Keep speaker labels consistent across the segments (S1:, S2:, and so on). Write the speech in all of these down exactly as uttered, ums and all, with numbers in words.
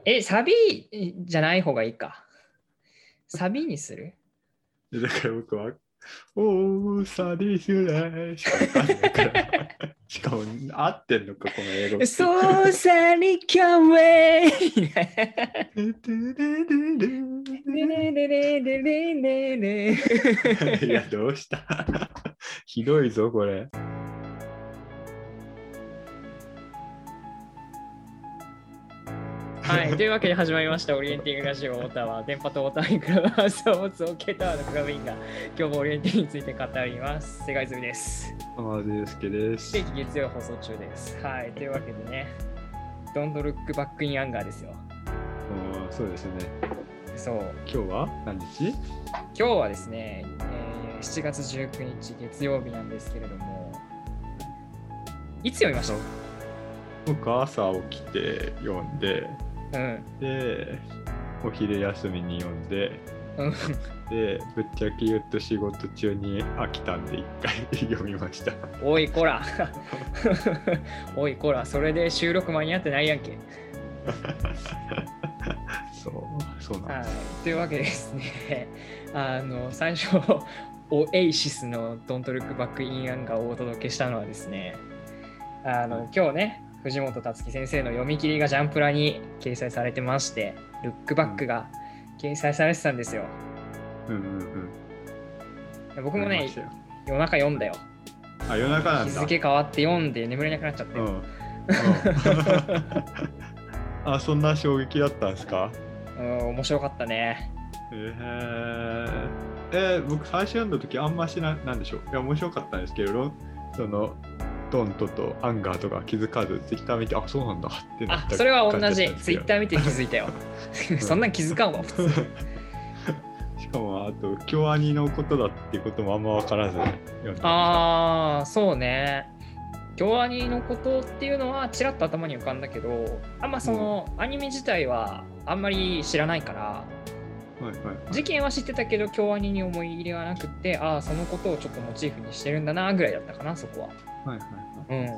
S1: え、サビじゃない方がいいか。サビにする？
S2: だから僕は、おー、サディスレしかわかんないから。しかも、合ってんのか、この英語って。
S1: そうさにかめ
S2: いや、どうしたひどいぞ、これ。
S1: はい、というわけで始まりましたオリエンティングラジオウォーターは電波とウォーターインクラブハウスを持つ OK タワーのクラブインが今日もオリエンティングについて語ります。世界済みです。
S2: 浜田祐介です。
S1: 定期月曜放送中です。はい、というわけでね、Don't Look Back in Anger ですよ。
S2: あ、そうですね。
S1: そう。
S2: 今日は何日？
S1: 今日はですね、えー、しちがつじゅうくにち月曜日なんですけれども、いつ読みました？
S2: 僕朝起きて読んで、
S1: うん、
S2: で、お昼休みに読んで、
S1: うん、
S2: で、ぶっちゃけ言うと仕事中に飽きたんで一回読みました。
S1: おいこらおいこら、それで収録間に合ってないやんけ。
S2: そう、そうなんです。
S1: はい、というわけでですね、あの最初、オエイシスの Don't Look Back in Anger をお届けしたのはですね、あの今日ね、藤本達樹先生の読み切りがジャンプラに掲載されてまして、ルックバックが掲載されてたんですよ。
S2: うんうんうん。
S1: 僕もね、夜中読んだよ。
S2: あ、夜中なんだ。
S1: 日付変わって読んで眠れなくなっちゃったよ。うんうん、
S2: あ、そんな衝撃だったんですか？
S1: うん、面白かったね。
S2: えー、えー、僕最初読んだ時あんましな、なんでしょう。いや、面白かったんですけど、その、ドントとアンガーとか気づかず、ツイッター見て、あ、そうなんだってなった。
S1: あ、それは同じ。ツイッター見て気づいたよ。そんなん気づかんわ、普通。
S2: しかも、あと、京アニのことだっていうこともあんま分からず読んでました。
S1: ああ、そうね。京アニのことっていうのはちらっと頭に浮かんだけど、あんまその、うん、アニメ自体はあんまり知らないから、はいはいはい、事件は知ってたけど京アニに思い入れはなくて、ああそのことをちょっとモチーフにしてるんだなぐらいだったかな、そこは。はいはいはい。うん。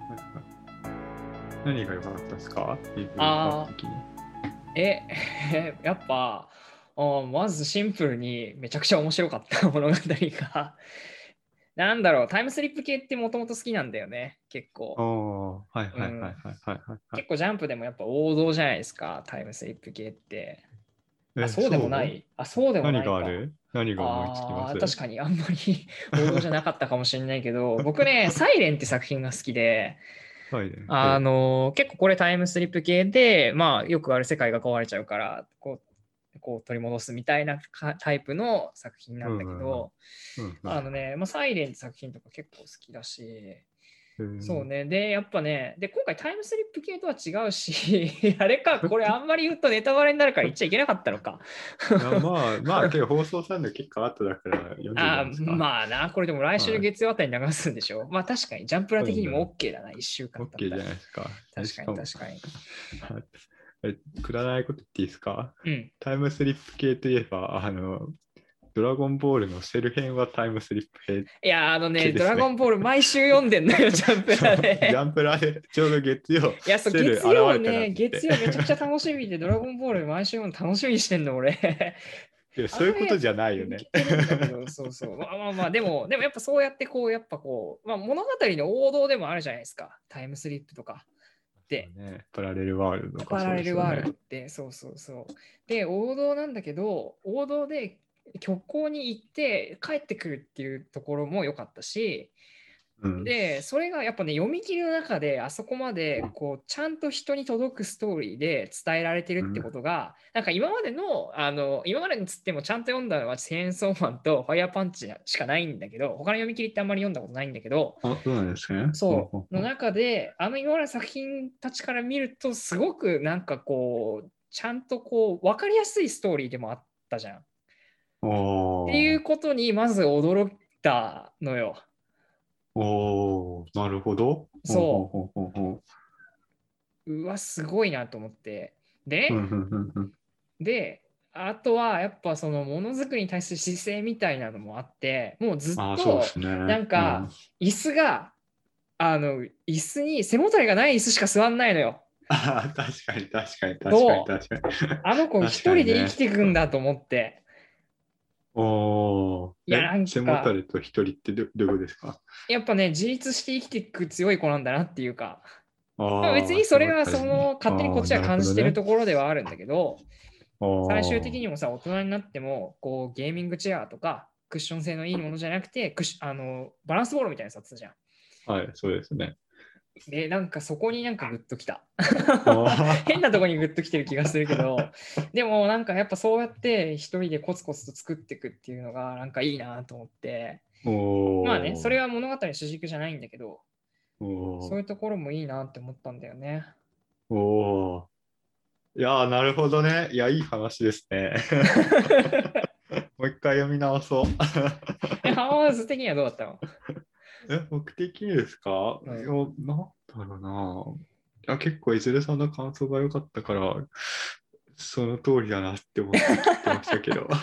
S2: 何が良かったですか？
S1: あえやっぱまずシンプルにめちゃくちゃ面白かった物語がなんだろう、タイムスリップ系ってもともと好きなんだよね、結構。
S2: はいはいはいはいはいはい。
S1: 結構ジャンプでもやっぱ王道じゃないですか、タイムスリップ系って。あ、そうでもない。あ、そうでもないか。
S2: 何がある？何が思いつきます？
S1: あ、確かにあんまり王道じゃなかったかもしれないけど、僕ね、サイレンって作品が好きで、あの結構これタイムスリップ系で、まあよくある世界が壊れちゃうから、こう、こう取り戻すみたいなタイプの作品なんだけど、あのね、まあ、サイレンって作品とか結構好きだし、そうね。で、やっぱね、で、今回タイムスリップ系とは違うし、あれか、これあんまり言うとネタバレになるから言っちゃいけなかったのか。
S2: まあ、まあ、けど放送されるの結構後だから読んでないですか？
S1: あ、まあな、これでも来週の月曜あたりに流すんでしょ。はい、まあ確かに、ジャンプラ的にも OK だな、いっしゅうかんだったら。
S2: OK じゃないですか。
S1: 確かに確かに。
S2: くだらないこと言っていいですか？
S1: うん。
S2: タイムスリップ系といえば、あの、ドラゴンボールのセル編はタイムスリップ編、ね。
S1: いや、あのね、ドラゴンボール毎週読んでんのよ、ジャンプラで。
S2: ジャンプラでちょうど月曜。
S1: いや、そう、月曜ね、月曜めちゃくちゃ楽しみで、ドラゴンボール毎週読むの楽しみにしてんの、俺。
S2: いや、そういうことじゃないよね。
S1: そうそう。まあまあまあ、でも、でもやっぱそうやってこう、やっぱこう、まあ物語の王道でもあるじゃないですか。タイムスリップとか。で、
S2: ね、パラレルワールドとか、
S1: ね。パラレルワールドって、そうそうそう。で、王道なんだけど、王道で虚構に行って帰ってくるっていうところも良かったし、うん、でそれがやっぱね読み切りの中であそこまでこうちゃんと人に届くストーリーで伝えられてるってことが、うん、なんか今までのあの今までにつってもちゃんと読んだのはチェーンソーマンとファイヤーパンチしかないんだけど、他の読み切りってあんまり読んだことないんだけど、
S2: あ、そうなんですね。
S1: そうの中であの今までの作品たちから見るとすごくなんかこうちゃんとこう分かりやすいストーリーでもあったじゃん。っていうことにまず驚いたのよ。
S2: おー、なるほど。
S1: そう。ほうほうほううわ、すごいなと思って。で、で、あとはやっぱそのものづくりに対する姿勢みたいなのもあって、もうずっとなんか椅子が、あの椅子に背もたれがない椅子しか座んないのよ。
S2: ああ、確かに確かに確か
S1: そう
S2: に確かに。
S1: あの子一人で生きていくんだと思って。
S2: おー。
S1: いや、
S2: え、
S1: なん
S2: 背もた
S1: か、
S2: れと一人ってど、どういうことですか？
S1: やっぱね、自立して生きていく強い子なんだなっていうか、まあ別
S2: ああ、背も
S1: にそれは
S2: たれね。
S1: その勝手にこっ
S2: ああ、なる
S1: ちは感
S2: ほどね。
S1: じてるところではあるんだけど、最終的
S2: あ
S1: にもさ、大人になっても、こうゲーミングチェアとか、クッション性のいいものじゃなくて、クッシあのバランスボールみたいなやつじゃん。
S2: あ、はい、そうですね。
S1: で、なんかそこになんかグッときた。変な
S2: あ
S1: とこにグッときてる気がするけど、でもなんかやっぱそうやって一人でコツコツと作っていくっていうのがなんかいいなと思って、
S2: ー
S1: まあね、それ
S2: おー。
S1: は物語の主軸じゃないんだけど、そう
S2: おー。
S1: いうところもいいなって思ったんだよね。
S2: おー。いやー、なるほどね。いや、いい話ですね。もう一回読み直そう。
S1: え、ハマーズ的にはどうだったの？
S2: え、僕的にですか？
S1: うん。
S2: いや、なんだろうな。いや、結構、いずれさんの感想が良かったから、その通りだなって思って聞いてましたけど。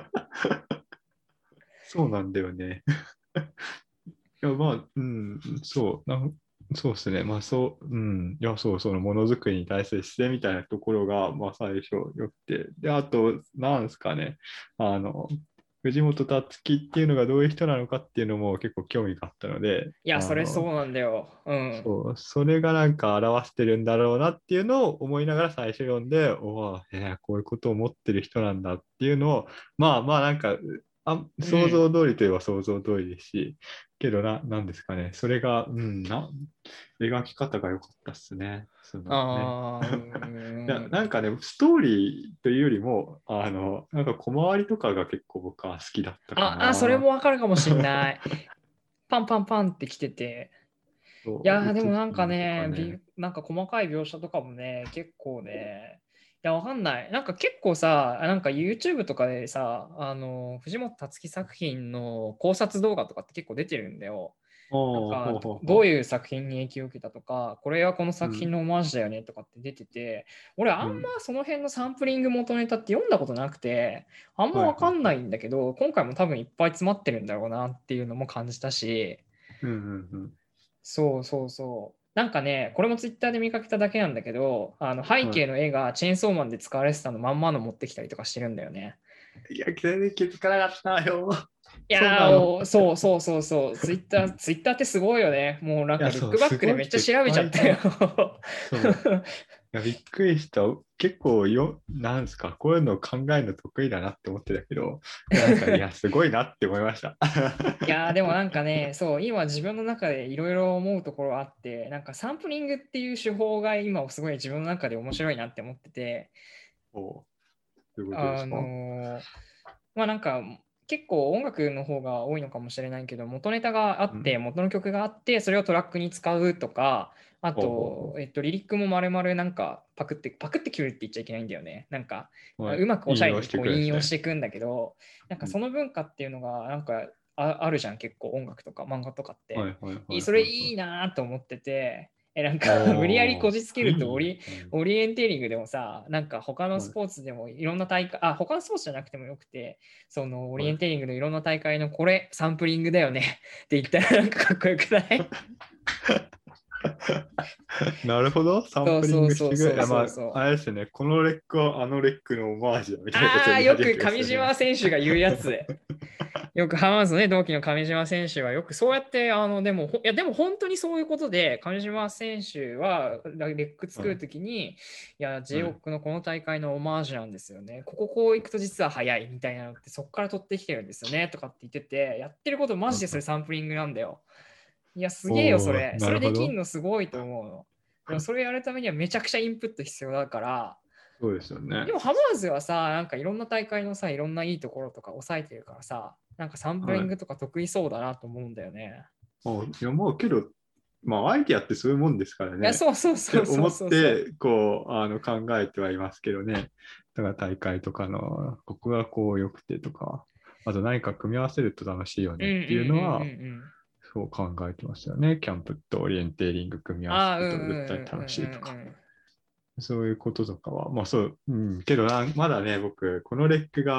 S2: そうなんだよね。いや、まあ、うん、そう、なんそうですね。まあ、そう、うん。いや、そう、そのものづくりに対する姿勢みたいなところが、まあ、最初良くて。で、あと、なんですかね。あの、藤本達樹っていうのがどういう人なのかっていうのも結構興味があったので、
S1: いや、それそう
S2: あの、
S1: なんだよ。うん。
S2: そう、それがなんか表してるんだろうなっていうのを思いながら最初読んで、おお、えーこういうことを思ってる人なんだっていうのを、まあまあなんか、あ、想
S1: うん。
S2: 像通りといえば想像通りですし、けどな、なんですかね、それが、うん、な、描き方が良かったっすね。そのね。
S1: ああ、う
S2: いや、
S1: ん。
S2: なんかね、ストーリーというよりも、あの、なんか小回りとかが結構僕は好きだったか
S1: あ、あ、それ
S2: な。
S1: もわかるかもしんない。パンパンパンって来てて。い
S2: そう、
S1: やー、でもなん
S2: 映ってるのとか
S1: かね、
S2: ね。
S1: びなんか細かい描写とかもね、結構ね、いや、わかんない。なんか結構さ、なんか YouTube とかでさ、あの、藤本つ樹作品の考察動画とかって結構出てるんだよ。なん
S2: おー、ほ
S1: か、
S2: うほうほ
S1: どういう作品に影響を受けたとか、これはこの
S2: う。うん、
S1: 作品のオマージュだよねとかって出てて、俺あんま
S2: うん。
S1: その辺のサンプリング元ネタって読んだことなくて、あんま
S2: はいはいはい。
S1: わかんないんだけど、今回も多分いっぱい詰まってるんだろうなっていうのも感じたし、
S2: うんうんうん。
S1: そうそうそう。なんかね、これもツイッターで見かけただけなんだけど、あの背
S2: は
S1: 景の絵がチェーンソーマンで使われてたのまんまの持ってきたりとかしてるんだよね。
S2: い。いや、全然気づかなかったよ。
S1: い
S2: そうなの。
S1: やー、おそうそうそうそう。ツイッター、ツイッターってすごいよね。もうなん
S2: いや、
S1: かルッ
S2: そう、
S1: クバックで
S2: すごい
S1: めっちゃ調べちゃ
S2: 人いっぱ
S1: ったよ。
S2: いいた。そう。いや、びっくりした。結構よ、なんですか、こういうのを考えるの得意だなって思ってたけど、なんか、いや、すごいなって思いました。
S1: いやーでもなんかね、そう、今自分の中でいろいろ思うところあって、なんかサンプリングっていう手法が今すごい自分の中で面白いなって思ってて、
S2: おう、どういうことです
S1: あ
S2: か？
S1: のーまあなんか結構音楽の方が多いのかもしれないけど、元ネタがあって、
S2: うん。
S1: 元の曲があって、それをトラックに使うとか、あ
S2: ほうほう
S1: と、
S2: ほ
S1: えっと、リリックも丸々なんかパクって、パクって切るって言っちゃいけないんだよね。なんか、
S2: う。はい。
S1: うまくおしゃれ
S2: 引用して
S1: にこう引
S2: くるんですね。
S1: 用していくんだけど、なんか
S2: うん。
S1: その文化っていうのが、なんかああるじゃん、結構音楽とか漫画とかって。
S2: はいはいはい
S1: いいそれ
S2: はいはい。
S1: いいなと思ってて、え、なんか無理やりこ
S2: お
S1: じつけ
S2: ー、いい。
S1: るとオリ、
S2: うん。
S1: オリエンテーリングでもさ、なんか他のス
S2: はい
S1: ポーツでもいろんな大会、あ、他のスポーツじゃなくてもよくて、そのオリ
S2: はい。
S1: エンテーリングのいろんな大会のこれサンプリングだよねって言ったらなんかかっこよくない？
S2: なるほど。サンプリン
S1: そうそう
S2: グしてくれ。い
S1: そうそう
S2: や、ま
S1: そうそ
S2: あ、あ
S1: う。
S2: れですね。このレックはあのレックのオマージュだみたいなことを
S1: ああ、
S2: 言われる
S1: よく上
S2: やつですよね。
S1: 島選手が言うやつ。よくハマーズのね、同期の上島選手はよくそうやって、あの、でも、ほいや、でも本当にそういうことで、上島選手はレック作る
S2: は
S1: ときに、いや、
S2: い。はい。
S1: ジェイオークのこの大会のオマージュなんですよね。こここう行くと実は早いみたいなのって、そこから取ってきてるんですよねとかって言ってて、やってることマジでそれサンプリングなんだよ。いや、すげえよ、そ
S2: おー、
S1: れ。それできん
S2: なるほど。
S1: のすごいと思うの。でもそれやるためにはめちゃくちゃインプット必要だから、
S2: そうですよね。
S1: でもハマーズはさ、なんかいろんな大会のさ、いろんないいところとか抑えてるからさ、なんかサンプリ
S2: はい。
S1: ングとか得意そうだなと思うんだよね。
S2: あ、いや、まあ、けど、まあ、アイディアってそういうもんですから
S1: いや、
S2: ね。
S1: そうそう
S2: って思っ
S1: そうそうそうそう。
S2: て、こう、あの、考えてはいますけどね。だから大会とかの、ここがこう良くてとか、あと何か組み合わせると楽しいよ
S1: うんうんうん
S2: ねっていうのは、
S1: うんうん。
S2: そう考えてましたよね。キャンプとオリエンテーリング組み合わせ
S1: ああ、うんう
S2: ると絶対
S1: んうん
S2: 楽しいとか。
S1: うんうん。
S2: そういうこととかは、まあそう、うん、けどな、まだね、僕、このレックが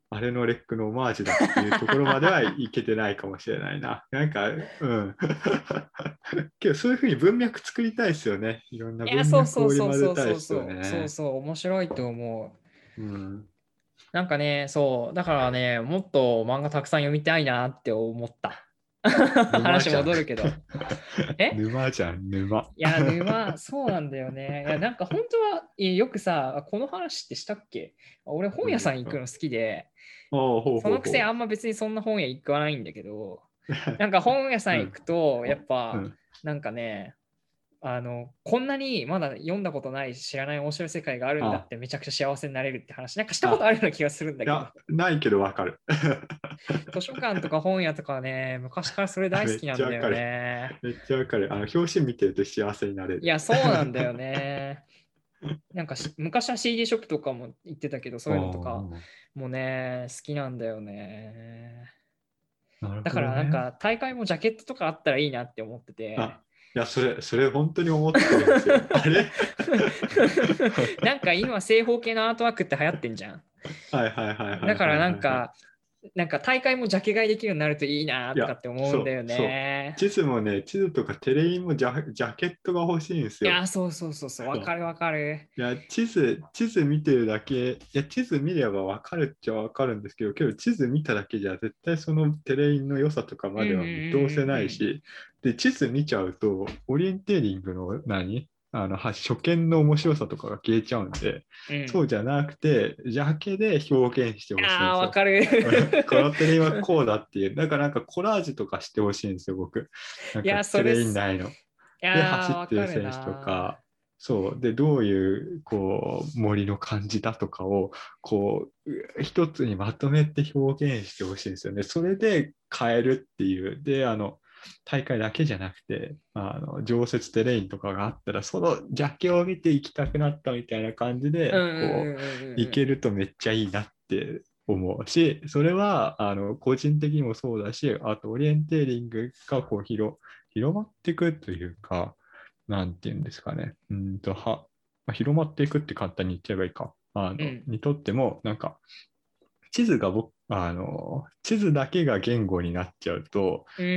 S2: あれのレックのオマージュだっていうところまではいけてないかもしれないな。なんか、うん。けどそういうふうに文脈作りたいですよね。いろんな
S1: いや、
S2: 文
S1: そうそう
S2: 脈を織り
S1: そうそうそう
S2: 交ぜたいですよ
S1: そう、そう
S2: ね。
S1: そう、面白いと思う。
S2: うん。
S1: なんかね、そう、だからね、もっと漫画たくさん読みたいなって思った。話
S2: 沼じゃん。
S1: 戻るけど。え
S2: 沼じゃん、沼。
S1: いや、沼、そうなんだよね。いや、なんか本当は、えよくさ、この話ってしたっけ？俺本屋さん行くの好きで、
S2: おお、ほう
S1: そのくせ
S2: ほうほ
S1: あんま別にそんな本屋行かないんだけど、なんか本屋さ
S2: う。
S1: ん
S2: うん。
S1: 行くと、やっぱ、
S2: うん。
S1: なんかね、あの、こんなにまだ読んだことない知らない面白い世界があるんだっ
S2: あ、
S1: てめちゃくちゃ幸せになれるって話、なんかしたこと
S2: あ、
S1: あるような気がするんだけど、
S2: いや、ないけどわかる。
S1: 図書館とか本屋とかね、昔からそれ大好
S2: めっ
S1: きなんだよ
S2: ちゃわかる。
S1: ね。
S2: めっちゃわかる。あの、表紙見てると幸せになれる。
S1: いや、そうなんだよね。なんかし昔は シーディー ショップとかも行ってたけど、そういうのとか
S2: おー、
S1: もね、好きなんだよね。
S2: なる
S1: だからなん
S2: ほどね。
S1: か大会もジャケットとかあったらいいなって思ってて。
S2: あ、いや、それ、それ本当に思ってるんですよ。あれ
S1: なんか今正方形のアートワークって流行ってんじゃん。
S2: はいはいはいはい
S1: だから
S2: はいはいはい。
S1: なんか、なんか大会もジャケ買いできるようになるといいな
S2: いや、
S1: とかって思うんだよ
S2: そう、そう。
S1: ね。
S2: 地図もね、地図とかテレインもジャ、ジャケットが欲しいんですよ。
S1: いや、そうそうそうそう、わかるわかる。
S2: いや、地図、地図見てるだけ、いや、地図見ればわかるっちゃわかるんですけど、けど地図見ただけじゃ絶対そのテレインの良さとかまで
S1: うんうんうん
S2: は見通せな
S1: うん。
S2: いし、で、地図見ちゃうと、オリエンテーリングの何あの、は初見の面白さとかが消えちゃうんで、
S1: うん。
S2: そうじゃなくて、ジャケで表現してほしいんで
S1: ああ、
S2: すよ。
S1: わかる。
S2: このテレインはこうだっていう、だからなんかコラージュとかしてほしいんですよ、僕。なん
S1: いや、そ
S2: かテレイン
S1: れす、
S2: 内の。
S1: い
S2: で、走
S1: やー、
S2: ってる
S1: わかる
S2: 選手と
S1: な。
S2: か、そう。で、どういう、こう、森の感じだとかを、こう、一つにまとめて表現してほしいんですよね。それで変えるっていう。で、あの、大会だけじゃなくて、あの、常設テレインとかがあったら、そのジャケを見ていきたくなったみたいな感じで、
S1: うんうん
S2: こう、
S1: うんうんうん。
S2: いけるとめっちゃいいなって思うし、それは、あの、個人的にもそうだし、あと、オリエンテーリングがこう広、広まっていくというか、なんていうんですかね。うんと、は、まあ、広まっていくって簡単に言っちゃえばいいか。あの、
S1: うん。
S2: にとっても、なんか、地図が僕、あの、地図だけが言語になっちゃうと、
S1: うん。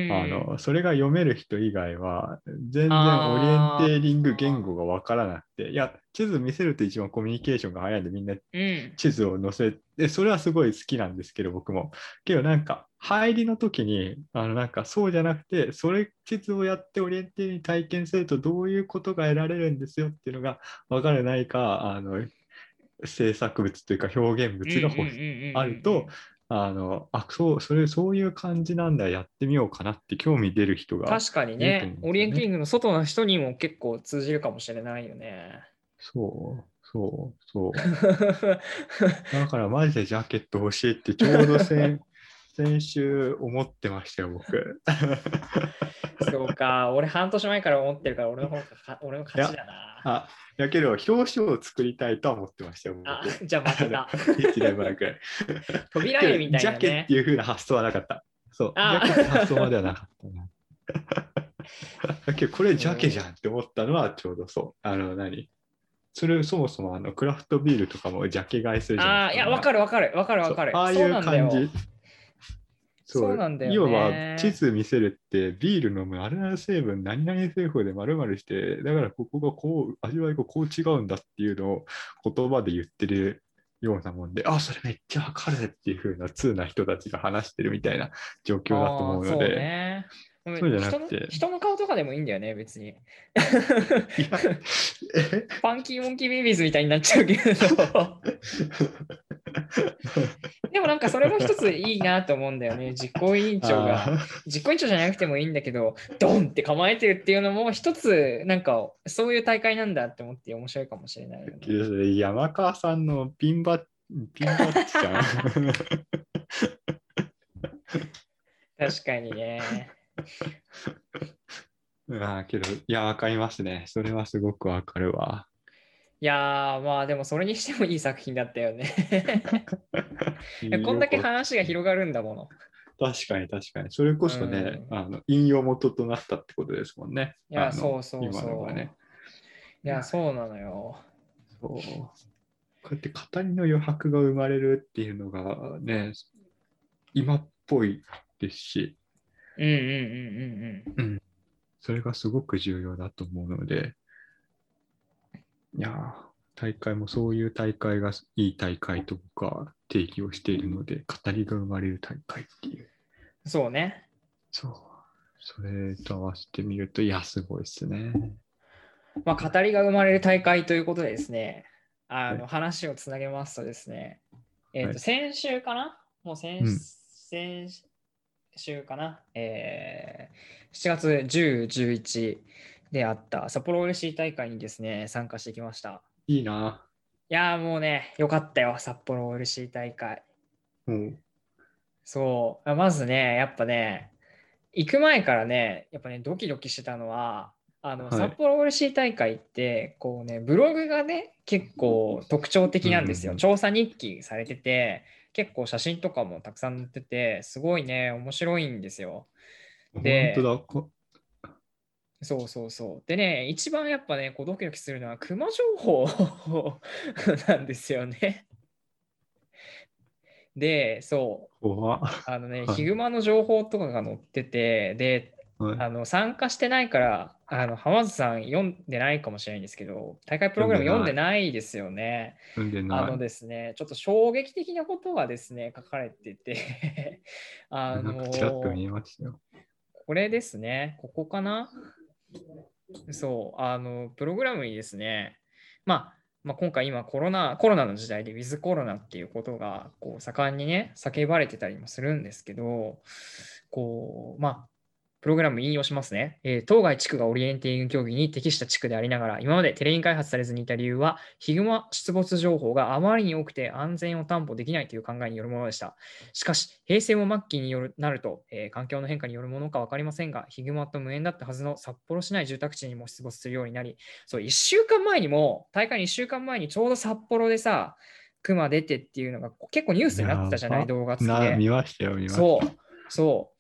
S2: あの、それが読める人以外は、全然オリエン
S1: あ
S2: テーリング言
S1: あ、
S2: 語がわからなくて、いや、地図見せると一番コミュニケーションが早いんで、みんな
S1: うん。
S2: 地図を載せて、それはすごい好きなんですけど、僕も。けどなんか、入りの時に、あの、なんかそうじゃなくて、それ地図をやってオリエンテーリング体験するとどういうことが得られるんですよっていうのが分からないか、あの、制作物というか表現
S1: うんうんうんうん
S2: 物が欲しあると、
S1: うん。
S2: あの、あ、そう、それ、そういう感じなんだ、やってみようかなって興味出る人が
S1: 確かに
S2: いると思
S1: ね、
S2: うんですよね。
S1: オリエンティングの外の人にも結構通じるかもしれないよね。
S2: そう、そう、そう。だからマジでジャケット欲しいってちょうど先、先週思ってましたよ、僕。
S1: そうか、俺半年前から思ってるから俺の方がか、俺の勝ち
S2: いや、
S1: だな。
S2: あ、やけど、表紙を作りたいとは思ってましたよ、
S1: あ、
S2: 僕。
S1: じゃあ負け
S2: あの、
S1: た。
S2: 一年前くらい。
S1: 扉絵み
S2: けど、
S1: たい
S2: ジャケって
S1: なね。
S2: いう風な発想はなかった。そう、ジャケって発想まではな
S1: あ
S2: かったな。だけど、これジャケじゃん
S1: そう
S2: って思ったのはちょうどそう。あの、何それ、そもそもあのクラフトビールとかもジャケ買いするじゃないです
S1: あー、い
S2: か、
S1: や、
S2: みんな。
S1: わかるわかる、わかるわ
S2: そう、
S1: かる。そう
S2: ああいう
S1: なんだよ。
S2: 感じ。そう、
S1: そうなんだよ
S2: 要は地
S1: ね。
S2: 図見せるってビール飲むあれなる成分何々製法で丸々して、だからここがこう、味わいがこう違うんだっていうのを言葉で言ってるようなもんで、あ、それめっちゃわかるっていう風な通な人たちが話してるみたいな状況だと
S1: ああ、そう
S2: 思うので、
S1: ね。
S2: そうじゃな
S1: 人の、
S2: くて、
S1: 人の顔とかでもいいんだよね、別に。
S2: いや、え
S1: ファンキーモンキーベイビーズみたいになっちゃうけど。でもなんかそれも一ついいなと思うんだよね。実行委員長が、
S2: あ
S1: 実行委員長じゃなくてもいいんだけど、ドンって構えてるっていうのも一つ、なんかそういう大会なんだって思って面白いかもしれないよね。
S2: ー山川さんのピンバッ、ピンバッジじゃん。
S1: 確かにね。
S2: ああ、けど、いや、わかりますね。それはすごくわかるわ。
S1: いやー、まあでもそれにしてもいい作品だったよね。こんだけ
S2: よく、
S1: 話が広がるんだもの。
S2: 確かに確かに。それこ
S1: う
S2: そね、
S1: ん。
S2: あの引用元となったってことですもんね。
S1: いや、
S2: あの、
S1: そうそう
S2: 今のが
S1: そ
S2: ね。
S1: う。いや、
S2: いや、
S1: そうなのよ。
S2: そう。 こうやって語りの余白が生まれるっていうのがね、今っぽいですし、
S1: うんうんうんうんうん。
S2: うん、それがすごく重要だと思うので、いやー、大会もそういう大会がいい大会とか定義をしているので、語りが生まれる大会っていう。
S1: そうね。
S2: そう。それと合わせてみると、いや、すごいですね。
S1: まあ、語りが生まれる大会ということでですね、あの、
S2: はい、
S1: 話をつなげますとですね、えっ、と、
S2: はい、
S1: 先週かなもう先、
S2: うん、
S1: 先週かな、えー、しちがつじゅう、じゅういちであった札幌 エルシー 大会にですね、参加してきました。
S2: いいな。
S1: いやーもうね、よかったよ、札幌 エルシー 大会。
S2: うん、
S1: そう、まずね、やっぱね、行く前からね、やっぱね、ドキドキしてたのは、あの
S2: はい。
S1: 札幌 エルシー 大会って、こうね、ブログがね、結構特徴的なんですよ。
S2: うんうん
S1: 調査日記されてて、結構写真とかもたくさん載ってて、すごいね、面白いんですよ。
S2: うん、本当
S1: で、
S2: だ。こ
S1: そうそうそう。でね、一番やっぱね、こうドキドキするのは、熊情報なんですよね。で、そう。
S2: 怖っ。
S1: あのね、
S2: はい、
S1: ヒグマの情報とかが載ってて、で、
S2: はい。
S1: あの参加してないから、あの浜津さん読んでないかもしれないんですけど、大会プロ
S2: 読ん
S1: グラム読んで
S2: でない。
S1: ないですよね。
S2: 読んで
S1: あの
S2: ない。
S1: ですね、ちょっと衝撃的なことがですね、書かれててあ
S2: なんかちらっと見
S1: の、
S2: えましたよ。
S1: これですね、ここかなそう、あの、プログラムにですね、まあ、まあ、今回今コロナ、コロナの時代でウィズコロナっていうことがこう盛んにね、叫ばれてたりもするんですけど、こう、まあ、プログラム引用しますね。えー当該地区がオリエンティング競技に適した地区でありながら、今までテレイン開発されずにいた理由は、ヒグマ出没情報があまりに多くて安全を担保できないという考えによるものでした。しかし、平成も末期によるなると、えー環境の変化によるものか分かりませんが、ヒグマと無縁だったはずの札幌市内住宅地にも出没するようになり、そう、いっしゅうかんまえにも、大会にいっしゅうかんまえにちょうど札幌でさ、クマ出てっていうのが結構ニュースになってたじゃない、
S2: やば。
S1: 動画付き
S2: な、
S1: で。
S2: 見ましたよ、見まし
S1: そ
S2: た。
S1: う、そう。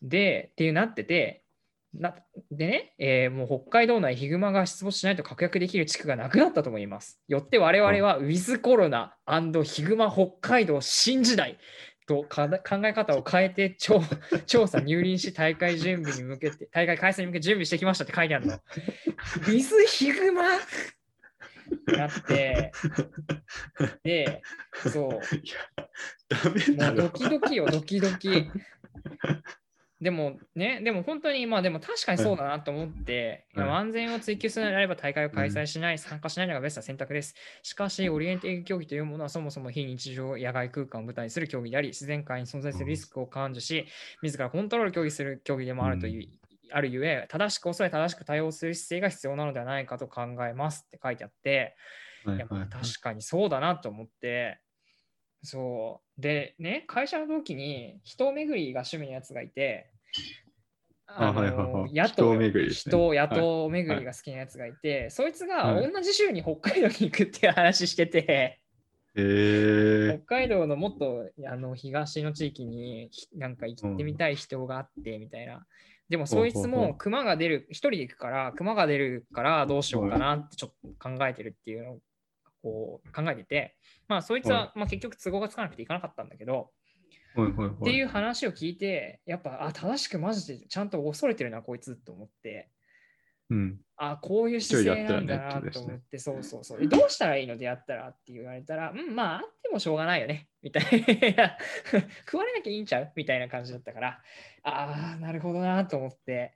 S1: で、っていうなってて、なでね、えーもう北海道内ヒグマが出没しないと確約できる地区がなくなったと思います。よって我々
S2: あ、
S1: はウィズコロナヒグマ北海道新時代とか考え方を変えて調調査入林し大会準備に向けて、大会開催に向けて準備してきましたって書いてあるの。ウィズヒグマってなって、で、そ
S2: いや、ダメ
S1: う、も
S2: だろ。
S1: うドキドキよ、ドキドキ。でもね、でも本当に、まあでも確かにそうだなと思って、いや
S2: はい、
S1: 安全を追求するのであれば大会を開
S2: うん、
S1: 催しない、参加しないのがベストな選択です。しかし、オリエンティング競技というものはそもそも非日常野外空間を舞台にする競技であり、自然界に存在するリスクを感受し、自らコントロール競技する競技でもあるという、あるゆえ、正しく恐れ正しく対応する姿勢が必要なのではないかと考えますって書いてあって、
S2: はい
S1: いやまあ
S2: はいはい。
S1: 確かにそうだなと思って、そう。でね、会社の時に人巡りが趣味のやつがいて、
S2: あ、
S1: あの、
S2: はいはいはい。人を
S1: 野党よ。
S2: 巡りですね。
S1: 人、野
S2: はい。
S1: 党巡
S2: はい。
S1: りが好きなやつがいて、そいつが
S2: はい。
S1: 同じ週に北海道に行くっていう話してて、
S2: えー、
S1: 北海道のもっとあの東の地域になんか行ってみ
S2: うん。
S1: たい人があってみたいな。でも
S2: ほう
S1: そいつも
S2: ほうほ
S1: 熊が出る、一人で行くから、熊が出るからどうし
S2: う。
S1: ようか
S2: はい。
S1: なってちょっと考えてるっていうのをこう考えてて、まあそいつ
S2: はい。
S1: は、まあ、結局都合がつかなくて行かなかったんだけど、
S2: はいはい
S1: っていう
S2: はい。
S1: 話を聞いて、やっぱ、あ、正しくマジでちゃんと恐れてるな、こいつと思って、
S2: うん。
S1: あ、こういう
S2: 一人だ
S1: 姿勢
S2: ったらネッ
S1: なんだな
S2: トですね。
S1: と思って、そうそうそう。でどうしたらいいのであったらって言われたら、うん、まあ、あってもしょうがないよね、みたいな。食われなきゃいいんちゃうみたいな感じだったから、ああ、なるほどなと思って、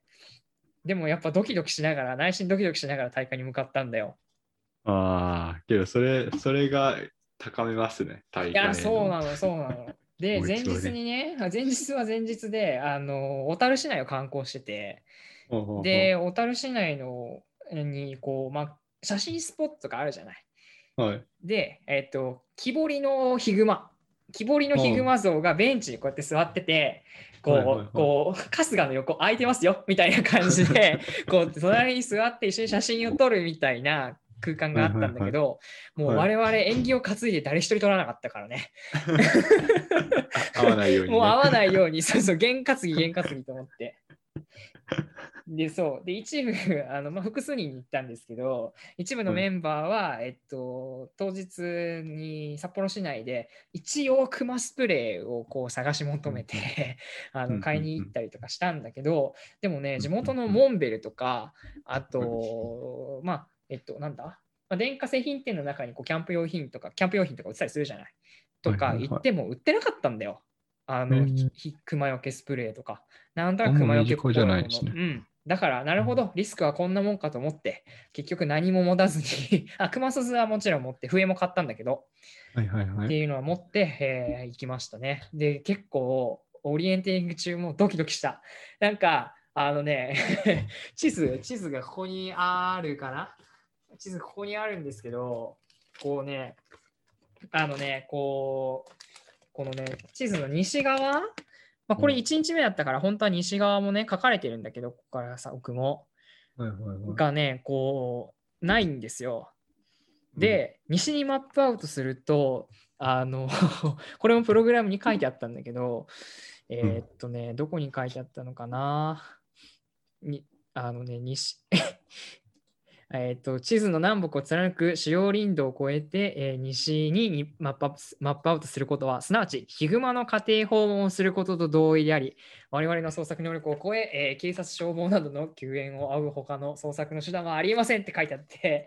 S1: でもやっぱドキドキしながら、内心ドキドキしながら大会に向かったんだよ。
S2: ああ、けどそれ、それが高めますね。大
S1: いや、
S2: 会への
S1: そうなの、そうなの。で、
S2: もう
S1: 前
S2: 一度ね。
S1: 日にね、前日は前日で、あの、小樽市内を観光してて、
S2: ほうほうほ
S1: で、小樽市内のに、こう、まあ、写真スポットがあるじゃない。
S2: う。はい。
S1: で、えっと、木彫りのヒグマ、木彫りのヒグ
S2: うん
S1: マ像がベンチにこうやって座ってて、
S2: はいはい
S1: こう、
S2: はい。
S1: こう、春日の横空いてますよ、みたいな感じで、こう、隣に座って一緒に写真を撮るみたいな空間が
S2: はい
S1: あった
S2: はいはい。
S1: んだけど、もう
S2: はい。
S1: 我々縁起を担いで誰一人撮らなかったからね。
S2: あ、合わないようにね。
S1: もう合わないように、そうそう、験担ぎ、験担ぎと思って。 で、そう。で、一部、あのまあ、複数人に行ったんですけど、一部のメンバーは、はい、えっと、当日に札幌市内で、一応クマスプレーをこう探し求めて、あの買いに行ったりとかしたんだけど、でもね、地元のモンベルとか、あと、まあ、えっと、なんだ、まあ、電化製品店の中にこうキャンプ用品とか、キャンプ用品とか売ってたりするじゃない。とか行っても売ってなかったんだよ。あの、熊よけスプレーとか。なんとなく熊よけっぽいもの。ね、うん。だから、なるほど、リスクはこんなもんかと思って、結局何も持たずにあ、熊鈴はもちろん持って、笛も買ったんだけど、
S2: はいはいはい、
S1: っていうのは持って、えー、行きましたね。で、結構、オリエンテリング中もドキドキした。なんか、あのね地図、地図がここにあるかな地図ここにあるんですけど、こうね、あのね、こう、このね、地図の西側、まあ、これいちにちめだったから、本当は西側もね、書かれてるんだけど、ここからさ、奥も。
S2: はいはいはい、
S1: がね、こう、ないんですよ。で、うん、西にマップアウトすると、あのこれもプログラムに書いてあったんだけど、えー、っとね、どこに書いてあったのかなに、あのね、西えー、と地図の南北を貫く主要林道を越えて、えー、西にマップアップ、マップアウトすることは、すなわちヒグマの家庭訪問をすることと同意であり、我々の捜索能力を超ええー、警察、消防などの救援を仰ぐ他の捜索の手段はありえませんって書いてあって、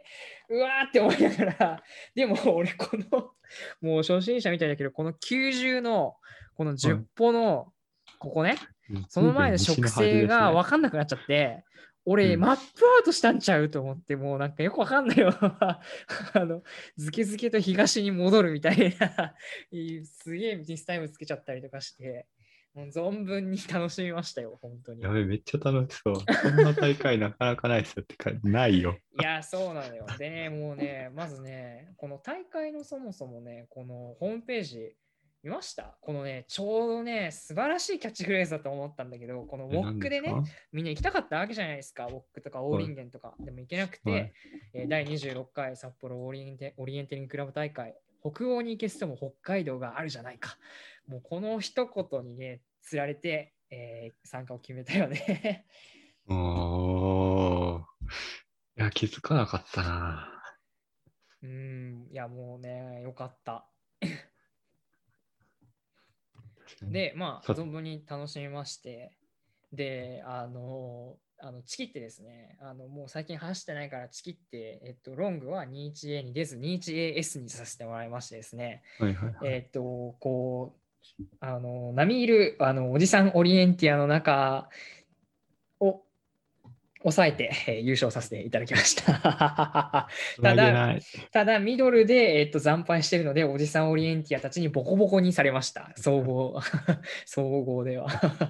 S1: うわーって思いながら、でも俺、この、もう初心者みたいだけど、このきゅうじゅうの、このじゅっ歩の、ここね、その前の植生が分かんなくなっちゃって、俺、うん、マップアウトしたんちゃうと思って、もうなんかよくわかんないよ。あの、ずけずけと東に戻るみたいな、すげえミスタイムつけちゃったりとかして、もう存分に楽しみましたよ、本当に。
S2: やべ、めっちゃ楽しそう。そんな大会なかなかないですよってか、ないよ。
S1: いや、そうなのよ。でね、もうね、まずね、この大会のそもそもね、このホームページ、見ましたこのね、ちょうどね、素晴らしいキャッチフレーズだと思ったんだけど、このウォックでね、みんな行きたかったわけじゃないですか、ウォックとかオーリンゲンとか。はい、でも行けなくて、はい、えー、だいにじゅうろっかい札幌オリエンテオリエンテリングクラブ大会、北欧に行けすとも北海道があるじゃないか。もうこの一言にね、つられて、えー、参加を決めたよね。
S2: おー。いや、気づかなかったな。
S1: うん、いや、もうね、よかった。で、まあ、存分に楽しみまして、で、あの、あのチキってですね、あのもう最近走ってないからチキって、えっと、ロングは にじゅういちエー に出ず にじゅういちエーエス にさせてもらいましてですね、
S2: はいはいはい、
S1: えっと、こう、あの、並みいるあのおじさんオリエンティアの中を抑えて、えー、優勝させていただきましたただ、ただ、ミドルで、えー、っと惨敗しているので、おじさんオリエンティアたちにボコボコにされました。総合、総合では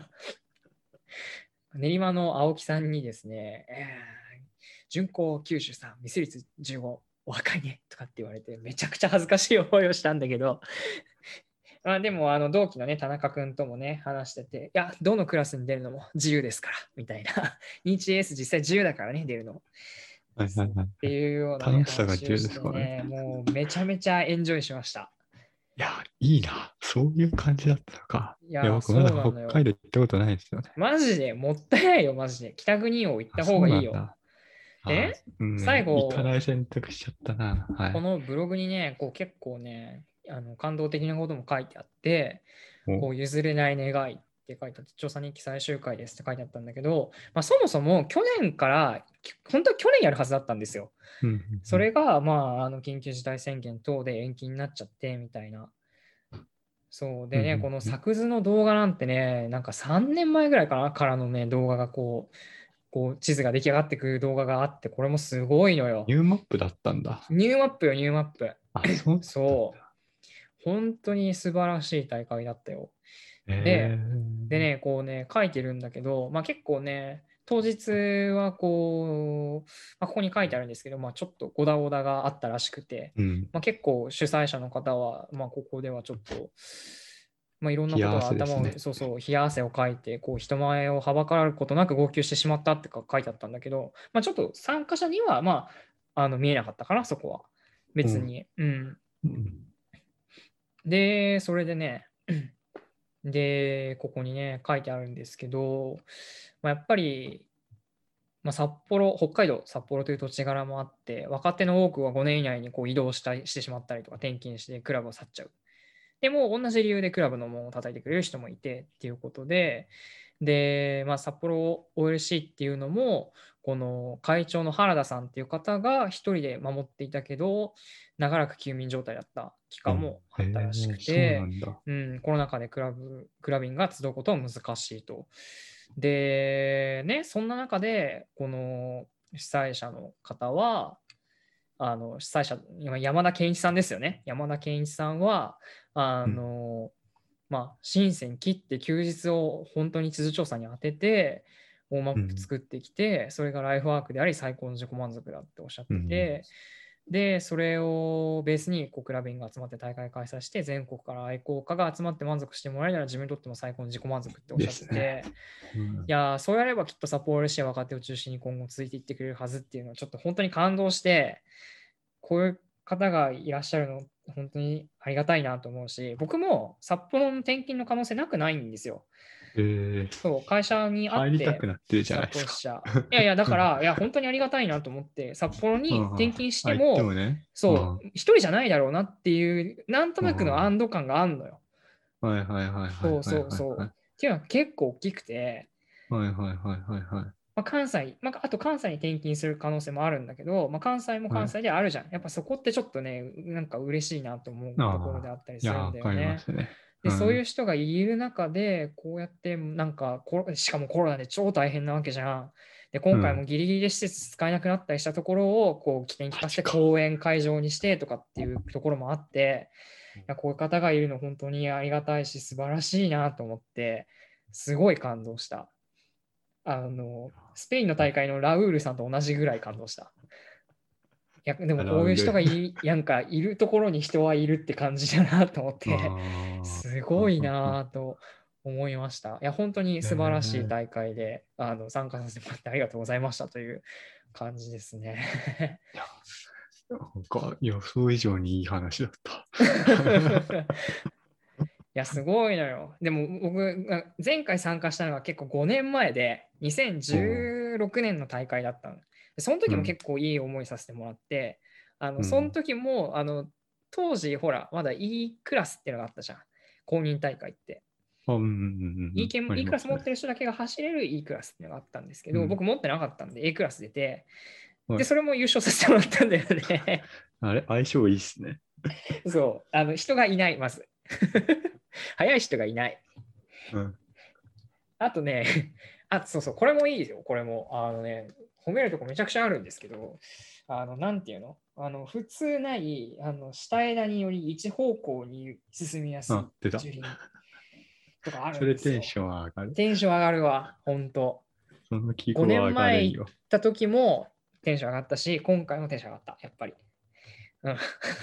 S1: 練馬の青木さんにですね、えー、巡航きゅうじゅうさん、ミス率じゅうご、お若いねとかって言われて、めちゃくちゃ恥ずかしい思いをしたんだけど、まあでも、あの同期のね、田中君ともね、話してて、いや、どのクラスに出るのも自由ですから、みたいな。にじゅうエーエス 実際自由だからね、出るの。
S2: はいはいはい、
S1: っていうような、ね、
S2: 楽しさが自由です
S1: からね。もうめちゃめちゃエンジョイしました。
S2: いや、いいな。そういう感じだったのか。いや、いや僕まだ北海道行ったことないですよね。
S1: マジで、もったいないよ、マジで。北国を行った方がいいよ。で、うん、最後、
S2: 行かない選択しちゃったな。はい、
S1: このブログにね、こう結構ね、あの感動的なことも書いてあって、こう譲れない願いって書いてあって、調査日記最終回ですって書いてあったんだけど、まあ、そもそも去年から、本当は去年やるはずだったんですよ。
S2: うんうんうん、
S1: それが、まあ、あの緊急事態宣言等で延期になっちゃってみたいな。そうでね、うんうんうん、この作図の動画なんてね、なんかさんねんまえぐらいかなからのね、動画がこう、こう地図が出来上がってくる動画があって、これもすごいのよ。
S2: ニューマップだったんだ。
S1: ニューマップよ、ニューマップ。
S2: あ、そう
S1: そう。本当に素晴らしい大会だったよ。
S2: で、
S1: でね、こうね、書いてるんだけど、まあ結構ね、当日はこう、まあ、ここに書いてあるんですけど、まあ、ちょっとゴダゴダがあったらしくて、うん、まあ、結構主催者の方は、まあ、ここではちょっと、まあ、いろんなことが頭を、ね、そうそう、冷や汗をかいて、こう人前をはばからることなく号泣してしまったって書いてあったんだけど、まあ、ちょっと参加者には、まあ、あの見えなかったかな、そこは。別に。うん。うん、で、それでね、で、ここにね、書いてあるんですけど、まあ、やっぱり、 まあ、札幌、北海道札幌という土地柄もあって、若手の多くはごねん以内にこう移動したりしてしまったりとか、転勤してクラブを去っちゃう。でも、同じ理由でクラブの門を叩いてくれる人もいてっていうことで、で、まあ、札幌 オーエルシー っていうのも、この会長の原田さんっていう方が一人で守っていたけど、長らく休眠状態だった期間もあったらしく
S2: そうな
S1: て、
S2: んだ。
S1: うん、コロナ禍でクラブ、クラビンが集うことは難しいと。で、ね、そんな中で、この主催者の方は、あの主催者、山田健一さんですよね。山田健一さんは、あの、うんまあ、深セン切って休日を本当に地図調査に当てて、ウォームアップ作ってきて、うん、それがライフワークであり、最高の自己満足だっておっしゃってて、うん、で、それをベースにこうクラビンが集まって大会開催して、全国から愛好家が集まって満足してもらえるなら、自分にとっても最高の自己満足っておっしゃってて、ねうん、いや、そうやればきっとサポールシェ若手を中心に今後続いていってくれるはずっていうのは、ちょっと本当に感動して、こういう方がいらっしゃるの本当にありがたいなと思うし、僕も札幌の転勤の可能性なくないんですよ。
S2: えー、
S1: そう会社にあって
S2: 入りたくなってるじゃないです
S1: か。いやいや、だから、いや、本当にありがたいなと思って、札幌に転勤しても、
S2: うんうんね、
S1: そう、一人じゃないだろうなっていう、なんとなくの安堵感があるのよ。
S2: はいはいはいはい。
S1: そうそうそう。っていうのは結構大きくて、
S2: はいはいはいはいはい。
S1: まあ、関西、まあ、あと関西に転勤する可能性もあるんだけど、まあ、関西も関西であるじゃん。はい、やっぱそこってちょっとね、なんか嬉しいなと思うところであったりするんだよね。
S2: いや、わかりますね。
S1: で、そういう人がいる中で、こうやってなんか、しかもコロナで超大変なわけじゃん。で、今回もギリギリで施設使えなくなったりしたところを、こう、起点聞かせて公演会場にしてとかっていうところもあって、いやこういう方がいるの本当にありがたいし、素晴らしいなと思って、すごい感動した。あの、スペインの大会のラウールさんと同じぐらい感動した。いやでもこういう人がいなんかいるところに人はいるって感じだなと思ってすごいなと思いました。いや本当に素晴らしい大会であの参加させてもらってありがとうございましたという感じですね。
S2: いやなんか予想以上にいい話だった。
S1: いやすごいのよ。でも僕前回参加したのが結構ごねんまえでにせんじゅうろくねんの大会だったの。その時も結構いい思いさせてもらって、うん、あのその時もあの当時ほらまだ E クラスっていうのがあったじゃん、公認大会って。E クラス持ってる人だけが走れる E クラスっていうのがあったんですけど、うん、僕持ってなかったんで A クラス出て、でそれも優勝させてもらったんだよね。
S2: あれ相性いいっすね。
S1: そうあの人がいないまず速い人がいない。
S2: うん、
S1: あとね、あ、そうそう、これもいいですよ、これも。あのね、褒めるとこめちゃくちゃあるんですけど、あの、なんていうのあの、普通ない、あの、下枝により一方向に進みやすい樹林とかあるんですよ。
S2: それテンション上がる。
S1: テンション上がるわ、ほんと。
S2: その記
S1: 号上がるよ。ごねんまえ行った時もテンション上がったし、今回もテンション上がった、やっぱり。うん。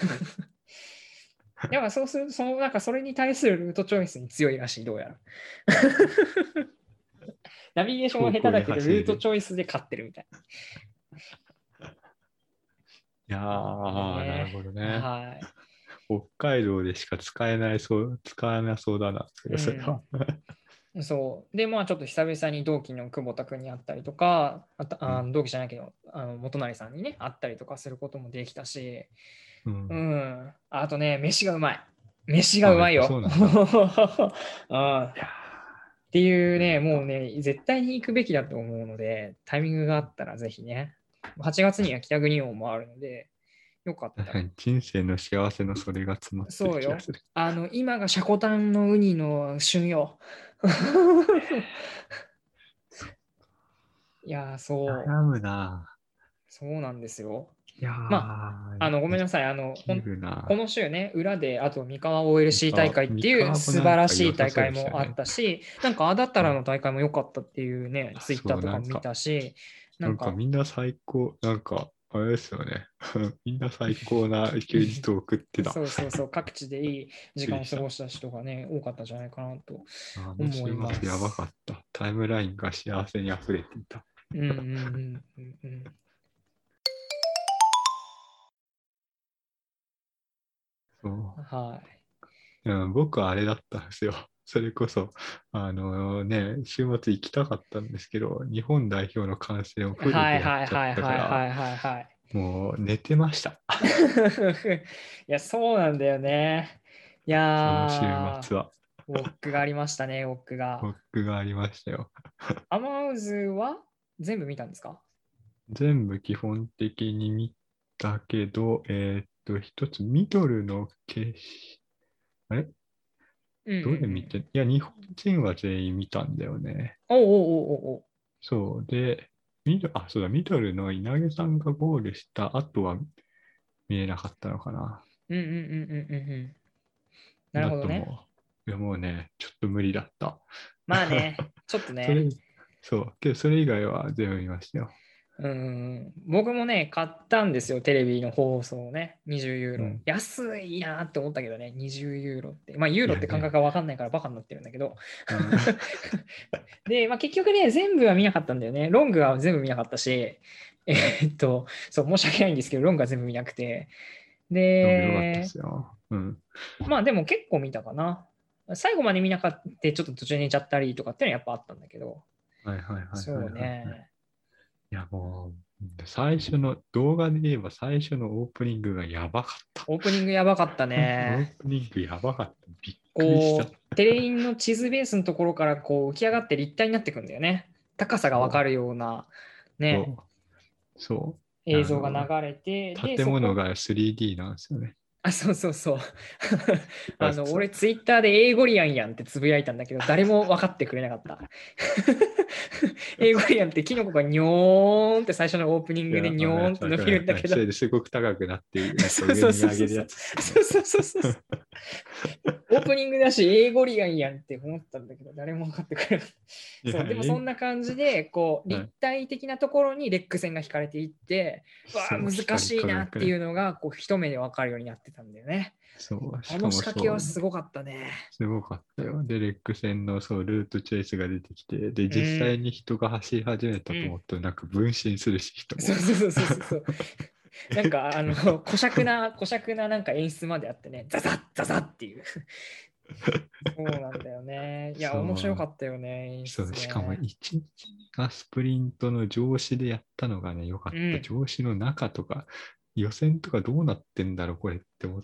S1: やっぱそうするそのなんかそれに対するルートチョイスに強いらしい、どうやら。ナビゲーションは下手だけど、ルートチョイスで勝ってるみたいな。
S2: いやー、ね、なるほどね。
S1: はい。
S2: 北海道でしか使えないそう、使えなそうだな、それは。
S1: うん、そう。で、まあちょっと久々に同期の久保田君に会ったりとか、あとあ同期じゃないけど、あの元成さんにね、会ったりとかすることもできたし、うん。うん、あとね、飯がうまい。飯がうまいよ。そうなんだ。あっていうね、もうね、絶対に行くべきだと思うので、タイミングがあったらぜひね。はちがつには北国王もあるので、よかったら。
S2: 人生の幸せのそれが詰まってる気がする。
S1: そうよ。あの、今がシャコタンのウニの旬よ。いや、そう。
S2: 悩むな。
S1: そうなんですよ。
S2: いや
S1: まあ、あのごめんなさい。あのこの週ね、裏で、あと三河 オーエルシー 大会っていう素晴らしい大会もあったし、なんかあだったらの大会も良かったっていうね、ツイッターとか見たし、
S2: なんかみんな最高、なんかあれですよね。みんな最高な休日を送ってた。
S1: そうそうそう、各地でいい時間を過ごした人がね、多かったんじゃないかなと思います。
S2: やばかった。タイムラインが幸せに溢れていた。
S1: うんうんうんうんうん。
S2: そう。
S1: はい。
S2: うん、僕はあれだったんですよ。 それこそ、あのね、週末行きたかったんですけど、日本代表の観戦をフル
S1: はい
S2: でやっちゃっ
S1: はいはい
S2: たから、
S1: はいはいはいはい。
S2: もう寝てました。
S1: いや、そうなんだよね。い
S2: その週
S1: や
S2: 末は。
S1: ー、ウォックがありましたね、ウォックが。
S2: 僕がありましたよ。
S1: アマウズは全部見たんですか？
S2: 全部基本的に見たけど、えーっと、一つミドルの決し、あれ
S1: うんうんう
S2: どれ見
S1: ん。
S2: て、いや、日本人は全員見たんだよね。
S1: おうおうおうおう。
S2: そう。で、ミド、あ、そうだ、ミドルの稲毛さんがゴールした後は見えなかったのかな。
S1: うんうんうんうんうんうん。なる
S2: だ
S1: ほどね。
S2: ともう、いやもうね、ちょっと無理だった。
S1: まあね、ちょっと
S2: それ、
S1: ね。
S2: そう。けど、それ以外は全部見ましたよ。
S1: うん、僕もね、買ったんですよ、テレビの放送をね、にじゅうユーロ。
S2: うん。
S1: 安いなって思ったけどね、にじゅうユーロって。まあ、ユーロって感覚
S2: いやね。
S1: が分かんないからバカになってるんだけど。
S2: うん。
S1: で、まあ、結局ね、全部は見なかったんだよね。ロングは全部見なかったし、えーっと、そう、申し訳ないんですけど、ロングは全部見なくて。
S2: ロング良かったで
S1: で、
S2: すよ。うん。
S1: まあでも結構見たかな。最後まで見なかった、ちょっと途中に寝ちゃったりとかっていうのはやっぱあったんだけど、
S2: はいはいはいはい
S1: そう
S2: はいはい。
S1: ね。
S2: いやもう、最初の動画で言えば最初のオープニングがやばかった。
S1: オープニングやばかった
S2: オー
S1: ね。
S2: プニングやばかった。びっくりした。
S1: こう、テレインの地図ベースのところからこう浮き上がって立体になっていくんだよね。高さがわか
S2: そ
S1: るような、
S2: う、
S1: ね、
S2: そう、そう。
S1: 映像が
S2: あの、
S1: 流れて、で、そこ、
S2: 建物が スリーディー なんですよね。
S1: あ、そうそうそう。あの、
S2: やつは。
S1: 俺ツイッターで英語リアンやんってつぶやいたんだけど、誰も分かってくれなかった。英語リアンってキノコがニョーンって最初のオープニン
S2: いや、
S1: グでニョ
S2: あや
S1: ーンって伸びるんだけど、
S2: それですごく高くなって、なんか
S1: そうそう
S2: 上に
S1: そうそうそう。
S2: 上げるやつです
S1: そうそうそうそう。オープニングだし、英語リアンやんって思ったんだけど、誰も分かってくれない。
S2: ね。い
S1: そう、
S2: や、
S1: でもそんな感じで、こう、
S2: はい、
S1: 立体的なところにレック線が引かれていって、わあ、
S2: そう、
S1: 難
S2: 光り
S1: しいなってい
S2: 輝くね。
S1: うのが、こう、一目で分かるようになってたんだよね。
S2: そう、し
S1: あの仕
S2: かも
S1: 掛けは
S2: そう、
S1: すごかったね。
S2: すごかったよ。で、レック戦のそうルートチェイスが出てきて、で、
S1: うん、
S2: 実際に人が走り始めた
S1: うん。
S2: と思ったら、なんか分身するし、人も。
S1: そうそうそうそうそう。なんか、あの、小尺な、小尺ななんか演出まであってね、ザザッ、ザザッっていう。そうなんだよね。いや、面白か
S2: そう、
S1: ったよね、演
S2: そう、
S1: 出
S2: しかも
S1: ね。
S2: 一日がスプリントの上司でやったのがね、よかった。
S1: うん。
S2: 上司の中とか、予選とかどうなってんだろう、これって思って、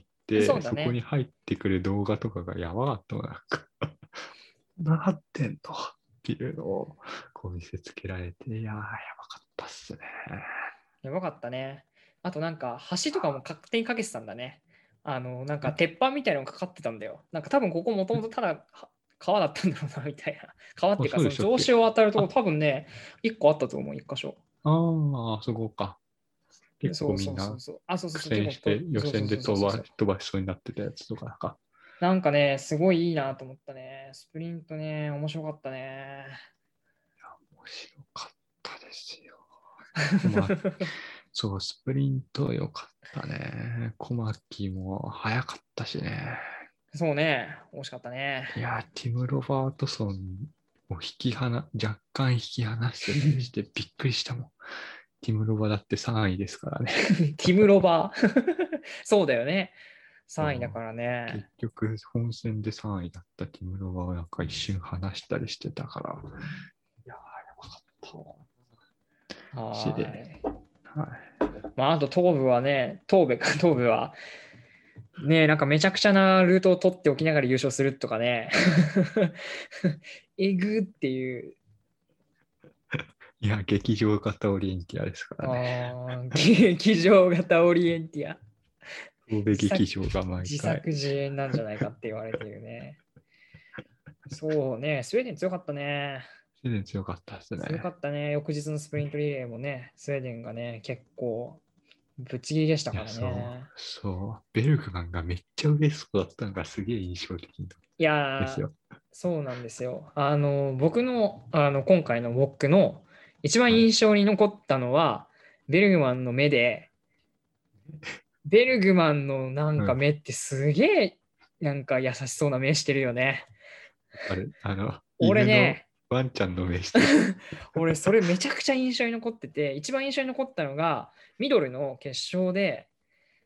S2: そこに
S1: そうだね。
S2: 入ってくる動画とかがやばかったもん。なんかなってんのっていうのをこう見せつけられて、いやー、やばかったっすね。
S1: やばかったね。あとなんか橋とかも勝手にかけてたんだね。あの、なんか鉄板みたいなのがかかってたんだよ。なんか多分ここもともとただは川だったんだろうな、みたいな。川って
S2: あ、
S1: いうか、
S2: そう
S1: その上
S2: でしたっけ？
S1: 昇を当たるとこ
S2: あ、
S1: 多分ね、いっこあったと思う、いっ箇所。
S2: ああ、そこか。結
S1: そう
S2: 構みんな
S1: そうそうそう。あ、そうそうそう、結
S2: 苦戦し
S1: 構と、
S2: て予
S1: そうそう
S2: 選で飛ば
S1: そうそうそう。
S2: 飛ばしそうになってたやつとかか。
S1: なんかね、すごいいいなと思ったね。スプリントね、面白かったね。
S2: 面白かったですよ。コマ、そう、スプリント良かったね。コマキも速かったしね。
S1: そうね、惜しかったね。
S2: いや、ティム・ロバートソンを引き離、若干引き離してたりしてびっくりしたもん。ティム・ロバだってさんいですからね。
S1: ティム・ロバー。そうだよね。さんいだ
S2: そう
S1: からね。
S2: 結局、本戦でさんいだったティム・ロバをなんか一瞬離したりしてたから、いやー、やばかったわ。し
S1: は
S2: で、
S1: い。
S2: はい。
S1: まあ、あと東部はね、東部か、東部は、ね、なんかめちゃくちゃなルートを取っておきながら優勝するとかね。えぐっていう。
S2: いや、劇場型オリエンティアですからね。
S1: あ劇場型オリエンティア。
S2: 神戸
S1: 自作
S2: 劇場が毎
S1: 自
S2: 回。
S1: 作自演なんじゃないかって言われているね。そうね、スウェーデン強かったね。
S2: 全然強かったです
S1: 強か
S2: ね。
S1: ったね。翌日のスプリントリレーもね、スウェーデンがね、結構ぶっちぎりでした
S2: いや、
S1: から
S2: そう、
S1: ね。
S2: そう。ベルグマンがめっちゃ嬉しそうだったのがすげえ印象的
S1: いやー、
S2: ですよ。
S1: そうなんですよ。あの、僕の、あの今回のウォックの一番
S2: はい。
S1: 印象に残ったのは、ベルグマンの目で、ベルグマンのなん
S2: うん。
S1: か目ってすげえなんか優しそうな目してるよね。
S2: あれ、あの、犬の
S1: 俺ね、
S2: ワンちゃんの目してる。
S1: 俺それめちゃくちゃ印象に残ってて、一番印象に残ったのが、ミドルの決勝で、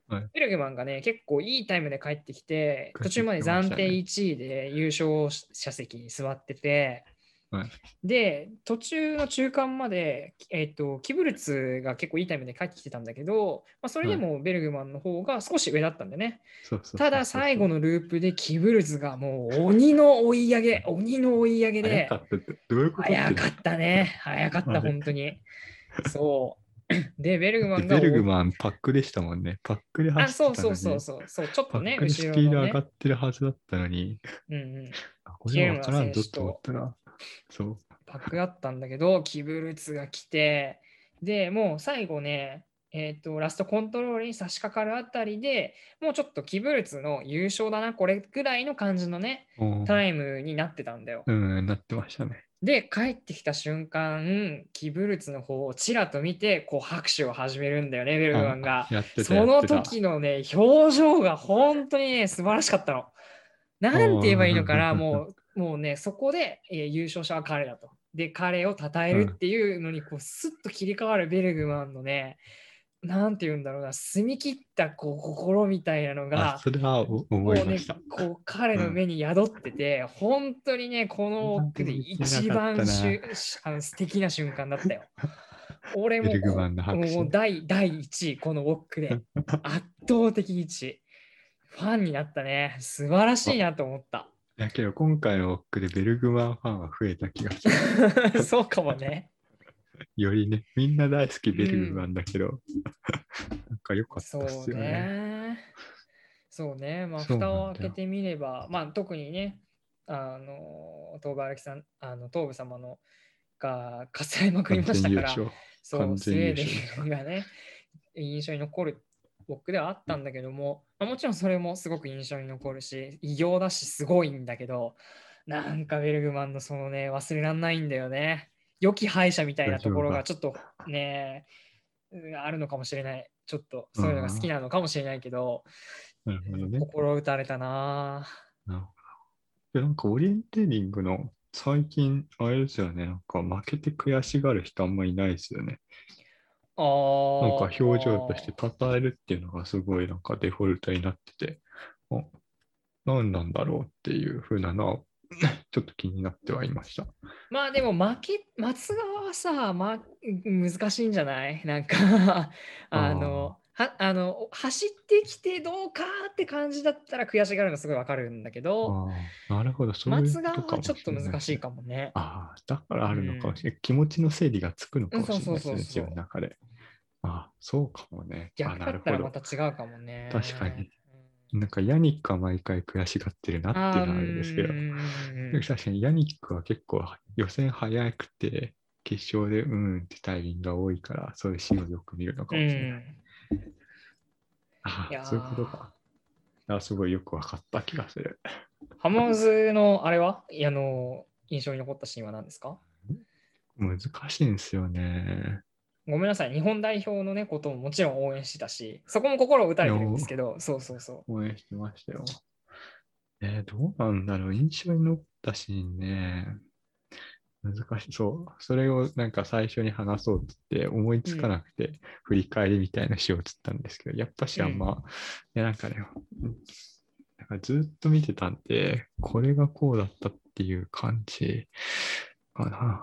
S2: はい、
S1: ベルグマンがね、結構いいタイムで帰ってきて、途中まで暫定いちいで優勝者席に座ってて、
S2: はい、
S1: で、途中の中間まで、えっと、キブルツが結構いいタイムで帰ってきてたんだけど、まあ、それでもベルグマンの方が少し上だったんだよね。ただ最後のループでキブルツがもう鬼の追い上げ、鬼の追い上げで、
S2: 早かったって、どういうこと
S1: 早かったね。早かった、本当に。そう。で、ベルグマンが。
S2: ベルグマンパックでしたもんね。パックで走ってたのに。
S1: あ、そうそうそうそう。ちょっとね、
S2: パックでスピード上がってるはずだったのに。
S1: うんうん。
S2: これは分からんぞと思ったら。そう。
S1: パックだったんだけど、キブルツが来て、で、もう最後ね、えっと、ラストコントロールに差し掛かるあたりでもうちょっとキブルツの優勝だな、これぐらいの感じのね、タイムになってたんだよ。
S2: うん、なってましたね。
S1: で、帰ってきた瞬間、キブルツの方をちらと見て、こう拍手を始めるんだよね、ベルグマンが。その時のね、表情が本当にね、素晴らしかったの。なんて言えばいいのかな、もう、もうね、そこで、えー、優勝者は彼だと。で、彼を称えるっていうのに、こう、スッと切り替わるベルグマンのね、なんて言うんだろうな、澄み切ったこう心みたいなのが、
S2: それは思いました。
S1: もうね、こう彼の目に宿ってて、うん、本当にね、この奥で一番しゅあの素敵な瞬間だったよ。俺ももう第一位、この奥で圧倒的いちい。ファンになったね。素晴らしいなと思った。
S2: だけど今回の奥でベルグマンファンは増えた気がす
S1: る。そうかもね。
S2: よりね、みんな大好きベルグマンだけど、うん、なんか良かったっすよね。
S1: そうね。そうね。まあ、蓋を開けてみれば、まあ、特にね、あの、東部荒木さん、あの、東部様のが重ねまくりましたから、そう、スウェーデンがね、印象に残る僕ではあったんだけども、まあ、もちろんそれもすごく印象に残るし、偉業だし、すごいんだけど、なんかベルグマンのそのね、忘れらんないんだよね。良き敗者みたいなところがちょっとね、あるのかもしれない。ちょっとそういうのが好きなのかもしれないけど、
S2: なるほどね、
S1: 心打たれたな。
S2: なるほど。なんかオリエンテーリングの最近、あれですよね、なんか負けて悔しがる人あんまりいないですよね。
S1: あ
S2: なんか表情として称えるっていうのがすごいなんかデフォルトになってて、あ、何なんだろうっていう風なのはちょっと気になってはいました。
S1: まあでも負け、松川はさ、ま、難しいんじゃないなんかあの、はあの走ってきてどうかって感じだったら悔しがるのすごいわかるんだけど、
S2: あなるほど、そういうことかもしれない、
S1: 松川はちょっと難しいかもね。
S2: ああ、だからあるのかもしれない。うん、気持ちの整理がつくのかもしれないですね、自分の中で。ああ、そうかもね。
S1: 逆だったらまた違うかもね。
S2: 確かに。なんかヤニックは毎回悔しがってるなっていうのはあるんですけど、確かにヤニックは結構予選早くて、決勝でうんってタイミングが多いから、そういうシーンをよく見るのかもしれない。うん、ああ、そういうことか。あ、すごいよくわかった気がする。
S1: ハモーズのあれはあの印象に残ったシーンは何ですか？
S2: 難しいんですよね。
S1: ごめんなさい、日本代表のね、ことももちろん応援してたし、そこも心を打たれてるんですけど、そうそうそう。
S2: 応援してましたよ。えー、どうなんだろう、印象に残ったシーンね。難しそう。それをなんか最初に話そうって思いつかなくて、うん、振り返りみたいなしようとったんですけど、やっぱしあんま、うん、いやなんかね、なんかずっと見てたんで、これがこうだったっていう感じかな。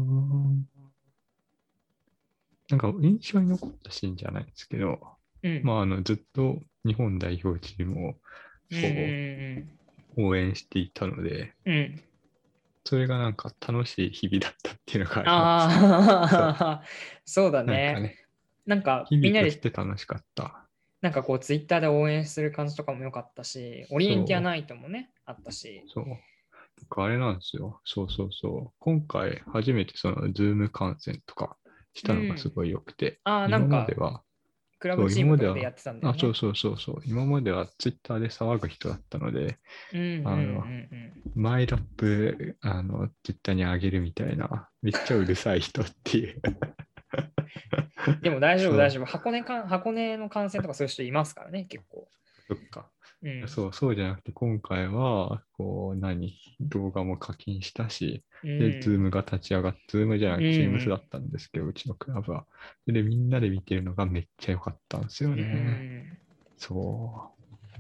S2: なんか印象に残ったシーンじゃないんですけど、うん、まああのずっと日本代表チームをこう応援していたので、うん、それがなんか楽しい日々だったっていうのがあります。
S1: ああ、そう、そうだね。なんかね、なんかみんなで
S2: 日々として楽しかった。
S1: なんかこうツイッターで応援する感じとかも良かったし、オリエンティアナイトもね、あったし。
S2: そう。僕あれなんですよ。そうそうそう。今回初めてそのズーム観戦とかしたのがすごい良くて、
S1: うん、あ今まではクラブチームとかでやってたんだよね。
S2: あ、そうそうそうそう。今まではツイッターで騒ぐ人だったので、マイラップ、あの、ツイッターに上げるみたいな、めっちゃうるさい人っていう。
S1: でも大丈夫、大丈夫。箱根か、箱根の観戦とかそういう人いますからね、結構。
S2: そっか。うん、そう、そうじゃなくて、今回は、こう、何、動画も課金したし、うん、で、ズームが立ち上がって、ズームじゃなくて、チームスだったんですけど、うん、うちのクラブは。で、みんなで見てるのがめっちゃ良かったんですよね。うん、 そう、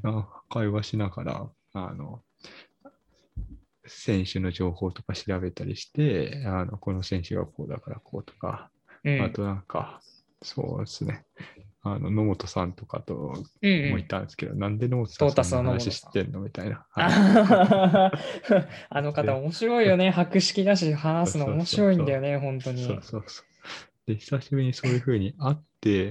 S2: なんか会話しながら、あの、選手の情報とか調べたりして、あの、この選手がこうだからこうとか、
S1: うん。
S2: あとなんか、そうですね。あの、野本さんとかと
S1: うんう
S2: もい
S1: ん。
S2: たんですけど、なんで野本さんそんな
S1: トータスの野本さん。
S2: 話知ってんのみたいな。はい。
S1: ああの方
S2: で、
S1: 面白いよね。博識だし、話すの面
S2: そうそうそう。
S1: 白いんだよね、本当
S2: そう
S1: に。
S2: そうそう。で、久しぶりにそういう風に会って、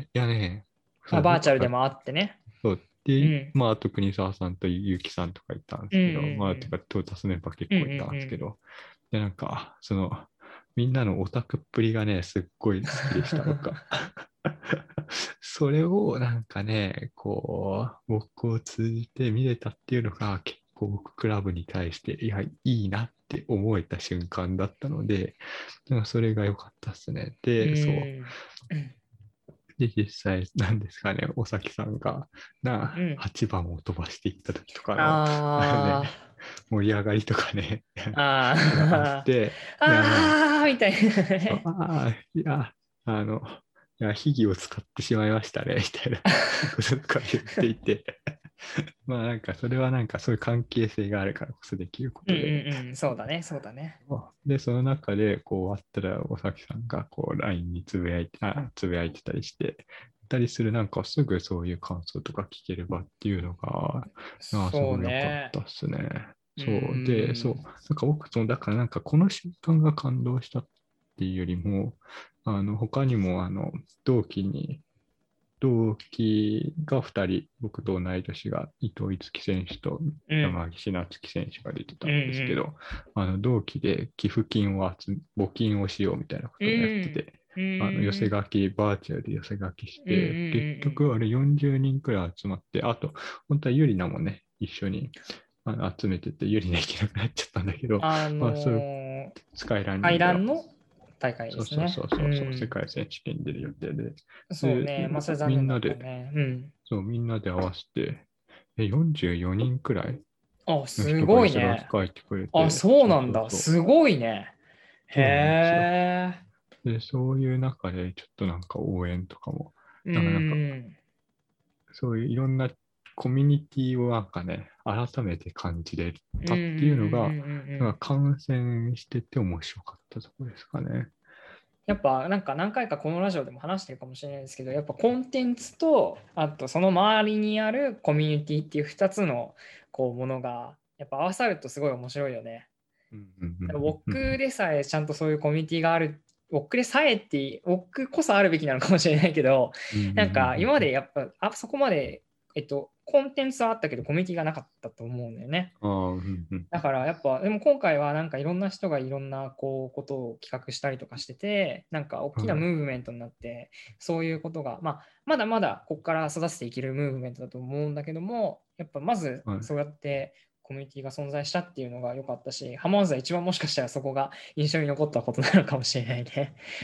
S2: いやね、そ
S1: あ、
S2: う、
S1: バーチャ
S2: 僕は、
S1: ルでもあってね。
S2: そうで、
S1: うん。
S2: まあ、あと国沢さんと結城さんとかいたんで
S1: うんう
S2: すけど、まあ、て
S1: ん
S2: か、トータスメンバー結
S1: うん。うん
S2: 構いたん
S1: うん
S2: ですけど、で、なんか、その、みんなのオタクっぷりがね、すっごい好きでした、僕は。それをなんかね、こう、僕を通じて見れたっていうのが結構僕クラブに対して、いや、いいなって思えた瞬間だったので、なんかそれが良かったですね。
S1: うん。
S2: で、そ
S1: うん。
S2: う。で、実際なんですかね、おさきさんが、な、
S1: うん。
S2: はちばんを飛ばしていった時とかの、あのね、
S1: あ
S2: 盛り上がりとかね、
S1: あ。
S2: があっ
S1: あ
S2: て、
S1: あ。
S2: いや、まあ、
S1: ああ、みたいな
S2: そう、
S1: ね。
S2: ああ、いや、あの、いや、秘技を使ってしまいましたね、みたいなこととか言っていて、まあなんかそれはなんかそういう関係性があるからこそできるこ
S1: うん
S2: とで、
S1: うんうん。そうだね、そうだね。
S2: で、その中でこう終わったら、おさきさんがこう ライン につぶやいて、あ、つぶやいてたりして、たりするなんかすぐそういう感想とか聞ければっていうのが、ああ、す
S1: そう
S2: ごい良かっ
S1: ね。
S2: たっすね。
S1: う
S2: そう。で、そう。
S1: ん。
S2: なんか僕、その、だからなんかこの瞬間が感動したっていうよりも、あの、他にも、あの、同期に、同期がふたり、僕と同い年が伊藤逸樹選手と
S1: うん。
S2: 山岸夏樹選手が出て
S1: うん
S2: たんですけど、あの同期で寄付金を集め、募金をしようみたいなこ
S1: うん。
S2: とをやって
S1: うん。
S2: て、
S1: う
S2: あの寄せ
S1: ん。
S2: 書き、バーチャルで寄せ書きし
S1: うん。う
S2: て、結
S1: ん。
S2: 局あれよんじゅうにんくらい集まって、あと、本当はユリナもね、一緒にあの集めてて、ユリナ行けなくなっちゃったんだけど、
S1: あ
S2: まあ、そういう
S1: のー、
S2: スカイランニングの、
S1: 階段の大会で
S2: そうそうそ
S1: すね。う
S2: うそうそう、世
S1: ん。
S2: 界選手権に出る予定で、で、
S1: そうね。まあ、それ残念だ
S2: みんなで、
S1: ったね。うん。
S2: そう、みんなで合わせて、え、よんじゅうよにんくらい
S1: あ、
S2: の
S1: す
S2: 人が寄せ書き
S1: ごいね。
S2: 書いてくれ
S1: あ、
S2: て、
S1: そう
S2: そう
S1: なんだ。
S2: そうそう。
S1: すごいね。へ
S2: そうなんですよ。
S1: え。
S2: で、そういう中でちょっとなんか応援とかも、
S1: う
S2: なんかなんか、
S1: ん。
S2: そういういろんなコミュニティをなんかね、改めて感じれ
S1: うんうんうん
S2: たっていうのが、
S1: うんうんうん。
S2: なんか観戦してて面白かったところですかね。
S1: やっぱなんか何回かこのラジオでも話してるかもしれないですけど、やっぱコンテンツと、あとその周りにあるコミュニティっていうふたつのこうものが、やっぱ合わさるとすごい面白いよね。
S2: うんうんうんうんうん
S1: 僕でさえちゃんとそういうコミュニティがある、僕でさえって、僕こそあるべきなのかもしれないけど、
S2: うんうんうん
S1: なんか今ま
S2: うん
S1: でやっぱあそこまで、えっと、コンテンツはあったけどコミュニティがなかったと思うんだよね。
S2: ああ、うんうん
S1: だからやっぱ、でも今回はなんかいろんな人がいろんなこうことを企画したりとかしてて、なんか大きなムーブメントになって、そういうことが、まあ、まだまだここから育てていけるムーブメントだと思うんだけども、やっぱまず
S2: はい。
S1: そうやってコミュニティが存在したっていうのが良かったし、ハマーズは一番もしかしたらそこが印象に残ったことなのかもしれないね。
S2: うん、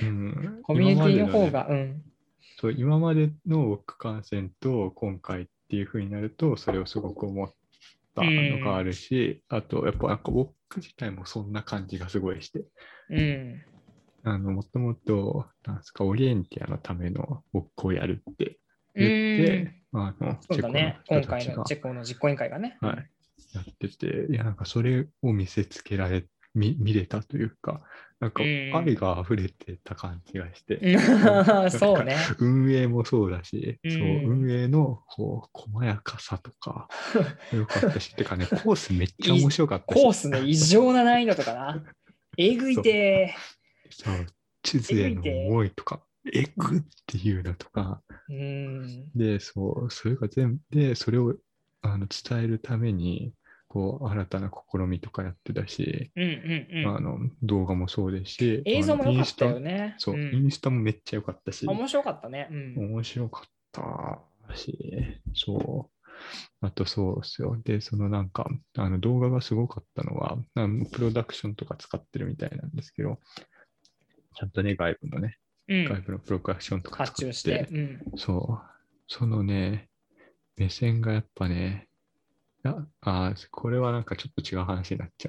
S1: コミュ
S2: 今
S1: ニティ
S2: までのね、
S1: の方が、うん。
S2: そう、今までの区間戦と今回っていう風になると、それをすごく思った
S1: う
S2: のがあ
S1: ん。
S2: るし、あと、やっぱなんか僕自体もそんな感じがすごいして、
S1: うん。
S2: あの、もともと、なんですか、オリエンティアのための僕をやるって
S1: う
S2: 言っ
S1: ん。
S2: て、あの、チェコの
S1: そうだね。
S2: 人
S1: 今回
S2: たちが、
S1: のチェコの実行委員会がね。うん。
S2: はい、やってて、いや、なんかそれを見せつけられ、見、見れたというか、なん
S1: う
S2: か愛
S1: ん。
S2: が溢れてた感じがして、な
S1: うん。
S2: なんか
S1: そうね。
S2: 運営もそうだし、
S1: う
S2: そう、運
S1: ん。
S2: 営のこう細やかさとか、よかったし、てかね、コースめっちゃ面
S1: い
S2: 白かったし、
S1: コースね、異常な難易度とかな。えぐい
S2: そう、
S1: て
S2: そう、地
S1: ー、えぐ
S2: 図への
S1: いて
S2: 思いとか、えぐっていうのとか、
S1: ー。うん。
S2: で、そう、それが全部、で、それをあの伝えるために、こう、新たな試みとかやってたし、
S1: うんうんうん。
S2: あの、動画もそうですし、
S1: 映像
S2: あの、
S1: も良かった
S2: インスタ、
S1: よね。
S2: そう、イ
S1: うん。
S2: ンスタもめっちゃ良かったし、
S1: 面白かったね。うん。
S2: 面白かったし、そう。あとそうですよ。で、そのなんか、あの動画がすごかったのは、あのプロダクションとか使ってるみたいなんですけど、ちゃんとね、外部のね、
S1: うん。
S2: 外部のプロダクションとか
S1: 発
S2: 使っ
S1: 注して。
S2: て、
S1: うん。
S2: そう、そのね、目線がやっぱね、あ、あー、これはなんかちょっと違う話になっちゃうわ。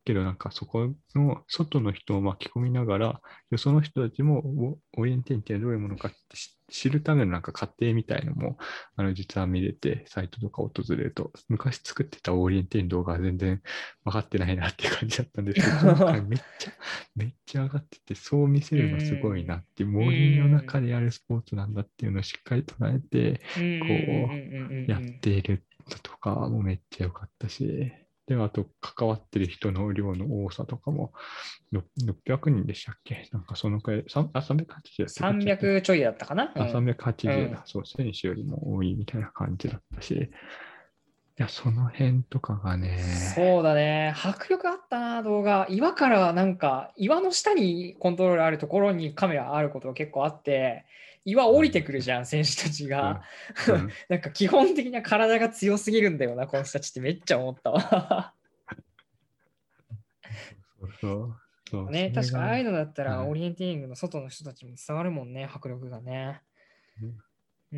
S2: けどなんかそこの外の人を巻き込みながら、でその人たちもオリエンテーリングってどういうものかって知るためのなんか過程みたいのも、あの実は見れて、サイトとか訪れると、昔作ってたオリエンテーリング動画は全然分かってないなっていう感じだったんですけど、今回めっちゃ、めっちゃ上がってて、そう見せるのすごいなって、森の中でやるスポーツなんだっていうのをしっかり捉えて、こう、やっているとかもめっちゃ良かったし、で、あと、関わってる人の量の多さとかも、ろっぴゃくにんでしたっけ？なんかそのくらい、あ、さんびゃくはちじゅうだったっけ？
S1: さんびゃくちょいだったかな、
S2: あ、さんびゃくはちじゅうだ、
S1: うん。
S2: そう、選手よりも多いみたいな感じだったし、いや、その辺とかがね。
S1: そうだね。迫力あったな、動画。岩からなんか、岩の下にコントロールあるところにカメラあることが結構あって、岩降りてくるじゃん、選手たちが。
S2: うんうん、
S1: なんか基本的な体が強すぎるんだよな、この人たちってめっちゃ思ったわ。
S2: そうそうそう。
S1: ね、
S2: それが、
S1: 確かああいうのだったら、
S2: はい、
S1: オリエンテーリングの外の人たちも伝わるもんね、迫力がね。うん。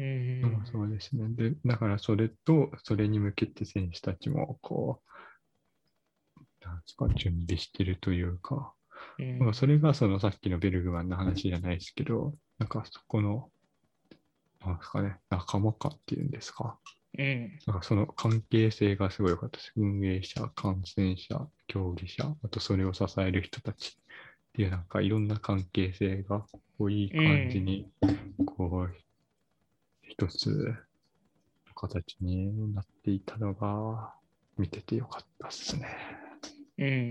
S2: そうですね。で、だからそれと、それに向けて選手たちも、こう、なんですか、準備してるというか、
S1: うん、
S2: まあそれがそのさっきのベルグマンの話じゃないですけど、なんかそこの、なんですかね、仲間感っていうんですか。
S1: うん、
S2: なんかその関係性がすごい良かったです。運営者、感染者、競技者、あとそれを支える人たちっていうなんかいろんな関係性がこういい
S1: うん、
S2: 感じにこう一つの形になっていたのが見ててよかったですね。
S1: うん、うん、うん、うん。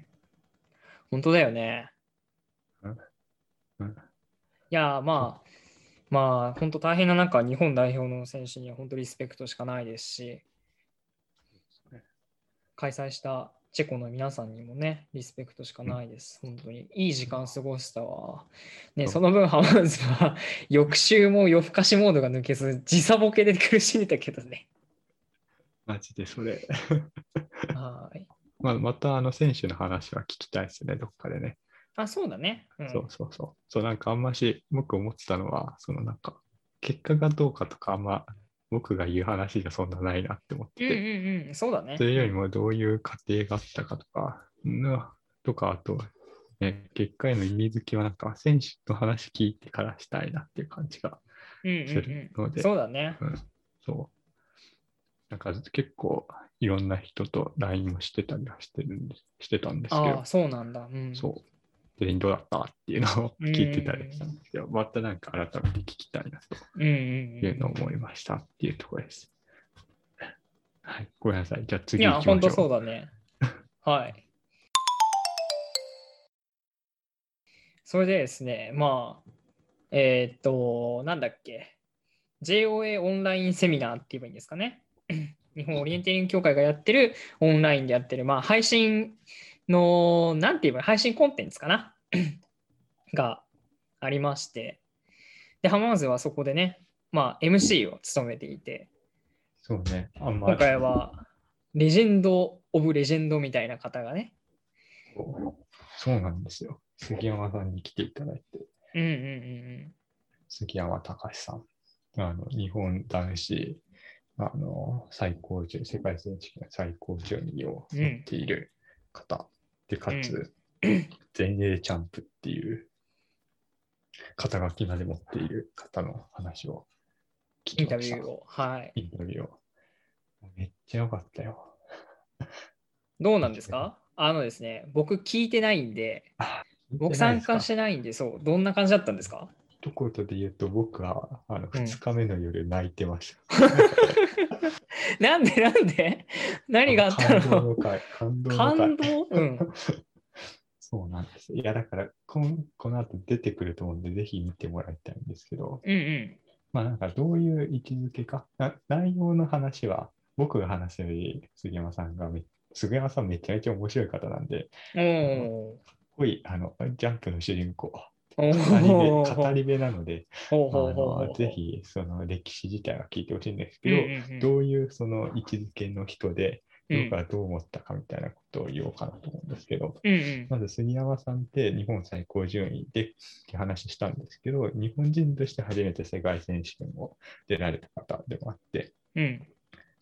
S1: 本当だよね。
S2: うんうん、
S1: いや、
S2: そう
S1: まあ、まあ、本当大変な中、日本代表の選手には本当リスペクトしかないですし、
S2: ですね。
S1: 開催したチェコの皆さんにもね、リスペクトしか
S2: うん、
S1: ないです。本当に。いい時間過ごしたわ。ね、
S2: そう
S1: その分、ハマーズは翌週も夜更かしモードが抜けず、時差ボケで苦しんでたけどね。
S2: マジでそれ。
S1: はい。
S2: まあ、またあの選手の話は聞きたいですね、どっかでね。
S1: あ、そうだね。う
S2: そう
S1: ん。
S2: そうそう。そうなんかあんまし僕思ってたのは、そのなんか結果がどうかとかあんま僕が言う話じゃそんなないなって思って
S1: うん
S2: て、
S1: うんうん。そうだね。
S2: それより
S1: うん。
S2: もどういう過程があったかとか、のとか、あと、ね、結果への意味付けはなんか選手の話聞いてからしたいなっていう感じが
S1: うんうん
S2: する
S1: うん。
S2: ので、
S1: そうだね。
S2: うん、そう。なんか結構いろんな人と ライン もしてたりはしてるんです、してたんですけど、
S1: ああ、そうなんだ。うん。
S2: そう。全員どうだったっていうのを
S1: う
S2: 聞いてたりしたん
S1: ん。
S2: ですけど、またなんか改めて聞きたいなと
S1: うんうんうん
S2: いうのを思い
S1: うん。
S2: ましたっていうところです。はい。ごめんなさい。じゃあ次行
S1: いや、本当
S2: きましょ
S1: そうだね。はい。それでですね、まあ、えーっと、なんだっけ。ジェイオーエー オンラインセミナーって言えばいいんですかね。日本オリエンテーリング協会がやってるオンラインでやってる、まあ、配信の、なんて言えば配信コンテンツかながありまして、で、ハマーズはそこでね、まあ、エムシー を務めていて、
S2: う。そうね。あんま
S1: 今回はレジェンド・オブ・レジェンドみたいな方がね、
S2: そうなんですよ。杉山さんに来ていただいて、
S1: うんうんうん
S2: 杉山隆さん、あの日本男子あの最高順、世界選手権最高順位を
S1: うん、う
S2: 持っ
S1: ん、
S2: ている方で、か
S1: うん、
S2: つ、全英チャンプっていう肩書きまで持っている方の話を聞
S1: イン
S2: きました。
S1: タビューを。はい。
S2: インタビューを。めっちゃ良かったよ。
S1: どうな
S2: めっちゃ良かっ
S1: んですか？あのですね、僕聞いてないんで、
S2: た。あ、聞いて
S1: 僕参加し
S2: ないですか？
S1: てないんで、そう、どんな感じだったんですか？
S2: 一言で言うと、僕はあの2
S1: うん。
S2: 日目の夜泣いてました。
S1: なんでなんで何があった
S2: 感動の
S1: の？
S2: 回、感動の回。
S1: 感動うん。
S2: そうなんです。いや、だからこん、この後出てくると思うんで、ぜひ見てもらいたいんですけど、
S1: うんうん。
S2: まあなんかどういう位置づけか、な内容の話は、僕が話すより杉山さんがめ、杉山さんめちゃめちゃ面白い方なんで、
S1: お
S2: あの、かっ
S1: ー。
S2: こいい、あの、ジャンプの主人公、
S1: お
S2: 語り部、
S1: ー。
S2: 語り部なので、
S1: ほうほうほうほ
S2: あの、
S1: うほ
S2: ぜひ、その歴史自体は聞いてほしいんです
S1: う。うん
S2: けど、
S1: うん
S2: どういうその位置づけの人で、
S1: うん。うん
S2: 僕はどう思ったかみたいなことを言おうかなと思うんですけど、
S1: うんうん。
S2: まず杉山さんって日本最高順位でって話したんですけど、日本人として初めて世界選手権を出られた方でもあって、
S1: うん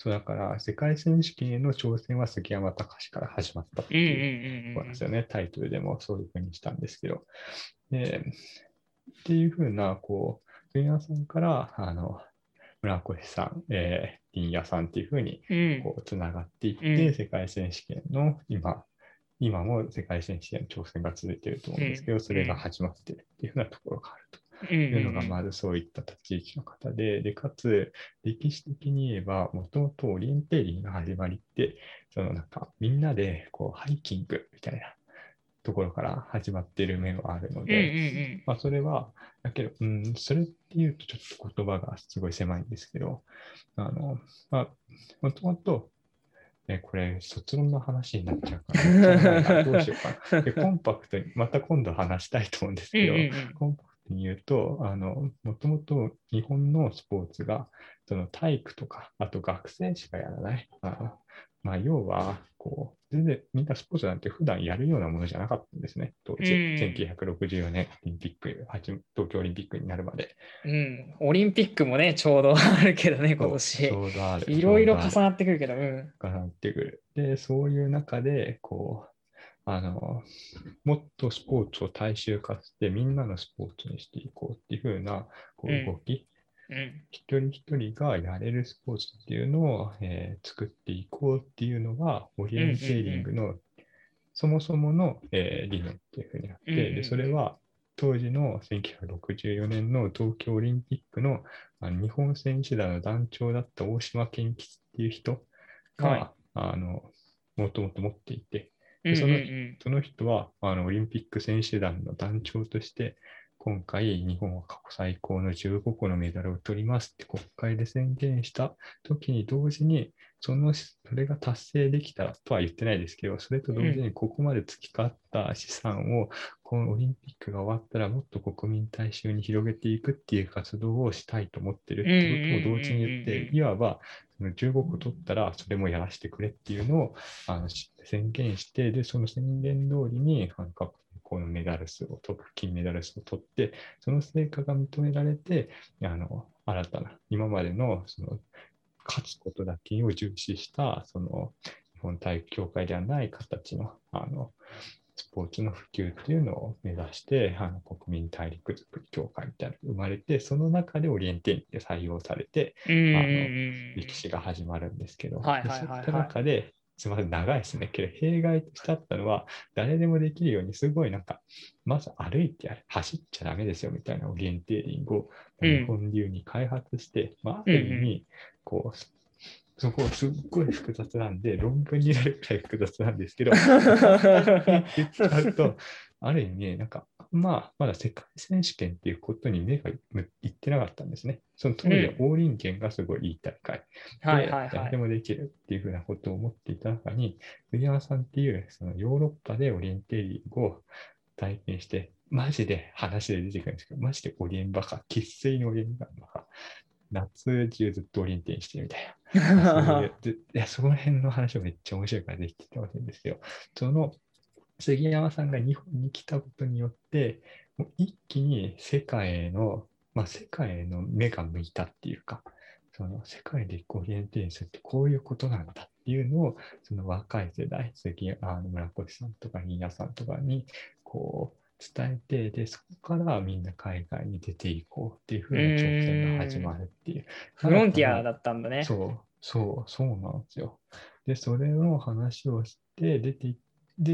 S2: そうだから世界選手権への挑戦は杉山隆から始まったっていうことなんですよね。タイトルでもそういうふうにしたんですけど。でっていうふうな、こう、杉山さんから、あの、村越さん、えー、林谷さんっていうふうに、こう、つながっていって、うん、世界選手権の今、今も世界選手権の挑戦が続いていると思うんですけど、それが始まっているっていうふうなところがあるというのが、まずそういった立ち位置の方で、で、かつ、歴史的に言えば、もともとオリエンテーリングの始まりって、そのなんか、みんなで、こう、ハイキングみたいなところから始まっている面はあるので、うんうんうん、まあ、それは、だけど、うん、それっていうとちょっと言葉がすごい狭いんですけど、あの、まあ、もともと、え、これ、卒論の話になっちゃうから、めっちゃ長いな。どうしようかな。で、コンパクトに、また今度話したいと思うんですけど、うんうんうん、コンパクトに言うと、あの、もともと日本のスポーツが、その体育とか、あと学生しかやらない。あのまあ、要は、こう、全然みんなスポーツなんて普段やるようなものじゃなかったんですね、当時。うん、せんきゅうひゃくろくじゅうよねんオリンピック、東京オリンピックになるまで。
S1: うん、オリンピックもね、ちょうどあるけどね、今年。
S2: ちょうどある。
S1: いろいろ重なってくるけど、うん。
S2: 重なってくる。で、そういう中で、こう、あの、もっとスポーツを大衆化して、みんなのスポーツにしていこうっていうふうなこう動き、うんうん、一人一人がやれるスポーツっていうのを、えー、作っていこうっていうのが、オリエンテーリングのそもそもの、えー、理念っていうふうになって、うんうんうん、でそれは当時のせんきゅうひゃくろくじゅうよねんの東京オリンピックのあの日本選手団の団長だった大島健吉っていう人が、はい、あのもともと持っていて、でその、うんうんうん、その人はあのオリンピック選手団の団長として、今回日本は過去最高のじゅうごこのメダルを取りますって国会で宣言した時に同時に、その、それが達成できたとは言ってないですけど、それと同時にここまで突き交った資産を、このオリンピックが終わったらもっと国民大衆に広げていくっていう活動をしたいと思ってるってことを同時に言って、いわばそのじゅうごこ取ったらそれもやらせてくれっていうのをあの宣言して、で、その宣言通りに、あの各このメダル数を取る、金メダル数を取って、その成果が認められて、あの新たな、今までのその勝つことだけを重視した、その日本体育協会ではない形の、あのスポーツの普及っていうのを目指して、あの国民体育づくり協会みたいなのが生まれて、その中でオリエンテーリングで採用されて、あの歴史が始まるんですけど、はいはいはいはい、そういった中で、すみません、長いですね。けど、弊害としてあったのは、誰でもできるように、すごいなんか、まず歩いてやる、走っちゃダメですよみたいなオリエンテーリングを日本流に開発して、うん、まあ、ある意味、こう、そこすっごい複雑なんで、論文になるくらい複雑なんですけど、言っちゃうと、ある意味、なんか、まあ、まだ世界選手権っていうことに目がいってなかったんですね。その当時は王林権がすごいいい大会。うん、で、誰でもできるっていうふうなことを思っていた中に、杉山さんっていう、そのヨーロッパでオリエンテーリングを体験して、マジで話で出てくるんですけど、マジでオリエンバカ、生粋のオリエンバカ、夏中ずっとオリエンテにしてるみたいな。そういうでいや、その辺の話をめっちゃ面白いからできてほしいんですけど、その杉山さんが日本に来たことによって、もう一気に世界への、まあ、世界への目が向いたっていうか、その世界でオリエンテーションするってこういうことなんだっていうのを、その若い世代、杉あの村越さんとか新谷さんとかに、こう、伝えて、で、そこからみんな海外に出ていこうっていう風な挑戦が始まるっていう。
S1: フロンティアだったんだね。
S2: そう、そう、そうなんですよ。で、それの話をして出ていって、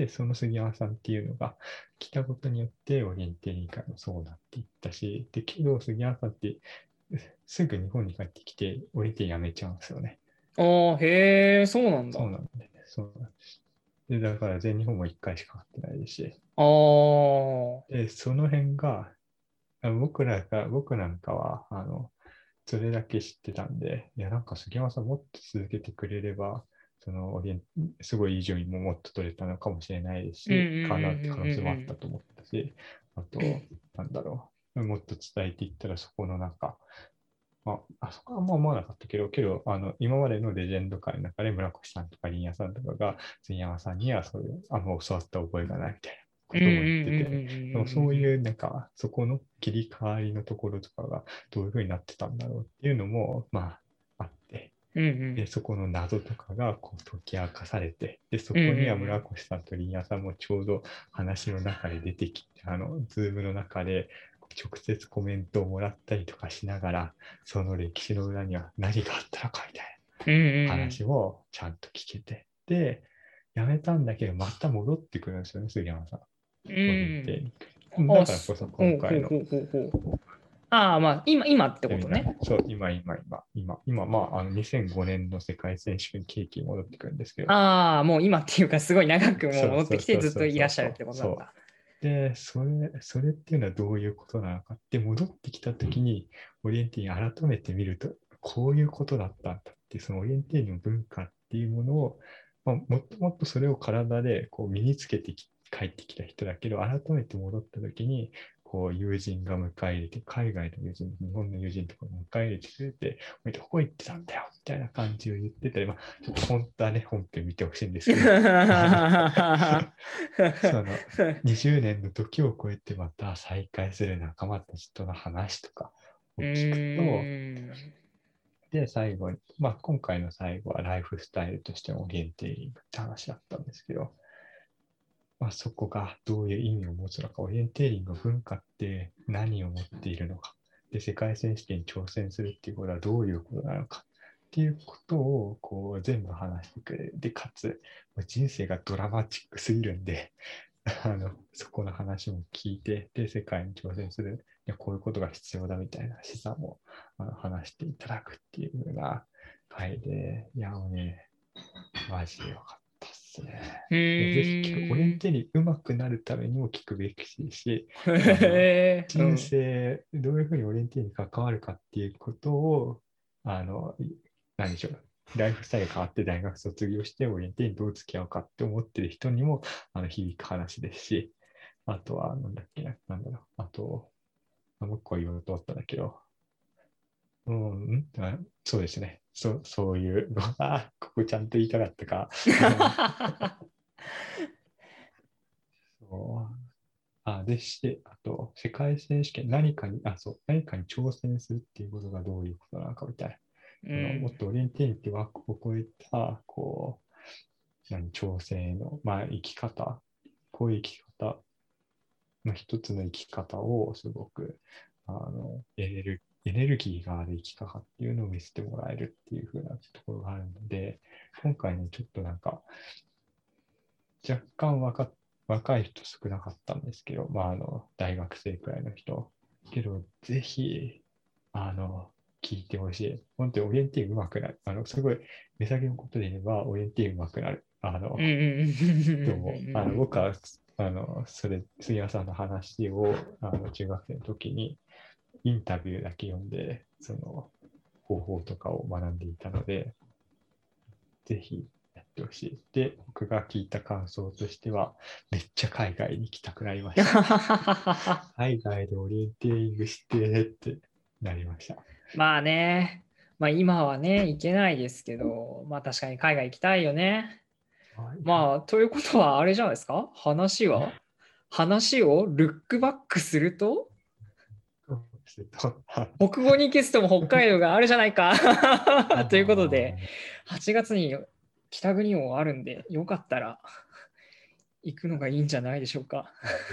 S2: その杉山さんっていうのが来たことによって、オリエンテーリングもそうなっていったし、で、けど杉山さんってすぐ日本に帰ってきて、オリエンテーリングやめちゃうんですよね。
S1: ああ、へえ、そうなんだ。
S2: そうなんで、そうなんです。で、だから全日本もいっかいしか勝ってないですし。
S1: ああ。
S2: で、その辺が、僕らが、僕なんかは、あの、それだけ知ってたんで、いや、なんか杉山さんもっと続けてくれれば、そのオリエンすごいいい順位ももっと取れたのかもしれないですし、かなって可能性もあったと思ったし、あと、なんだろう、もっと伝えていったらそこの中、まあ、あそこはあんま思わなかったけど、けど、あの、今までのレジェンド界の中で村越さんとか林谷さんとかが、杉山さんにはそういう、あんま教わった覚えがないみたいなことも言ってて、そういうなんか、そこの切り替わりのところとかがどういうふうになってたんだろうっていうのも、まあ、あって。
S1: うんうん、
S2: でそこの謎とかがこう解き明かされて、でそこには村越さんと林谷さんもちょうど話の中で出てきて、あのズームの中で直接コメントをもらったりとかしながら、その歴史の裏には何があったのかみたいな話をちゃんと聞けて、うんうんうん、でやめたんだけどまた戻ってくるんですよね、杉山さん。
S1: うん、
S2: だからこそ今回の。
S1: ああ、まあ、今、今ってことね。
S2: そう、今、今、今、今、今、まあ、あのにせんごねんの世界選手権契機に戻ってくるんですけど。
S1: ああ、もう今っていうか、すごい長くもう戻ってきて、ずっといらっしゃるってことなんだ。
S2: で、それ、それっていうのはどういうことなのかって、戻ってきたときに、オリエンテーリング改めて見ると、こういうことだったんだって、そのオリエンテーリングの文化っていうものを、まあ、もっともっとそれを体でこう身につけてき帰ってきた人だけど、改めて戻ったときに、こう友人が迎え入れて、海外の友人、日本の友人とか迎え入れてくれて、お前どこ行ってたんだよみたいな感じを言ってたり、まあ、ちょっと本当はね、本編見てほしいんですけど、そのにじゅうねんの時を超えてまた再会する仲間たちとの話とかを聞くと、で、最後に、まあ、今回の最後はライフスタイルとしてのオリエンテーリングって話だったんですけど、まあ、そこがどういう意味を持つのか、オリエンテーリングの文化って何を持っているのか、で、世界選手権に挑戦するっていうことはどういうことなのかっていうことをこう全部話してくれる。で、かつ、人生がドラマチックすぎるんで、あのそこの話も聞いて、で、世界に挑戦する、いやこういうことが必要だみたいな示唆もあの話していただくっていうような回で、いや、もうね、マジでよかった。ぜひ聞く。オリエンテーリング上手くなるためにも聞くべきし、人生、どういうふうにオリエンテーリングに関わるかっていうことを、あの、何でしょう、ライフスタイル変わって大学卒業してオリエンテーリングどう付き合うかって思ってる人にもあの響く話ですし、あとは、なんだっけな、なんだろう、あと、もう一個は言おうと思ったんだけど、うん、そうですね。そ, そういう、あ、ここちゃんと言いたかったか。そうあでして、あと、世界選手権、何かに、あ、そう、何かに挑戦するっていうことがどういうことなのかみたいな。うん、もっとオリエンテーリングって枠を超えた、こう、何、挑戦への、まあ、生き方、こういう生き方の一つの生き方をすごく、あの、エネルエネルギーがある生き方っていうのを見せてもらえるっていう風なところがあるので、今回ね、ちょっとなんか、若干若若い人少なかったんですけど、まあ、あの、大学生くらいの人。けど、ぜひ、あの、聞いてほしい。本当にオリエンティング上手くなる。あの、すごい、目先のことで言えば、オリエンティング上手くなる。あの、でも、あの僕は、あの、それ、杉谷さんの話を、あの、中学生の時に、インタビューだけ読んで、その方法とかを学んでいたので、ぜひやってほしい。で、僕が聞いた感想としては、めっちゃ海外に行きたくなりました。海外でオリエンテーリングしてってなりました。
S1: まあね、まあ今はね、行けないですけど、まあ確かに海外行きたいよね。まあ、ということはあれじゃないですか？話は話をルックバックすると北語に消すとも北海道があるじゃないかということで、はちがつに北国王あるんで、よかったら行くのがいいんじゃないでしょうか。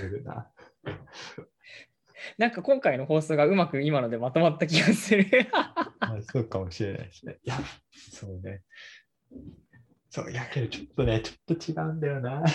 S1: なんか今回の放送がうまく今のでまとまった気がする
S2: そうかもしれないですね。いや、そうね。そう、いやけどちょっとね、ちょっと違うんだよな。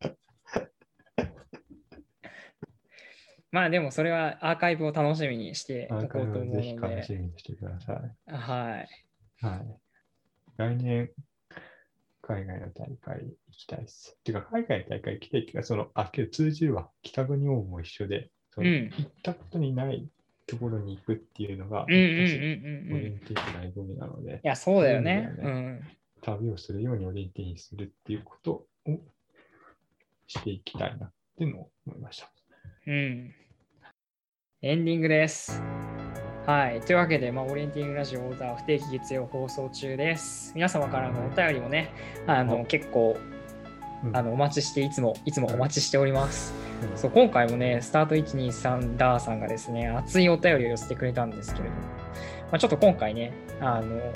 S1: まあでもそれはアーカイブを楽しみにしておこうと思うので。
S2: ぜひ楽しみにしてください。
S1: はい。
S2: はい。来年、海外の大会行きたいです。てか、海外の大会行きたいっていうか、その、あ、けど通じるわ。北国王も一緒で、その、うん、行ったことにないところに行くっていうのが、オリエンティングの醍醐味なので。
S1: いや、そうだよね。うん、
S2: 旅をするようにオリエンティングするっていうことをしていきたいなっていうのを思いました。
S1: うん。エンディングです。はい。というわけで、まあ、オリエンティングラジオオーダー不定期月曜放送中です。皆様からのお便りもね、あの結構、うん、あのお待ちして、いつも、いつもお待ちしております。うん、そう今回もね、スタートいちにさんダーさんがですね、熱いお便りを寄せてくれたんですけれども、まあ、ちょっと今回ね、あの、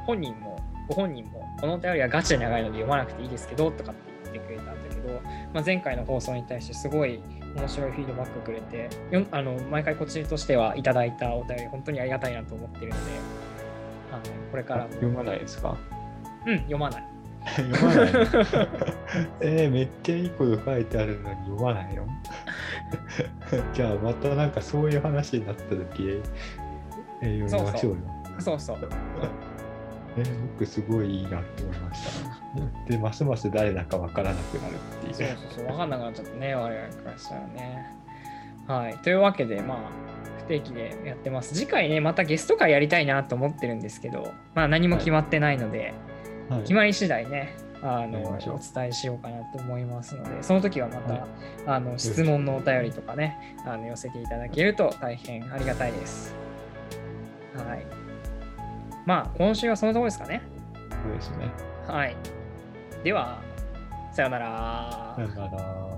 S1: 本人もご本人もこのお便りはガチで長いので読まなくていいですけどとかって言ってくれたんだけど、まあ、前回の放送に対してすごい面白いフィードバックくれて、よあの毎回こっちとしてはいただいたお便り本当にありがたいなと思ってるので、あのこれからも
S2: 読まないですか？
S1: うん読まない
S2: 読まないのえー、めっちゃいいこと書いてあるのに読まないのじゃあまたなんかそういう話になった時、えー、読みましょうよ。
S1: そうそう。
S2: えー、僕すごいいいなって思いました。で、ますます誰だかわからなくなるっていう。
S1: そうそうそう、わかんなくなっちゃったね、我々からしたらね。はい。というわけで、まあ、不定期でやってます。次回ね、またゲスト会やりたいなと思ってるんですけど、まあ何も決まってないので、はい、決まり次第ね、あのお伝えしようかなと思いますので、その時はまた、はい、あの質問のお便りとかね、あの寄せていただけると大変ありがたいです。はい。まあ、今週はそのところですかね。
S2: そうですね。
S1: はい。では、さよなら。
S2: さよなら。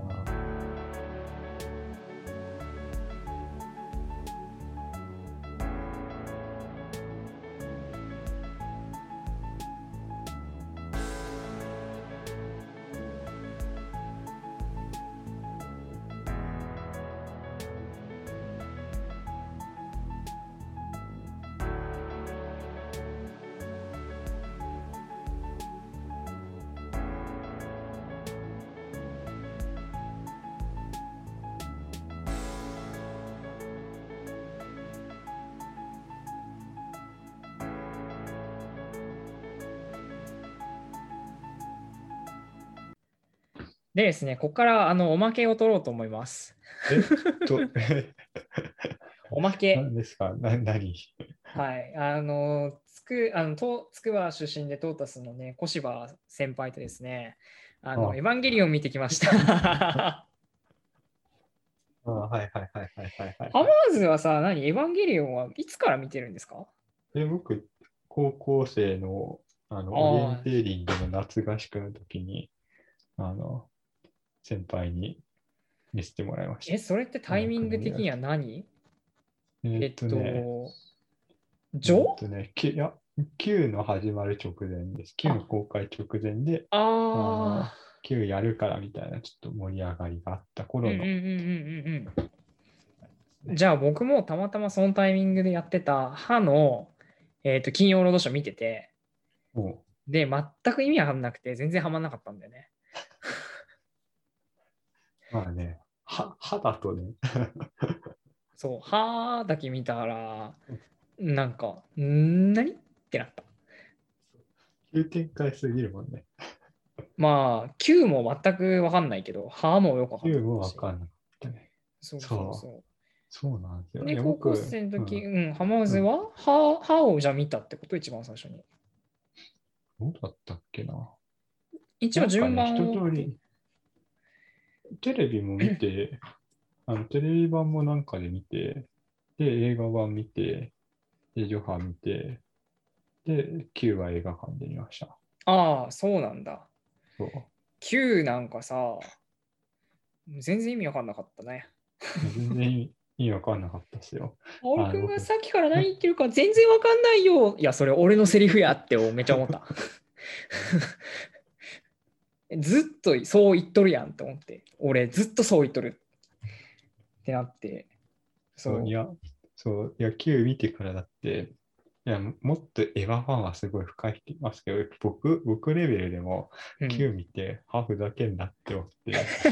S1: でですね、ここからあのおまけを取ろうと思います。
S2: えっと、
S1: おまけ。
S2: 何ですか？な何
S1: はい。あの、つく、あの、とつくば出身でトータスのね、小柴先輩とですね、あの、あエヴァンゲリオン見てきました。
S2: ああ、はいはいはいはいはい、はい。
S1: ハマーズはさ、何エヴァンゲリオンはいつから見てるんですか？
S2: え、僕、高校生の、あの、オリエンテーリングの夏合宿の時に、あの、先輩に見せてもらいました。
S1: え、それってタイミング的には何？
S2: えっとね、
S1: ジョ
S2: えっとね、いや、キューの始まる直前です。キューの公開直前で、
S1: ああ
S2: キューやるからみたいなちょっと盛り上がりがあった頃の。うんうんうん
S1: うんうん。じゃあ僕もたまたまそのタイミングでやってた歯の、えー、と金曜ロードショー見てて、で、全く意味わかんなくて全然ハマんなかったんだよね。
S2: まあね、歯だとね。
S1: そう、歯だけ見たら、なんか、ん何ってなった。
S2: 急展開すぎるもんね。
S1: まあ、Q も全くわかんないけど、歯もよくわかんない。
S2: Q もわかんなかったね。
S1: そうそうそう。
S2: そうなんですよ。
S1: で、高校生の時、うん、ハマーズは、歯、歯をじゃあ見たってこと一番最初に。
S2: どうだったっけな。
S1: 一応順番を、
S2: ね、一通り、テレビも見て、あのテレビ版もなんかで見て、で、映画版見て、で、ジョハ見て、で、Q は映画館で見ました。
S1: ああ、そうなんだ。
S2: そう。
S1: Q なんかさ、全然意味わかんなかったね。
S2: 全然意味わかんなかったですよ。
S1: 葵くんがさっきから何言ってるか全然わかんないよ。いや、それ俺のセリフやってめっちゃ思った。ずっとそう言っとるやんと思って、俺ずっとそう言っとるってなって、
S2: そういや、そう、いや、Q 見てからだって、いや、もっとエヴァファンはすごい深い人いますけど、僕、僕レベルでも Q 見て、ハーフだけになって思って、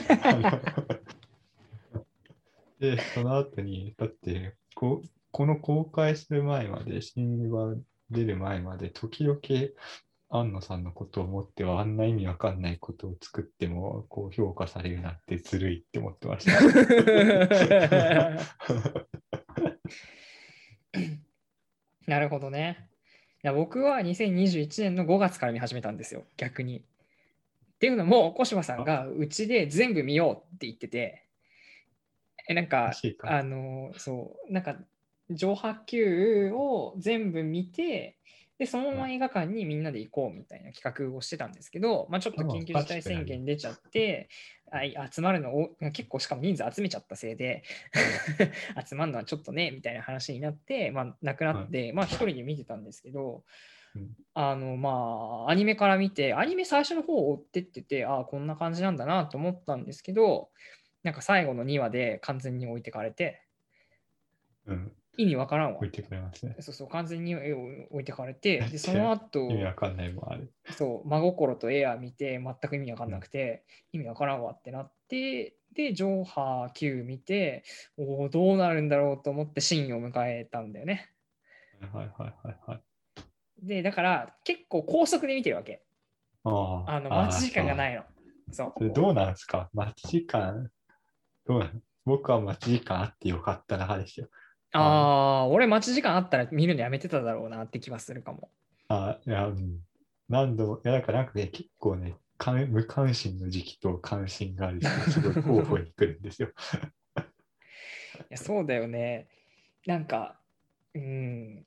S2: で、その後に、だってこ、この公開する前まで、新エヴァ出る前まで、時々、庵野さんのことを思っては、あんな意味わかんないことを作っても、こう評価されるなんてずるいって思ってました。
S1: なるほどね。いや僕はにせんにじゅういちねんのごがつから見始めたんですよ、逆に。っていうのも、小柴さんがうちで全部見ようって言ってて、えなんか、あの、そう、なんか、上波級を全部見て、で、そのまま映画館にみんなで行こうみたいな企画をしてたんですけど、まあ、ちょっと緊急事態宣言出ちゃって、あ集まるのを結構しかも人数集めちゃったせいで集まるのはちょっとねみたいな話になって、まあ、なくなって、まあ一人で見てたんですけど、
S2: うん、
S1: あのまあアニメから見て、アニメ最初の方を追ってってて、ああこんな感じなんだなと思ったんですけど、なんか最後のにわで完全に置いてかれて、
S2: うん、
S1: 意味わからんわ。
S2: 置いてくれますね。
S1: そうそう、完全に絵を置いてかれて、で、その
S2: って意味
S1: 後、
S2: わかんないもんある。
S1: そう、真心とエア見て、全く意味わかん
S2: うん、
S1: なくて、意味わからんわってなって、で、ジョーハー Q 見て、おお、どうなるんだろうと思って真を迎えたんだよね。
S2: はいはいはいはい。
S1: で、だから結構高速で見てるわけ。
S2: あ
S1: あの、
S2: あ、ああ、
S1: 待ち時
S2: そう。
S1: 間がないの。そう。
S2: それどうなんですか？待ち時間、どうなん僕は待ち時間あってよかったな派ですよ。あの、
S1: ああ、俺待ち時間あったら見るのやめてただろうなって気はするかも。
S2: あ、いや、うん。何度も、いや、だからなんかね、結構ね、関無関心の時期と関心がある時期がすごい交互に来るんですよ。
S1: いや、そうだよね。なんか、うん、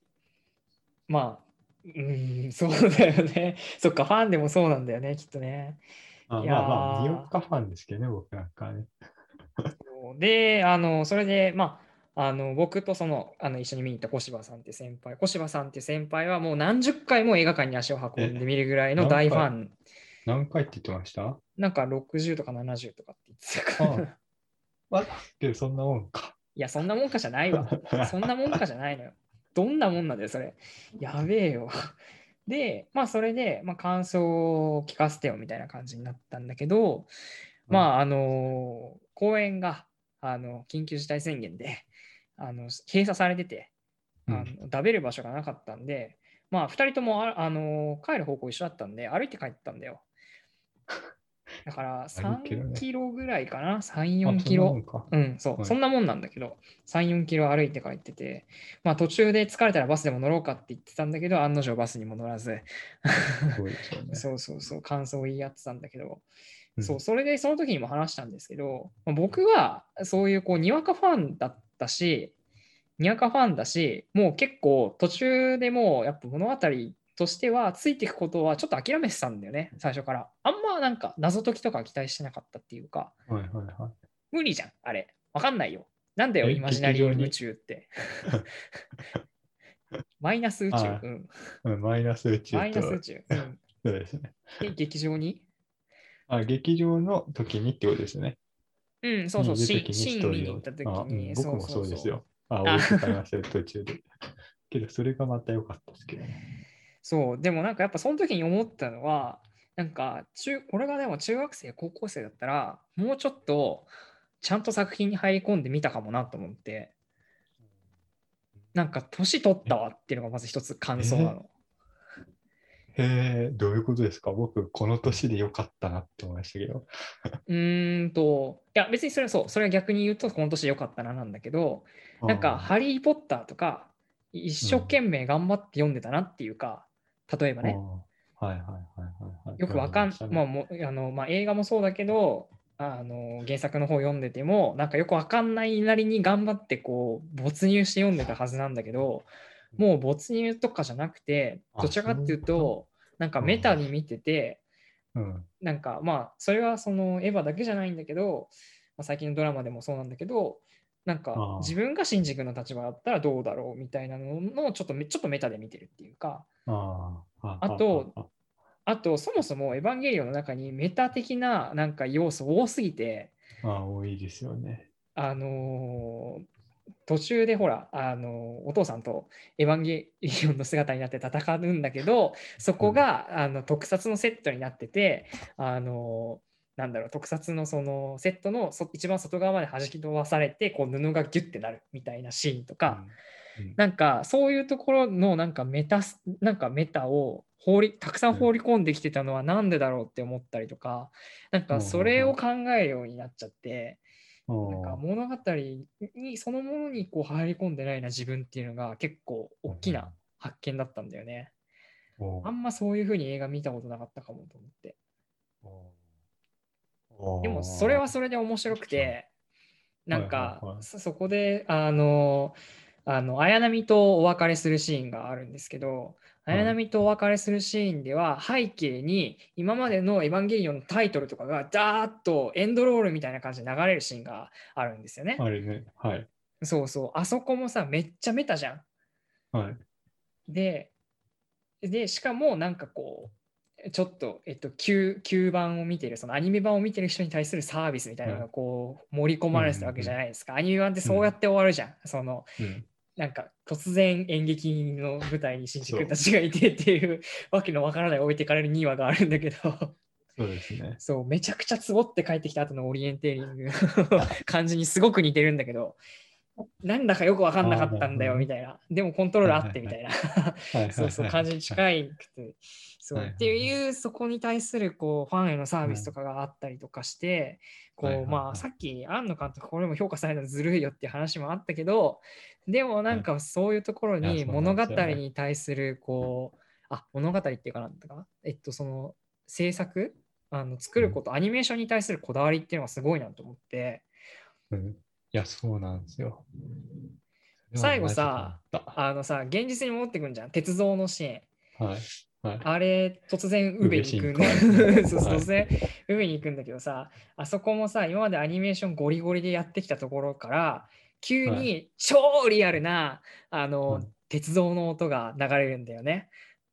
S1: まあ、うん、そうだよね。そっか、ファンでもそうなんだよね、きっとね。
S2: あ、
S1: いや
S2: まあまあ、にお
S1: ー、
S2: かファンですけどね、僕なんかはね。
S1: そうで、あの、それで、まあ、あの、僕とその、あの、一緒に見に行った小柴さんって先輩、小柴さんって先輩はもう何十回も映画館に足を運んで
S2: え、
S1: みるぐらいの
S2: 何回、
S1: 大ファン、
S2: 何回って言ってました？
S1: なんかろくじゅうとかななじゅうとかって言ってたか
S2: ああ、
S1: ら。
S2: まあ、けどそんなもんか。
S1: いや、そんなもんかじゃないわ。そんなもんかじゃないのよ。どんなもんなんだよ、それ。やべえよ。で、まあ、それで、まあ、感想を聞かせてよみたいな感じになったんだけど、
S2: はい。
S1: まあ、あの、公演が、あの、緊急事態宣言で、あの、閉鎖されてて、
S2: うん。
S1: あの、食べる場所がなかったんで、まあ、ふたりともあ、あの、帰る方向一緒だったんで、歩いて帰ったんだよ。だから3
S2: 悪いけどね。
S1: キロぐらいかな、さん、
S2: あ、
S1: 4
S2: そん
S1: キロ。
S2: なもんか。
S1: うん、そう、
S2: はい。
S1: そんなもんなんだけど、さん、よんキロ歩いて帰ってて、まあ途中で疲れたらバスでも乗ろうかって言ってたんだけど、案の定バスにも乗らず、
S2: そうでしょうね。
S1: そうそうそう、感想を言い合ってたんだけど、そう、
S2: うん。
S1: それでその時にも話したんですけど、まあ僕はそういうこう、にわかファンだったし、にわかファンだし、もう結構途中でもうやっぱ物語としてはついていくことはちょっと諦めてたんだよね、最初から。あんまなんか謎解きとか期待してなかったっていうか、
S2: はいはいはい。
S1: 無理じゃん、あれ。わかんないよ。なんだよ、イ
S2: え、
S1: マジナリー宇
S2: 劇場に、
S1: 宙って。マイナス宇宙。
S2: あ、
S1: うん。
S2: うん、マイナス宇宙
S1: マイナス宇
S2: と、
S1: 宙。うん。
S2: そうですね。
S1: で、劇場に
S2: あ、劇場の時にってことですね。
S1: うん、そうそう、
S2: にいる
S1: シーン、
S2: 時に
S1: シ
S2: ストーリーを。
S1: ーン見に行った時
S2: あ、うん、
S1: に、そう
S2: 僕も
S1: そうそう。
S2: そうですよ。あ、
S1: あ
S2: 置いてかれましたよ、途中で。けど、それがまた良かったですけどね。
S1: そう、でもなんかやっぱその時に思ったのは、なんか中、俺がでも中学生、高校生だったら、もうちょっとちゃんと作品に入り込んでみたかもなと思って、なんか年取った
S2: え、
S1: わっていうのがまず一つ感想な
S2: え
S1: の。
S2: へえ、どういうことですか？僕、この年で良かったなって思いましたけど。
S1: うーんと、いや別にそれはそう、それは逆に言うとこの年でよかったななんだけど、
S2: あ
S1: なんか
S2: あ、
S1: ハリー・ポッターとか一
S2: うん。
S1: 生懸命頑張って読んでたなっていうか、例えば
S2: ああ、
S1: ね、
S2: はいはいはいはいはい。
S1: よく
S2: 読ん
S1: わかん、
S2: でましたね。
S1: まあ、もあの、まあ、映画もそうだけど、あの原作の方読んでても、なんかよくわかんないなりに頑張ってこう没入して読んでたはずなんだけど、もう没入とかじゃなくて、ど
S2: あ、そう
S1: ちらかっていう
S2: いうこと？
S1: と、なんかメタ
S2: うん。
S1: に見てて、
S2: うん。
S1: なんかまあ、それはそのエヴァだけじゃないんだけど、まあ、最近のドラマでもそうなんだけど、なんか自
S2: あ
S1: 分がシンジ君の立場だったらどうだろうみたいなののちょっとめちょっとメタで見てるっていうか、
S2: あ、ああ、ははは
S1: あと、
S2: は。
S1: あと、そもそもエヴァンゲリオンの中にメタ的ななんか要素多すぎて、
S2: ああ、多いですよね。
S1: あのー途中でほら、あのーお父さんとエヴァンゲリオンの姿になって戦うんだけど、そこ
S2: うん。
S1: があの特撮のセットになってて、あのーなんだろう、特撮のそのセットのそ一番外側まで弾き飛ばされて、こう布がギュッてなるみたいなシーンとか、
S2: うん。うん。
S1: なんかそういうところのなんかメタス、なんかメタを放り、たくさん
S2: うん。
S1: 放り込んできてたのはなんでだろうって思ったりとか、なん
S2: う
S1: かそれを
S2: ん。
S1: 考えるようになっちゃって、
S2: う
S1: なんか
S2: ん。
S1: 物語にそのものにこう入り込んでないな自分っていうのが結構大きな発見だったんだよね。
S2: うん。
S1: あんまそういう風に映画見たことなかったかもと思って。でもそれはそれで面白くて、な
S2: はいはい
S1: んか
S2: はい。
S1: そそこであのあの綾波とお別れするシーンがあるんですけど、綾
S2: はい。
S1: 波とお別れするシーンでは背景に今までの「エヴァンゲリオン」のタイトルとかがダーッとエンドロールみたいな感じで流れるシーンがあるんですよね。
S2: あれね。はい。
S1: そうそう、あそこもさめっちゃメタじゃん。
S2: はい。
S1: でで、しかもなんかこう、ちょっと、えっと、旧、旧版を見てる、そのアニメ版を見てる人に対するサービスみたいなのがこう盛り込まれてたわけじゃないですか。アニメ版ってそうやって終わるじゃん。その、
S2: うん、
S1: なんか突然演劇の舞台にシンジ君た
S2: そう、
S1: ちがいてっていうわけのわからない置いてかれるにわがあるんだけど、
S2: そうですね。
S1: そう、めちゃくちゃつぼって帰ってきた後のオリエンテーリングの感じにすごく似てるんだけど、なんだかよく分かんなかったんだよみたいな。でもコントロールあってみたいな。そうそう、感じに近いくて。そうっていう、そこに対するこうファンへのサービスとかがあったりとかして、こうまあさっき庵野監督これも評価されるのずるいよっていう話もあったけど、でもなんかそういうところに物語に対するこう、あ、物語っていうかなんだか、えっとその制作、あの作ること、アニメーションに対するこだわりっていうのはすごいなと思って。
S2: うん、いや、そうなんですよ。
S1: 最後さ、あのさ、現実に戻ってくんじゃん。鉄道のシー
S2: ン。はい。はい、
S1: あれ、突然海に行くんだ。そうそう、突然海に行くんだけどさ、あそこもさ、今までアニメーションゴリゴリでやってきたところから、急に超リアルな、あの、はい、鉄道の音が流れるんだよね。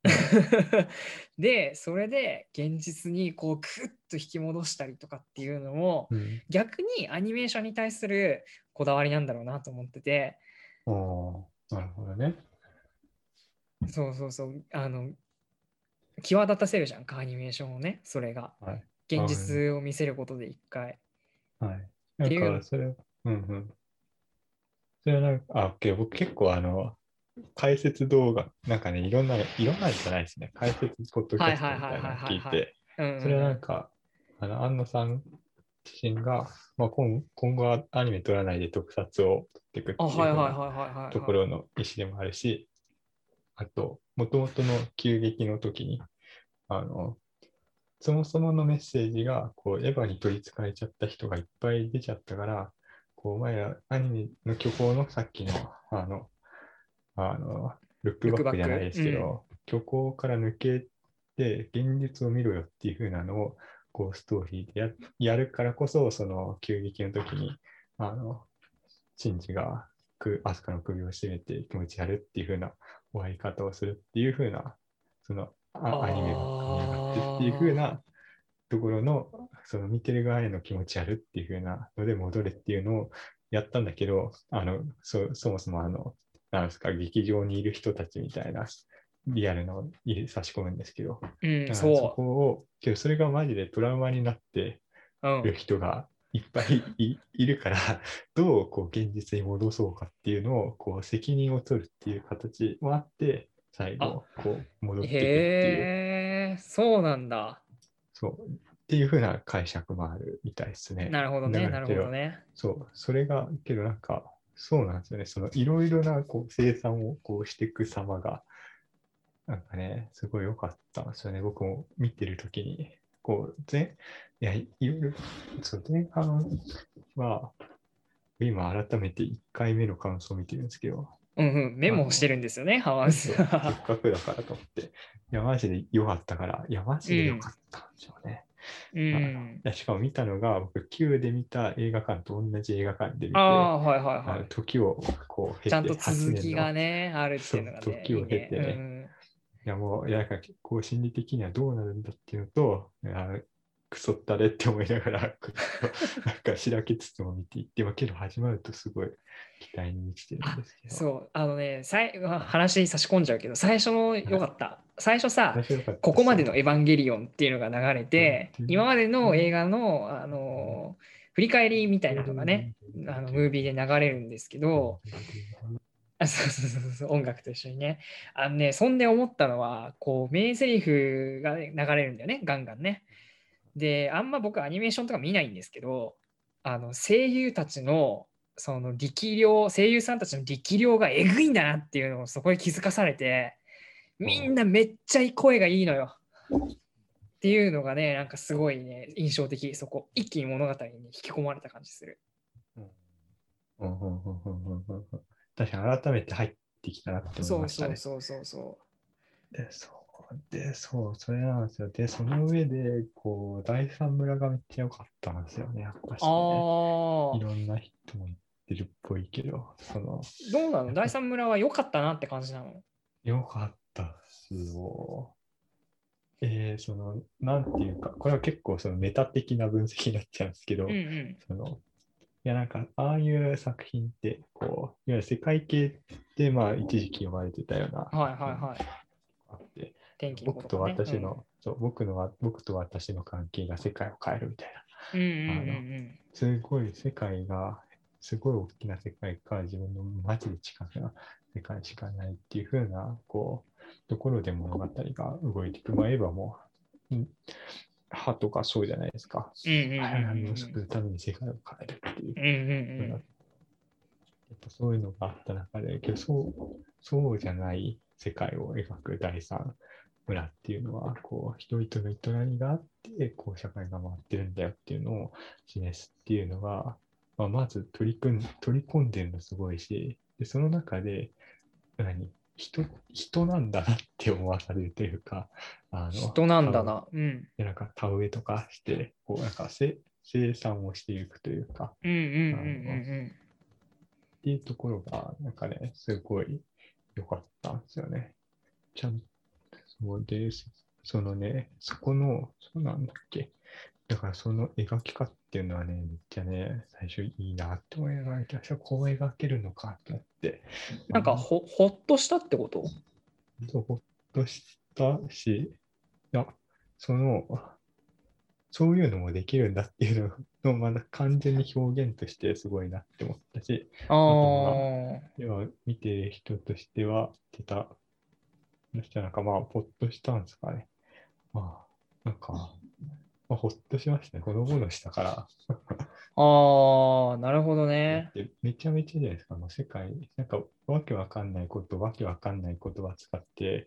S1: で、それで現実にこうクッと引き戻したりとかっていうのも、うん、逆にアニメーションに対するこだわりなんだろうなと思ってて。
S2: ああ、なるほどね。
S1: そうそうそう、あの、際立たせるじゃんか、アニメーションをね、それが。はい、現実を見せることで一回。
S2: はい。なんか、それ、うんうん。それはなんか、あ、僕結構あの、解説動画、なんかね、いろんな、いろんなじゃないですね。解説ポッドキャストみたいなのを聞いて、それはなんか、あの、安野さん自身が、まあ、今今後はアニメ撮らないで特撮を撮っていくっていうふうなところの意思でもあるし、あと、もともとの急激の時に、あの、そもそものメッセージが、こう、エヴァに取り憑かれちゃった人がいっぱい出ちゃったから、こう、お前らアニメの虚構のさっきの、あの、あの、ルックバックじゃないですけど、うん、虚構から抜けて現実を見ろよっていう風なのを、こう、ストーリーで や, やるからこそ、その急激の時に、あの、シンジがアスカの首を絞めて気持ちやるっていう風な終わり方をするっていう風な、そのアニメが組み上がってっていう風なところの、その見てる側への気持ちやるっていう風なので戻れっていうのをやったんだけど、あの、そ, そもそもあの、なんですか、劇場にいる人たちみたいなリアルなのを差し込むんですけど、うん、そこを、けどそれがマジでトラウマになってる人がいっぱい い, いるから、どうこう現実に戻そうかっていうのをこう責任を取るっていう形もあって、最後こう戻っていくっていう。
S1: へー、そうなんだ。
S2: そうっていう風な解釈もあるみたいですね。
S1: なるほどね、なるほどね。
S2: そう、それが、けどなんか、そうなんですよね。そのいろいろなこう生産をこうしていく様が、なんかね、すごい良かったんですよね。僕も見てるときに、こう、前、いや、いろいろ、そう、前半は、今改めていっかいめの感想を見てるんですけど、
S1: うんうん、メモをしてるんですよね、ハワーズ。
S2: せっかくだからと思って、いや、マジで良かったから、いや、マジで良かったんでしょうね。うん、しかも見たのが、僕、Q で見た映画館と同じ映画館で見て、
S1: あ、はいはいはい、
S2: 時をこう経て、
S1: ちゃんと続きがね、あるっていうのがね、
S2: 時を経てね、いいね、うん、いやもう、いや、なんかこう心理的にはどうなるんだっていうのと、いやクソったれって思いながら、なんかしらけつつも見ていって、まあ、けど始まるとすごい期待に満ちてるんですけど。
S1: そう、あのね、さい話差し込んじゃうけど、最初の良かった。はい、最初さ、ここまでのエヴァンゲリオンっていうのが流れて、うん、今までの映画の、あの振り返りみたいなのがね、あのムービーで流れるんですけど、あ、そうそうそうそう、音楽と一緒にね。あのね、そんで思ったのは、こう、名台詞が、ね、流れるんだよね、ガンガンね。で、あんま僕アニメーションとか見ないんですけど、あの声優たちのその力量、声優さんたちの力量がえぐいんだなっていうのをそこで気づかされて、みんなめっちゃ声がいいのよ。っていうのがね、なんかすごいね、印象的。そこ、一気に物語に引き込まれた感じする。
S2: 確かに改めて入ってきたなって思いましたね。
S1: そうそうそうそう。
S2: で、そうで、そう、それなんですよ。で、その上で、こう、第三村がめっちゃ良かったんですよね、やっぱし、ね。あいろんな人も言ってるっぽいけど、その。
S1: どうなの？第三村は良かったなって感じなの？
S2: 良かったしよ。えー、その、なんていうか、これは結構そのメタ的な分析になっちゃうんですけど、
S1: うんうん。
S2: その、いやなんか、ああいう作品って、こう、いわゆる世界系ってまあ一時期読まれてたような、
S1: はいはいはい。
S2: あって、
S1: 天気の子
S2: 僕と
S1: とかね。
S2: 私の、そう、僕の、僕と私の関係が世界を変えるみたい
S1: うんうんうん
S2: な、あの、
S1: うん。
S2: すごい世界が、すごい大きな世界か、自分のマジで近くな世界しかないっていう風な、こう、ところで物語が動いていく。まあ、エヴァも、うん歯とかそうじゃないですか。
S1: うんうんうん
S2: 愛を
S1: うん
S2: 救うために世界を変えるっていう。
S1: うんうんうん
S2: やっぱそういうのがあった中で、けどそう、そうじゃない世界を描く第三村っていうのは、こう、人々の営みがあって、こう、社会が回ってるんだよっていうのを示すっていうのが、まあ、まず取り組ん取り込んでるのすごいし、でその中で、何人、人なんだなって思わされるというか、あの、
S1: 人なん
S2: 田植
S1: だな。うん。
S2: え、なんか田植えとかして、こう、なんかせ生産をしていくというか、
S1: うんうんうんう
S2: あの、っ
S1: ん
S2: ていうところが、なんかね、すごい良かったんですよね。ちゃんそうです。そのね、そこの、そうなんだっけ。だからその描き方っていうのはね、めっちゃね、最初いいなって思い描いてました。こう描けるのかと思って。
S1: なんかほ、ほっとしたってこと？
S2: そうほっとしたし、いや、その、そういうのもできるんだっていうのを、まだ完全に表現としてすごいなって思ったし、
S1: あ
S2: あとまあ、
S1: あ。
S2: 要は見てる人としては、出た、そしたらなんかまあ、ほっとしたんですかね。まあ、なんか、まあ、ほっとしましたね。ほのぼのしたから。
S1: ああ、なるほどね。
S2: だってめちゃめちゃじゃないですか。もう世界、なんかわけわかんないこと、わけわかんない言葉使って、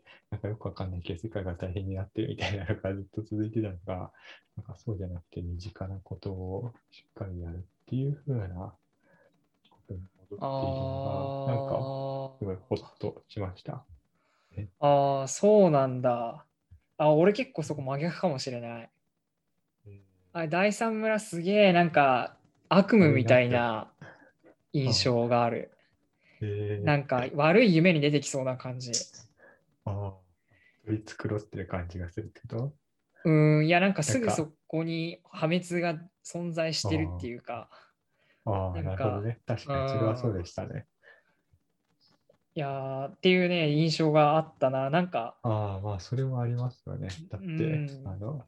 S2: なんかよくわかんないけど世界が大変になってるみたいなのがずっと続いてたのが、なんかそうじゃなくて身近なことをしっかりやるっていう風なことに戻
S1: あ
S2: っているのが、なんかすごいほっ
S1: あ。
S2: としました。ね、
S1: ああ、そうなんだ。あ、俺結構そこ真逆かもしれない。
S2: え
S1: あ、第三村すげえなんか悪
S2: ー、
S1: 夢みた
S2: 悪いなって。
S1: いな印
S2: あ
S1: 象がある。
S2: え
S1: なんか悪い夢に出てきそうな感じ。
S2: ー、ああ、取り繕ってる感じがするけど、
S1: うーん、いやなんか
S2: なんか、
S1: すぐそこに破滅が存在し
S2: あ
S1: てるって
S2: あ、
S1: いうか、
S2: ああ、
S1: なんか、
S2: なるほどね。確
S1: う
S2: かにそれはそう
S1: ん、
S2: でしたね。
S1: いやーっていうね、印象があったな。なんか、
S2: ああ、まあ、それはありますよね。だっ
S1: う
S2: て、
S1: ん、
S2: あの、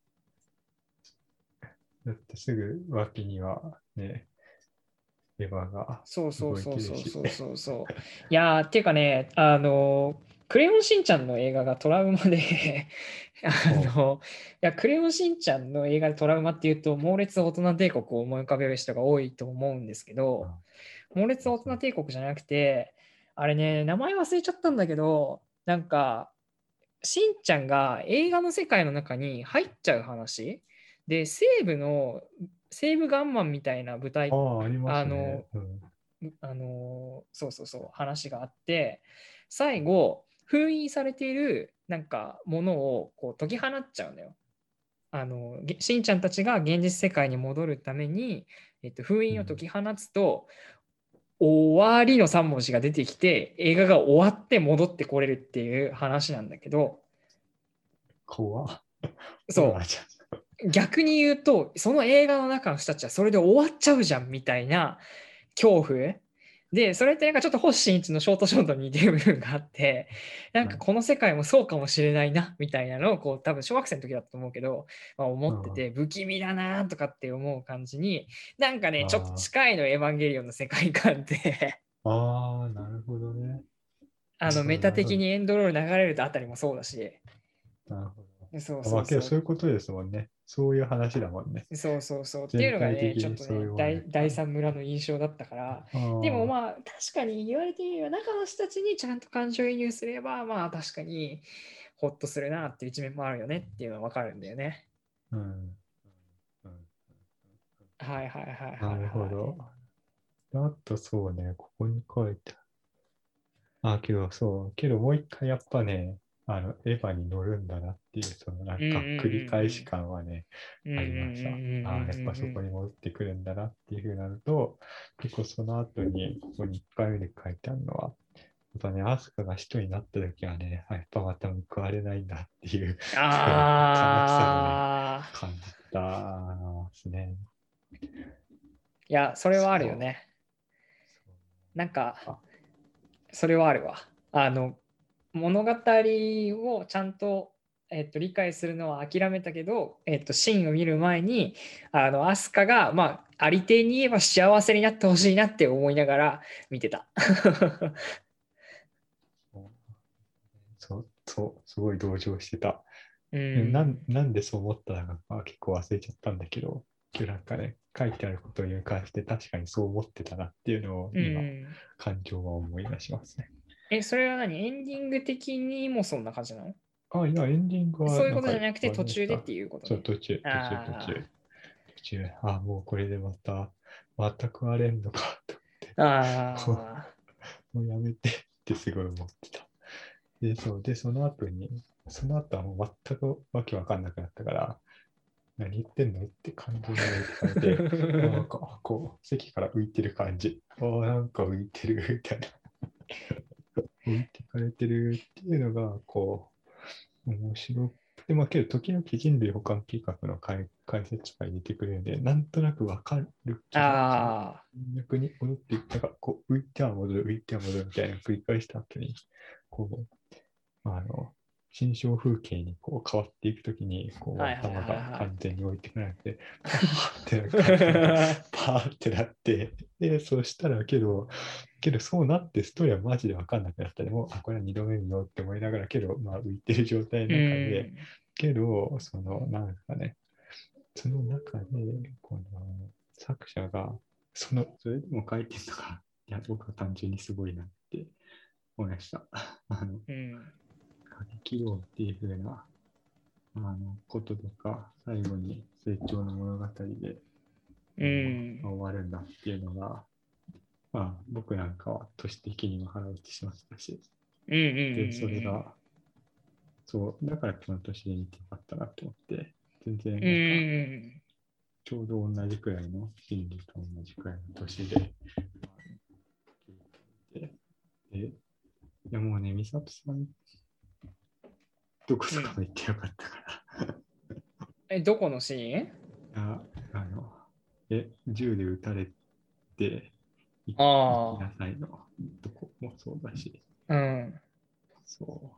S2: だってすぐ脇にはね、レバーが
S1: そうそう
S2: 動い
S1: そうそう
S2: てるし。
S1: そうそうそう。いやー、っていうかね、あの、クレヨンしんちゃんの映画がトラウマであ
S2: おう、
S1: の、いや、クレヨンしんちゃんの映画でトラウマっていうと、猛烈大人帝国を思い浮かべる人が多いと思うんですけど、
S2: あ、
S1: 猛烈大人帝国じゃなくて、あれね、名前忘れちゃったんだけど、なんか、しんちゃんが映画の世界の中に入っちゃう話で、西部の、西部ガンマンみたいな舞台、
S2: ああ、ありますね。
S1: あの、
S2: うん。
S1: あのそうそうそう話があって、最後封印されているなんかものをこう解き放っちゃうんだよ。あのしんちゃんたちが現実世界に戻るために、えっと、封
S2: うん、
S1: 印を解き放つと終わりのさん文字が出てきて映画が終わって戻ってこれるっていう話なんだけど、
S2: 怖っ。ホラー
S1: そ
S2: じ
S1: う逆に言うとその映画の中の人たちはそれで終わっちゃうじゃんみたいな恐怖で、それってなんかちょっと星新一のショートショートに似てる部分があって、なん
S2: ゃん。はい。
S1: かこの世界もそうかもしれないな、みたいなのをこう多分小学生の時だったと思うけど、まあ、思ってて、
S2: あ
S1: 不気味だなとかって思う感じに、なんかね、ちょっと
S2: あ、
S1: 近いのエヴァンゲリオンの世界観で
S2: ああ、ああ、なるほどね。
S1: あの
S2: なるほど、なるほど。
S1: メタ的にエンドロール流れるとあたりもそうだし、
S2: なるほ
S1: そう
S2: ど。まあ、けど
S1: そうそう。
S2: そういうことですもんね。そういう話だもんね。
S1: そうそうそうっていう
S2: 全
S1: のがね、
S2: 体的に
S1: ちょっとね、
S2: そういうものだ
S1: 第第
S2: から。
S1: 三村の印象だったから、
S2: ああ、
S1: でもまあ、確かに言われてみれば、中の人たちにちゃんと感情移入すれば、まあ確かにほっとするなっていう一面もあるよねっていうのはわかるんだよね。
S2: うん。うんうん、
S1: はいはいはい
S2: なる
S1: はいはい。
S2: ほど。あとそうね、ここに書いてある。あ、けどそう、けどもう一回やっぱね、あの、エヴァに乗るんだなっていう、そのなん
S1: うんうん
S2: か繰り返し
S1: うん
S2: 感はね、
S1: うん。うんうん
S2: ありました。ああ、やっぱそこ
S1: うん
S2: に戻ってくるんだなっていうふうになると、結構その後に、ここにいっかいめで書いてあるのは、 っぱね、アスカが人になった時はね、やっぱまた報われないんだっていう悲しさをね、
S1: ああ。
S2: 感じたですね。
S1: いや、それはあるよ
S2: そう
S1: ね。なんか、
S2: あ
S1: それはあるわ。あの、物語をちゃんと、えっと、理解するのは諦めたけど、えっと、シーンを見る前に、あの、アスカが、まあ、ありていに言えば幸せになってほしいなって思いながら見てた。
S2: そう、そう、すごい同情してた。
S1: う
S2: なん、
S1: ん。
S2: なんでそう思ったのか、まあ、結構忘れちゃったんだけど、今日なんかね、書いてあることに関して確かにそう思ってたなっていうのを
S1: う
S2: 今、
S1: ん。
S2: 感情は思い出しますね。
S1: え、それは何エンディング的にもそんな感じなの？
S2: あ、いや、エンディングは
S1: そういう
S2: なんか
S1: ことじゃなくて
S2: 言われ
S1: 途中でって
S2: ました。そう、
S1: いうことね。
S2: 途中、途中、途中、
S1: あ
S2: 途中、あ、もうこれでまた、また食われんのかと
S1: あ。
S2: 思って、
S1: ああ。
S2: もう、もうやめてってすごい思ってた。で、そう、で、その後に、その後はもう全くわけわかんなくなったから、何言ってんのって感情に置いてかれて、なんか、こう、席から浮いてる感じ。ああ、なんか浮いてる、みたいな。置いてかれてるっていうのが、こう、面白くて、まあ、けど、時々人類保管計画の解解説が出てくるので、なんとなくわかる気がする。
S1: ああ。
S2: 逆に戻っていったが、こう、浮いては戻る、浮いては戻るみたいな繰り返した後に、こう、あの、心象風景にこう変わっていくときに、こう
S1: はいはい
S2: 頭が
S1: はいはい。
S2: 完全に置いてかなくて、パーってなんか頭がパーってなって、で、そうしたらけど、けどそうなってストーリーはマジでわかんなくなったでも、あ、これは二度目見ようって思いながら、けど、まあ浮いてる状態
S1: う
S2: の中で、
S1: ん。
S2: けど、その、なんかね、その中で、この作者が、その、それでも書いてるのが、いや、僕は単純にすごいなって思いました。あの、
S1: うん。
S2: 書き切ろうっていう風なあのこととか、最後に成長の物語で、
S1: うん。
S2: 終わるんだっていうのが、まあ、僕なんかは都市的にも腹落ちしましたし、
S1: うんうん
S2: で、それ
S1: うん
S2: が、そう、だからこの年で見てよかったなと思って、全
S1: うん。う
S2: 然なんか、
S1: ん。
S2: ちょうど同じくらいの、心理と同じくらいの年で、で、でいやもうね、美里さん、どこそこ
S1: うん
S2: 行ってよかったから。
S1: え、どこのシーン？
S2: ああの、え、銃で撃たれて、い行きな
S1: あ
S2: さいのとこもそうだし、
S1: あ。うん。
S2: そう、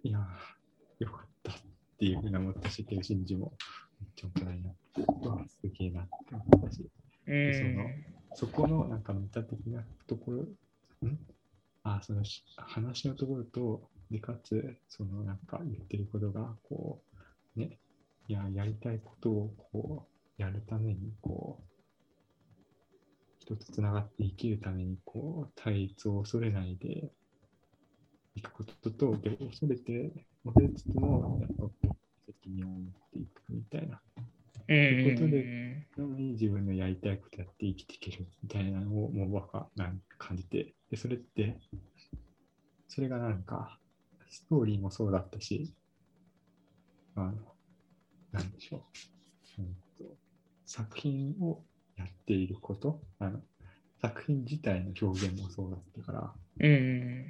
S2: いやー、よかったっていうふうな思ったし、けど、信じもめっちゃ大人になったわ、すげえなって思ったし、
S1: う
S2: で、その、
S1: ん。
S2: そこのなんかメタ的なところ、んあ、そのし話のところと、で、かつ、そのなんか言ってることが、こう、ね、いや、やりたいことをこう、やるために、こう、人とつながって生きるために、こう、対立を恐れないでいくことと、で、恐れて、恐れつつも、やっぱこう、責任を持っていくみたいな。
S1: うん。
S2: ということで、
S1: うん
S2: のに自分のやりたいことやって生きていけるみたいなのを、もう僕はなんか感じて、で、それって、それがなんか、ストーリーもそうだったし、あの、なんでしょう。うんと、作品をやっていること、あの作品自体の表現もそうだったから、
S1: うん。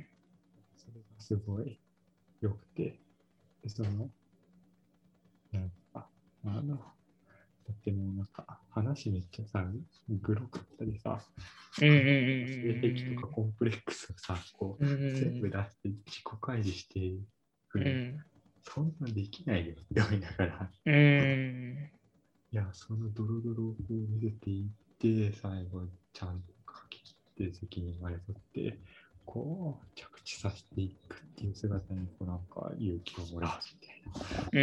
S2: それがすごい良くて、でその、なんか、あの、だってもうなんか、話めっちゃさ、グロかったりさ、
S1: うん。うん。
S2: 性癖とかコンプレックスをさ、こ
S1: うん。う
S2: う、全部
S1: ん。
S2: 出して自己開示していく。
S1: うん。
S2: そんなできないよって思いながら、
S1: うん。
S2: いや、そのドロドロをこう見せていって、最後ちゃんと書き切って責任まで取って、こう着地させていくっていう姿にこうなんか勇気をもらうみたいな。
S1: うん。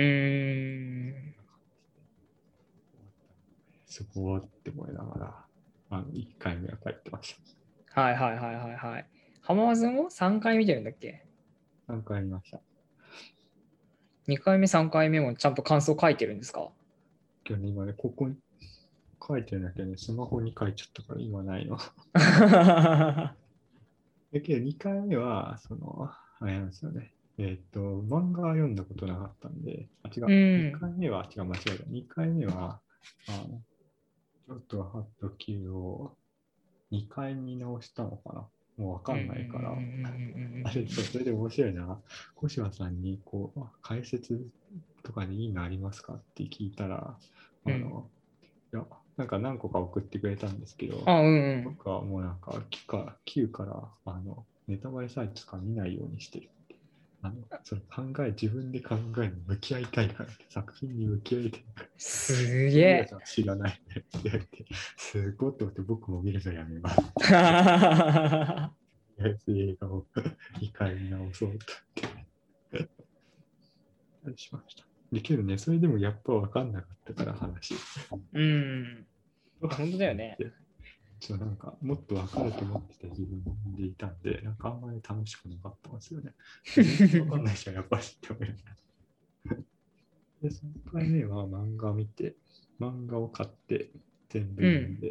S2: すごいって思いながら、あのいっかいめは帰ってまし
S1: はいはいはいはいはい。浜松もさんかい見てるんだっけ？
S2: た。さんかい見ました。
S1: に 回目さんかいめもちゃんと感想書いてるんですか？
S2: 今日ね、今ね、ここに書いてるんだけどね、スマホに書いちゃったから今ないの。だけどにかいめは、その、あれなんですよね。えっ、と、漫画は読んだことなかったんで、あ、違
S1: う
S2: う、にかい
S1: ん。
S2: めは、違う、間違えた。にかいめは、あの、ちょっとハッとキルをにかい見直したのかな。 もうわかんないから、あれ、それで面白いな。小島さんに、こう、解説とかでいいのありますかって聞いたら、あの、うん、いや、なんか何個か送ってくれたんですけど、
S1: あ、うんうん、
S2: 僕はもうなんか、きゅうからあのネタバレサイトとか見ないようにしてる。あのそれ考え、自分で考えに向き合いたいから、作品に向き合いたいから。
S1: すげえ。
S2: 知らないねって言われて、すごいと思って僕も見るのやめます。映画を理解見直そうと言って。しました。でけどね、それでもやっぱ分かんなかったから話。
S1: うん。本当だよね。
S2: ちょなんかもっと分かると思ってた自分でいたんで、なんかあんまり楽しくなかったんですよね。分かんないじゃん、やっぱりって思いながら。で、さんかいめは漫画を見て、漫画を買って全部読んで、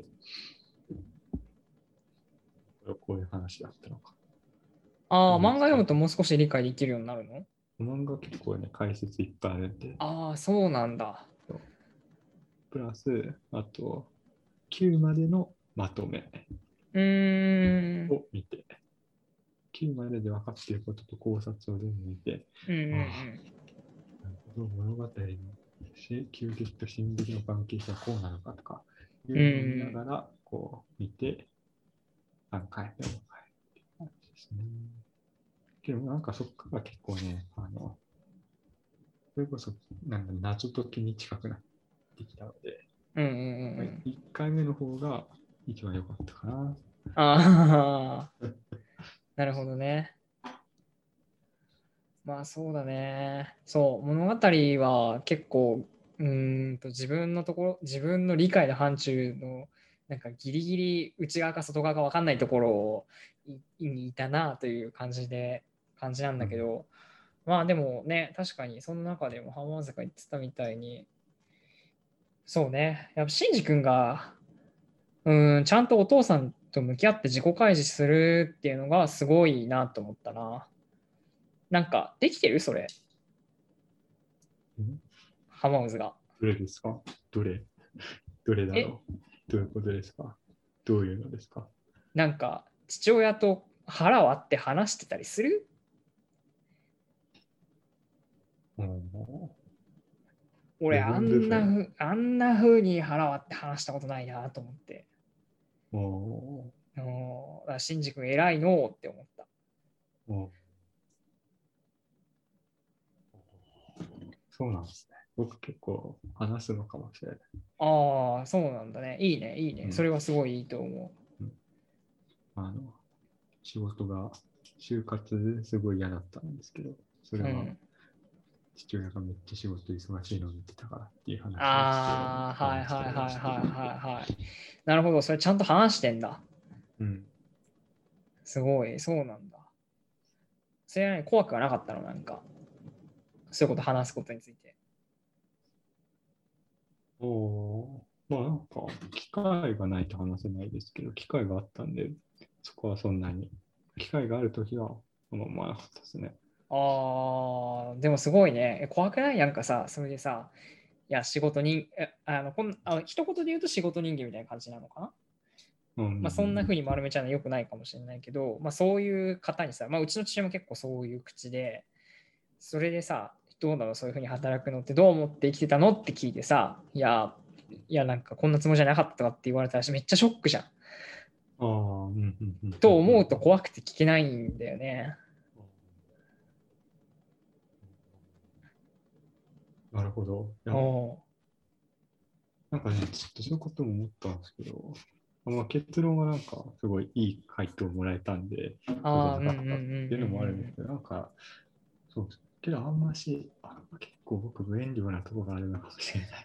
S2: うん、こういう話だったのか。
S1: ああ、漫画読むともう少し理解できるようになるの？
S2: 漫画結構ね、解説いっぱいあるんで。
S1: ああ、そうなんだ。
S2: プラス、あと、きゅうまでのまとめを見て、きゅうまでで分かっていることと考察を全部見て、
S1: うんうんうん、
S2: ああ、なるほど、物語の究極と心理の関係性はこうなのかとか、いうのを見ながら、こう見て、さんかいめを迎えるっていう感じですね。けど、なんかそっから結構ね、あの、それこそ、なんか謎解きに近くなってきたので、
S1: うんうんうん、
S2: いっかいめの方が一番良かったかな。
S1: ああ、なるほどね。まあそうだね。そう、物語は結構、うーんと自分のところ、自分の理解の範疇の、なんかギリギリ内側か外側か分かんないところをにいたなという感じで、感じなんだけど、うん、まあでもね、確かにその中でも浜松が言ってたみたいに、そうね、やっぱシンジ君が、うん、ちゃんとお父さんと向き合って自己開示するっていうのがすごいなと思ったな。なんか、できてるそれ。浜松が。
S2: どれですか？どれどれだろう？どういうことですか？どういうのですか？
S1: なんか、父親と腹割って話してたりする？
S2: うん、
S1: 俺、あんなふ、あんな風に腹割って話したことないなと思って。おお、シンジ君偉いのって思った。お
S2: そうなんですね。僕結構話すのかもしれない。
S1: ああ、そうなんだね。いいね、いいね。うん、それはすごいいいと思う。うん、
S2: あの仕事が、就活ですごい嫌だったんですけど、それは父親がめっちゃ仕事忙しいのを見てたからっていう話をして、
S1: ああ、はいはいはいはいはいはい。なるほど、それちゃんと話してんだ。うん。すごい、そうなんだ。それは、ね、怖くはなかったの、なんか。そういうこと話すことについて。
S2: おお、まあなんか、機会がないと話せないですけど、機会があったんで、そこはそんなに。機会があるときは、そのままなかったですね。
S1: ああ、でもすごいね。怖くない？なんかさ、それでさ、いや、仕事に、あの、こんあ一言で言うと仕事人間みたいな感じなのかな。うん、まあ、そんな風に丸めちゃうのは良くないかもしれないけど、まあ、そういう方にさ、まあ、うちの父親も結構そういう口で、それでさ、どうなのそういう風に働くのってどう思って生きてたのって聞いてさ、いや、いや、なんかこんなつもりじゃなかったとかって言われたらめっちゃショックじゃん。ああ、うんうんうん。と思うと怖くて聞けないんだよね。
S2: なるほど。なんかね、ちょっとそういうことも思ったんですけど、まあ、結論はなんかすごいいい回答をもらえたんで、そうじゃなかったっていうのもあるんですけど、なんか、そうけどあんまし、あ結構僕無遠慮なところがあるのかもしれない。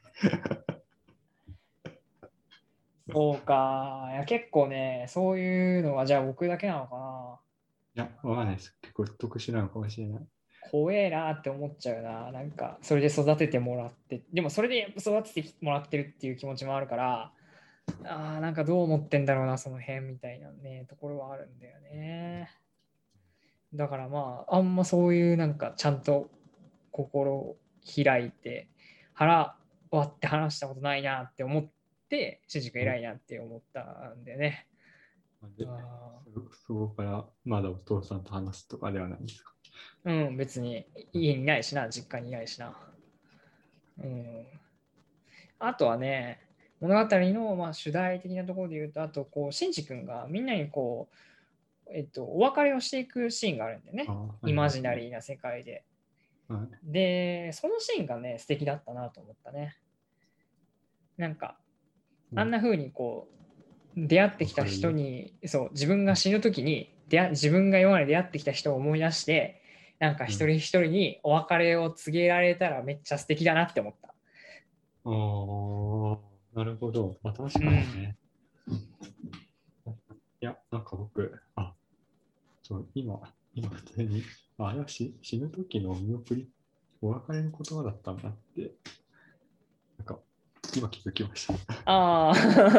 S1: そうか。いや、結構ね、そういうのはじゃあ僕だけなのか
S2: な。いや、わかんないです。結構特殊なのかもしれない。
S1: 怖えなって思っちゃうな。なんか、それで育ててもらって、でもそれで育ててもらってるっていう気持ちもあるから、ああ、なんかどう思ってんだろうな、その辺みたいなね、ところはあるんだよね。だからまあ、あんまそういうなんか、ちゃんと心を開いて、腹割って話したことないなって思って、主軸偉いなって思ったんだよね。
S2: でそ、そこからまだお父さんと話すとかではないんですか？
S1: うん、別に家にいないしな、実家にいないしな。うん、あとはね、物語のまあ主題的なところで言うと、あとこう、シンジ君がみんなにこう、えっと、お別れをしていくシーンがあるんでね、
S2: あ、あ
S1: イマ
S2: りますね。
S1: ジナリーな世界で。
S2: はい、
S1: で、そのシーンがね、素敵だったなと思ったね。なんか、あんな風にこう、出会ってきた人に、そう、自分が死ぬ時に出会、自分が今まで出会ってきた人を思い出して、なんか一人一人にお別れを告げられたらめっちゃ素敵だなって思った。
S2: うん、ああ、なるほど。まあ、確かにね。うん、いや、なんか僕、あ、そう、今、今普通に、あ、あれは死死ぬ時のお見送り、お別れの言葉だったんだって、なんか、今気づきました。
S1: ああ、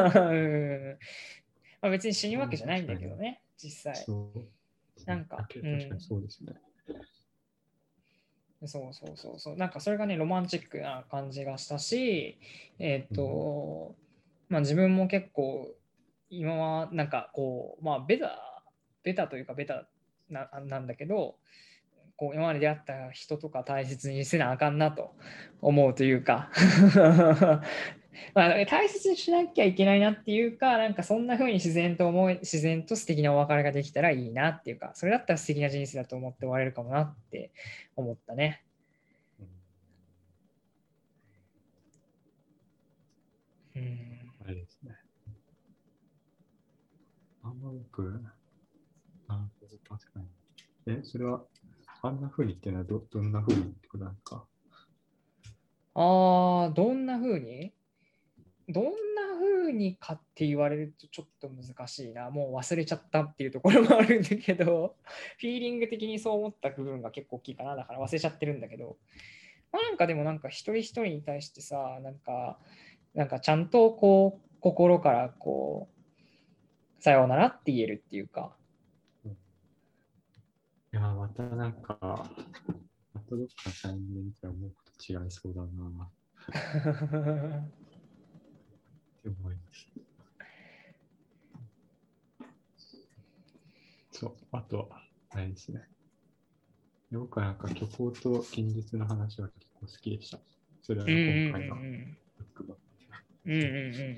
S1: まあ、別に死ぬわけじゃないんだけどね、実際。
S2: そう。
S1: なんか、
S2: 確かに
S1: うん。
S2: そうですね。
S1: そうそうそうそう。なんかそれがね、ロマンチックな感じがしたし、えっと、まあ自分も結構、今はなんかこう、まあベタ、ベタというかベタななんだけど、こう今まで出会った人とか大切にせなあかんなと思うというかまあ、大切にしなきゃいけないなっていうか、なんかそんな風に自然と思い、自然と素敵なお別れができたらいいなっていうか、それだったら素敵な人生だと思って終われるかもなって思ったね。
S2: うん、
S1: うん。
S2: あれですね。あんま僕、なるほど、確かに。え、それは、あんな風にっていうのはど、どんな風にってことなんですか？
S1: ああ、どんな風にどんな風にかって言われるとちょっと難しいな。もう忘れちゃったっていうところもあるんだけど、フィーリング的にそう思った部分が結構大きいかな。だから忘れちゃってるんだけど。まあなんかでもなんか一人一人に対してさ、なんか、なんかちゃんとこう、心からこう、さようならって言えるっていうか。
S2: うん、いや、またなんか、またどっかのタイミングで見たら思うこと違いそうだなって思いました。そう、あとは、あれですね。僕はなんか虚構と現実の話は結構好きでした。それは
S1: うんうんうん
S2: 今回のブックバッ
S1: うん。うんうんうん。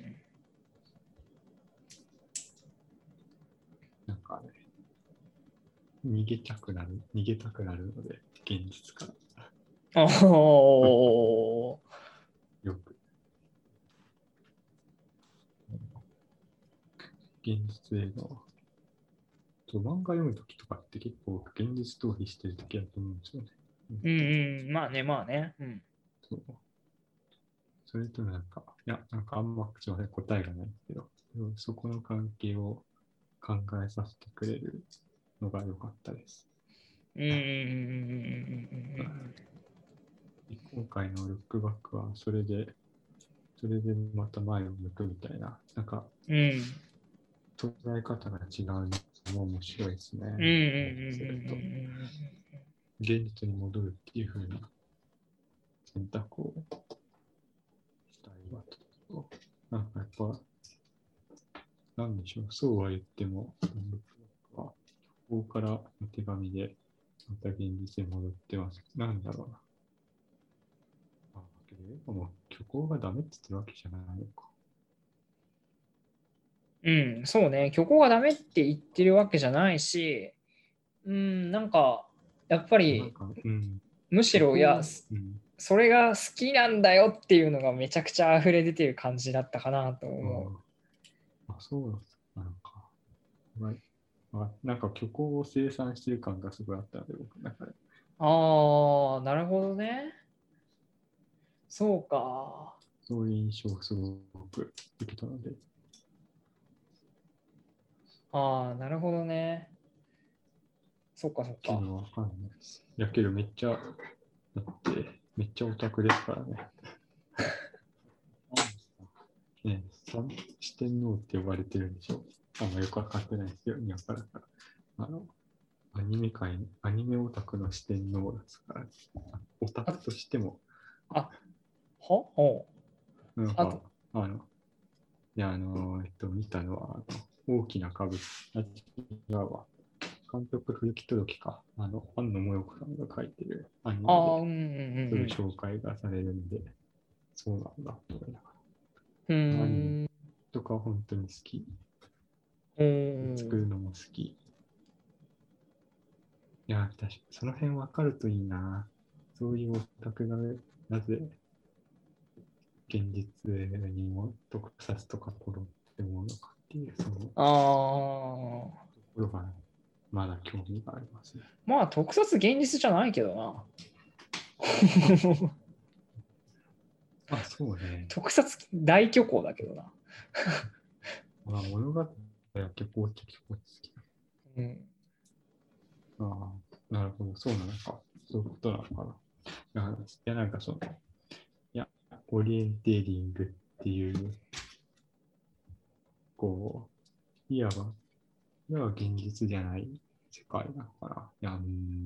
S2: なんかね、逃げたくなる、逃げたくなるので、現実から。
S1: おー。
S2: よく、現実への、そう漫画読むときとかって結構現実逃避してるときだと思うんですよね。うん、
S1: うんうん。まあね、まあね。うん。
S2: そう、それとなんか、いや、なんかあんま口まで答えがないんですけど、そこの関係を考えさせてくれるのが良かったです。
S1: うんうんうんうんうんうん
S2: 今回のルックバックはそれで、それでまた前を向くみたいな、なんか、
S1: うん。うん。
S2: 捉え方が違うのも面白いですね。
S1: うんうんうんうん
S2: 現実に戻るっていう風な選択をしたいわと。なんかやっぱ、なんでしょう、そうは言っても、ここからの手紙でまた現実に戻ってます。なんだろうな。あ、けど、もう虚構がダメって言ってるわけじゃないのか。
S1: うん、うん、そうね。虚構がダメって言ってるわけじゃないし、うん、なんか、やっぱり、
S2: なんか、うん、
S1: むしろ、いや、
S2: 虚構が、うん、
S1: それが好きなんだよっていうのがめちゃくちゃ溢れ出てる感じだったかなと思う。
S2: ああ、そうなのか。はい、あ、なんか虚構を生産してる感がすごいあったので、僕の中で。
S1: ああ、なるほどね。そうか。
S2: そういう印象をすごく受けたので。
S1: ああ、なるほどね。そっかそっか。
S2: けどわかんないです。いやけどめっちゃ、だってめっちゃオタクですからね。ね、四天王って呼ばれてるんでしょう。あんまよくわかってないですよ、にわかだから。あの、アニメ界、アニメオタクの四天王ですから、ね、オタクとしても。
S1: あ、はほ
S2: なんか、
S1: あと、
S2: あの、いや、あの、えっと、見たのは、 大きな株、あ、違うわ。監督不行き届きか。あの、庵野もよこさんが書いてるアニメで、
S1: ああ、うんうん
S2: そういう
S1: うん
S2: 紹介がされるんで、そうなんだと思いなが
S1: うん。う
S2: ら。アニメ
S1: ーん。
S2: とか本当に好き。
S1: うん。
S2: 作るのも好き。いや、確かにその辺分かるといいな。そういうオタクがなぜ現実にも特撮とかコロって思うのかっていう、そのと
S1: ああ。
S2: ころがまだ興味がありますね。
S1: まあ、特撮現実じゃないけどな。
S2: あ、そうね。
S1: 特撮大虚構だけどな。
S2: まあ、物語は結構結構好き。
S1: うん。
S2: ああ、なるほど。そうなのか。そういうことなのかな。いや、なんかその、いや、オリエンテーリングっていう、こう、いわば、いわば現実じゃない世界なのかな。いや、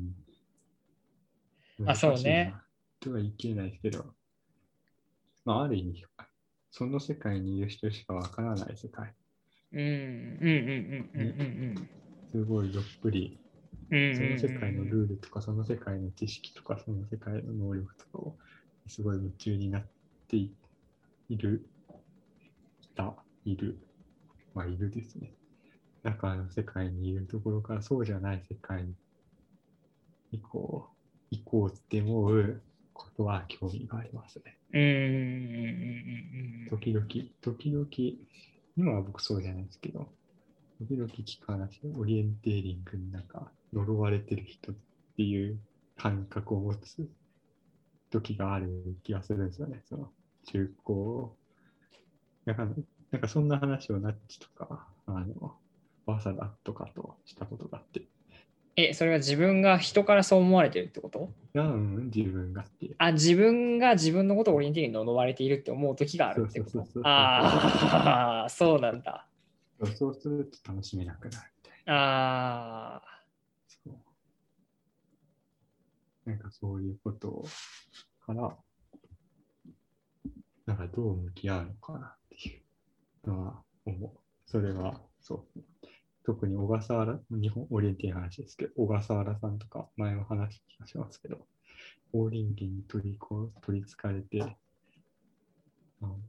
S2: うん、
S1: あ、そうね。
S2: 難しいな。とは言い切れないですけど、まあ、ある意味、その世界にいる人しかわからない世界
S1: うん。うんうんうんうんう
S2: に、
S1: ん
S2: すごいどっぷり、
S1: うん。うん
S2: その世界のル
S1: うん
S2: ールとか、その世界の知識とか、その世界の能力とかを、すごい夢中になっている、いた、いる、まあ、いるですね。中の世界にいるところから、そうじゃない世界にこう、行こうって思うことは興味がありますね。
S1: うんうんうん
S2: 時々、時々、今は僕そうじゃないですけど、時々聞く話、オリエンテーリングになんか呪われてる人っていう感覚を持つ時がある気がするんですよね。その中高。なんか、なんかそんな話をナッチとか、あの、バサダとかとしたことがあって。
S1: え、それは自分が人からそう思われてるってこと？
S2: いや、うん、自分がっていう。
S1: あ、自分が自分のことをオリエンティリングに呪われているって思う時がある
S2: そう
S1: ってこと？
S2: そうそうそうそうそう。
S1: ああ、そうなんだ。
S2: そうすると楽しめなくなるみたい
S1: ああ、
S2: な。そう。なんかそういうことから、なんかどう向き合うのかなっていうのは思う。それは、そう。特に小笠原、日本オリエンティの話ですけど、小笠原さんとか前も話しますけど、大人間に取りこ取りつかれて、うん、部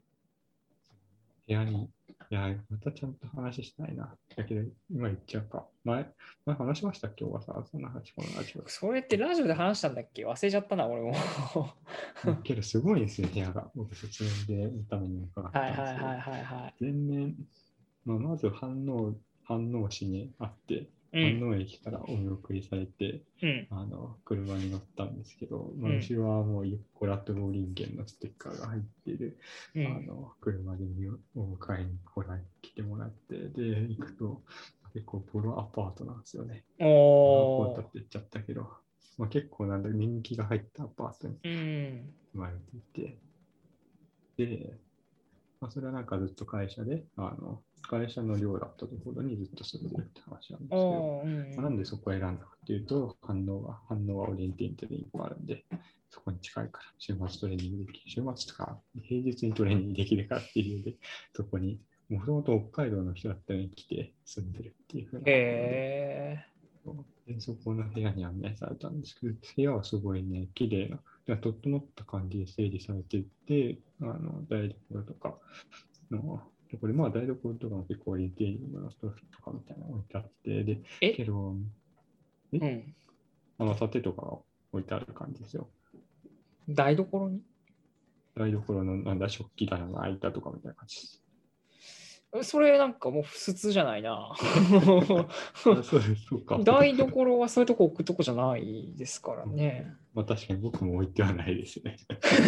S2: 屋に、いや、またちゃんと話したいな。だけど、今言っちゃうか。前、前話しましたっけ、小笠原さんの話、このラジオで。
S1: それってラジオで話したんだっけ？忘れちゃったな、俺も。
S2: けど、すごいですよ、部屋が。僕、説明で見ために伺っ
S1: はい
S2: たんですけど、
S1: はいはいはいはい。
S2: 全面、まあ、まず反応、反応市にあって、
S1: うん。
S2: 反応駅からお見送りされて、
S1: うん。
S2: あの車に乗ったんですけど、まあ、
S1: うん。
S2: 後ろはもうユッコラとローリンゲンのステッカーが入っている、
S1: うん。
S2: あの車でお迎えに来ら来てもらって、で、行くと、結構ボロアパートなんですよね。ボロアパート
S1: おー。
S2: って言っちゃったけど、まあ、結構なんだ、人気が入ったアパートに
S1: うん。
S2: 生まれていて、で、まあ、それはなんかずっと会社で、あの会社の寮だったところにずっと住んでるって話なんですけど、
S1: おー。うん。
S2: まあ、なんでそこを選んだかっていうと、反応が、反応はオリエンティントレーニングがあるんで、そこに近いから、週末トレーニングできる、週末とか平日にトレーニングできるからっていう理由で、そこに、もともと北海道の人だったのに来て住んでるっていうふうなところで、
S1: へ
S2: でそこの部屋に案内されたんですけど、部屋はすごいね、綺麗な、整った感じで整理されていて、あの台所とかの、これまあ台所とかも結構オリエンテーリングのストーブとかみたいなの置いてあって、で、
S1: え。
S2: けど、え
S1: うん。
S2: あの盾とかが置いてある感じですよ。
S1: 台所に？
S2: 台所のなんだ食器棚の間とかみたいな感じです。
S1: それなんかもう普通じゃないな。
S2: あ、そうです、そうか。
S1: 台所はそういうとこ置くとこじゃないですからね。
S2: まあ確かに僕も置いてはないですね。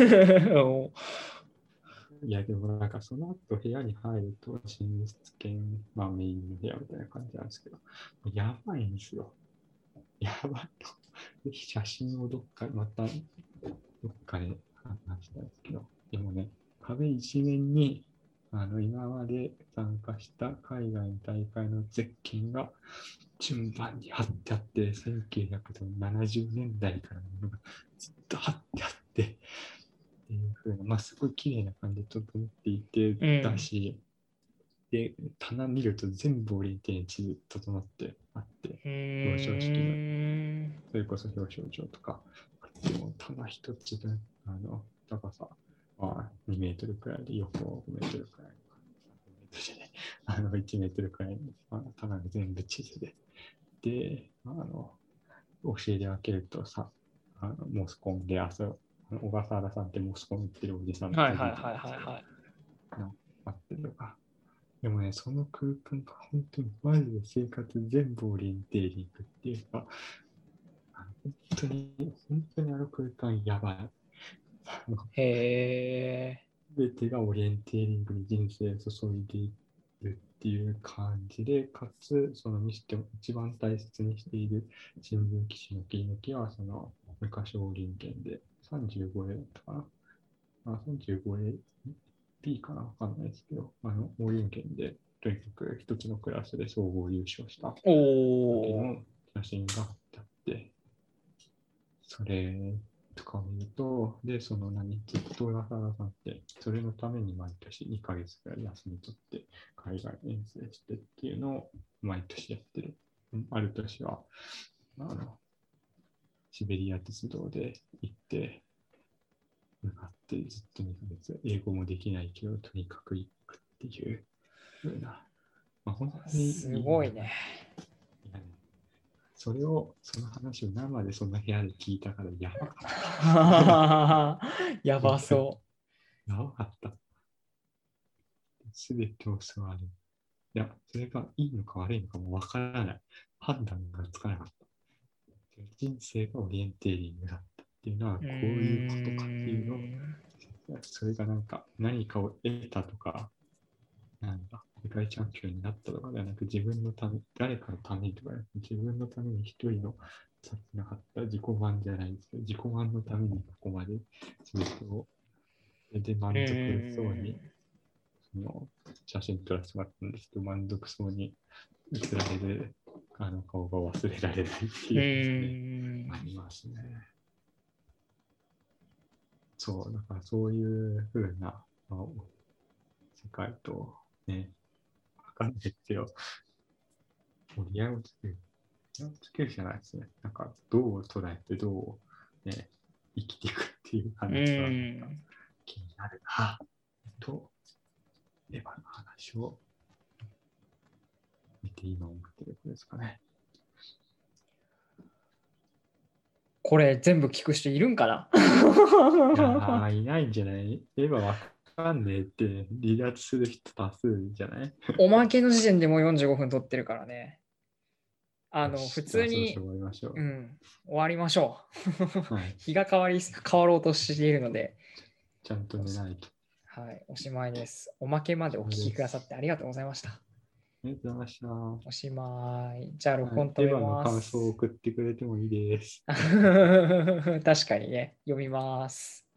S2: いや、でもなんかその後部屋に入ると寝室兼、まあメインの部屋みたいな感じなんですけど、やばいんですよ。やばいと。写真をどっか、またどっかで話したんですけど、でもね、壁一面にあの今まで参加した海外の大会のゼッケンが順番に貼ってあって、せんきゅうひゃくななじゅうねんだいからのものがずっと貼ってあって、っていう風な、まあ、すごい綺麗な感じで整っていて、
S1: うん。
S2: だし、 で、棚見ると全部オリエンテーリング地図整ってあって、
S1: 表
S2: 彰式の、それこそ表彰状とか、でも棚一つ分、あの、高さ、まあ、にメートルくらいで、横ごメートルくらい、あのいちメートルくらいの棚が全部地図で、で、あの、教えで開けるとさ、あのモスコンで遊ぶ、小笠原さんってモスコン行ってるおじさん
S1: はいはいはいはいはい。
S2: あってとか。でもね、その空間が本当にマジで生活全部オリエンテーリングっていうか、本当に、本当にあの空間やばい。
S1: へ
S2: ー。全てがオリエンテーリングに人生を注いでいるっていう感じで、かつ、そのにしても一番大切にしている新聞記事の切り抜きは、その昔オリン券で さんじゅうごエー だったかな。あ、さんじゅうごエーピー かなわかんないですけど、あの、オリン券で、とにかく一つのクラスで総合優勝した時の写真があって、それとかを見ると、で、その何、ずっと小笠原さんって、それのために毎年にかげつくらい休み取って、海外遠征してっていうのを毎年やってる。ある年は、あの、シベリア鉄道で行って、向かってずっとにかげつ、英語もできないけど、とにかく行くっていうふうな、まあ、本当に
S1: すごいね。
S2: いやね、それを、その話を生でそんな部屋で聞いたからやばかった。
S1: やばそ
S2: う。やばかった。すべてを座る。いや、それがいいのか悪いのかもわからない。判断がつかなかった。人生がオリエンテーリングだったっていうのは、こういうことかっていうのを、それがなんか何かを得たとか、なんだ、世界チャンピオンになったとかではなく、自分のため、誰かのためにとか、自分のために一人のさっきなかった自己満じゃないですけど、自己満のためにここまで全てを、で満足そうに、その写真撮らせてもらったんですけど、満足そうに映られるあの顔が忘れられないっていうですね、ありますね。そう、だからそういうふうな、まあ、世界とね、わかんないですよ。盛り合いをつける。つけるじゃないですね。なんか、どう捉えて、どう、ね、生きていくっていう話が気になるな、と、エヴァの話を見て今思ってることですかね。
S1: これ全部聞く人いるんかな？
S2: いやいないんじゃない？エヴァわかんねえって離脱する人多数じゃない？
S1: おまけの時点でもうよんじゅうごふん撮ってるからね。あの、普通に、
S2: 終わりましょう。
S1: うん、終わりましょう。
S2: はい、
S1: 日が変わり、変わろうとしているので。
S2: ちゃんと寝ないと。
S1: はい、おしまいです。おまけまでお聞きくださってありがとうございました。あ
S2: りがとうございました。
S1: おしまい。じゃあ、録音止めます。エヴァ
S2: の感想を送ってくれてもいいです。
S1: 確かにね、読みます。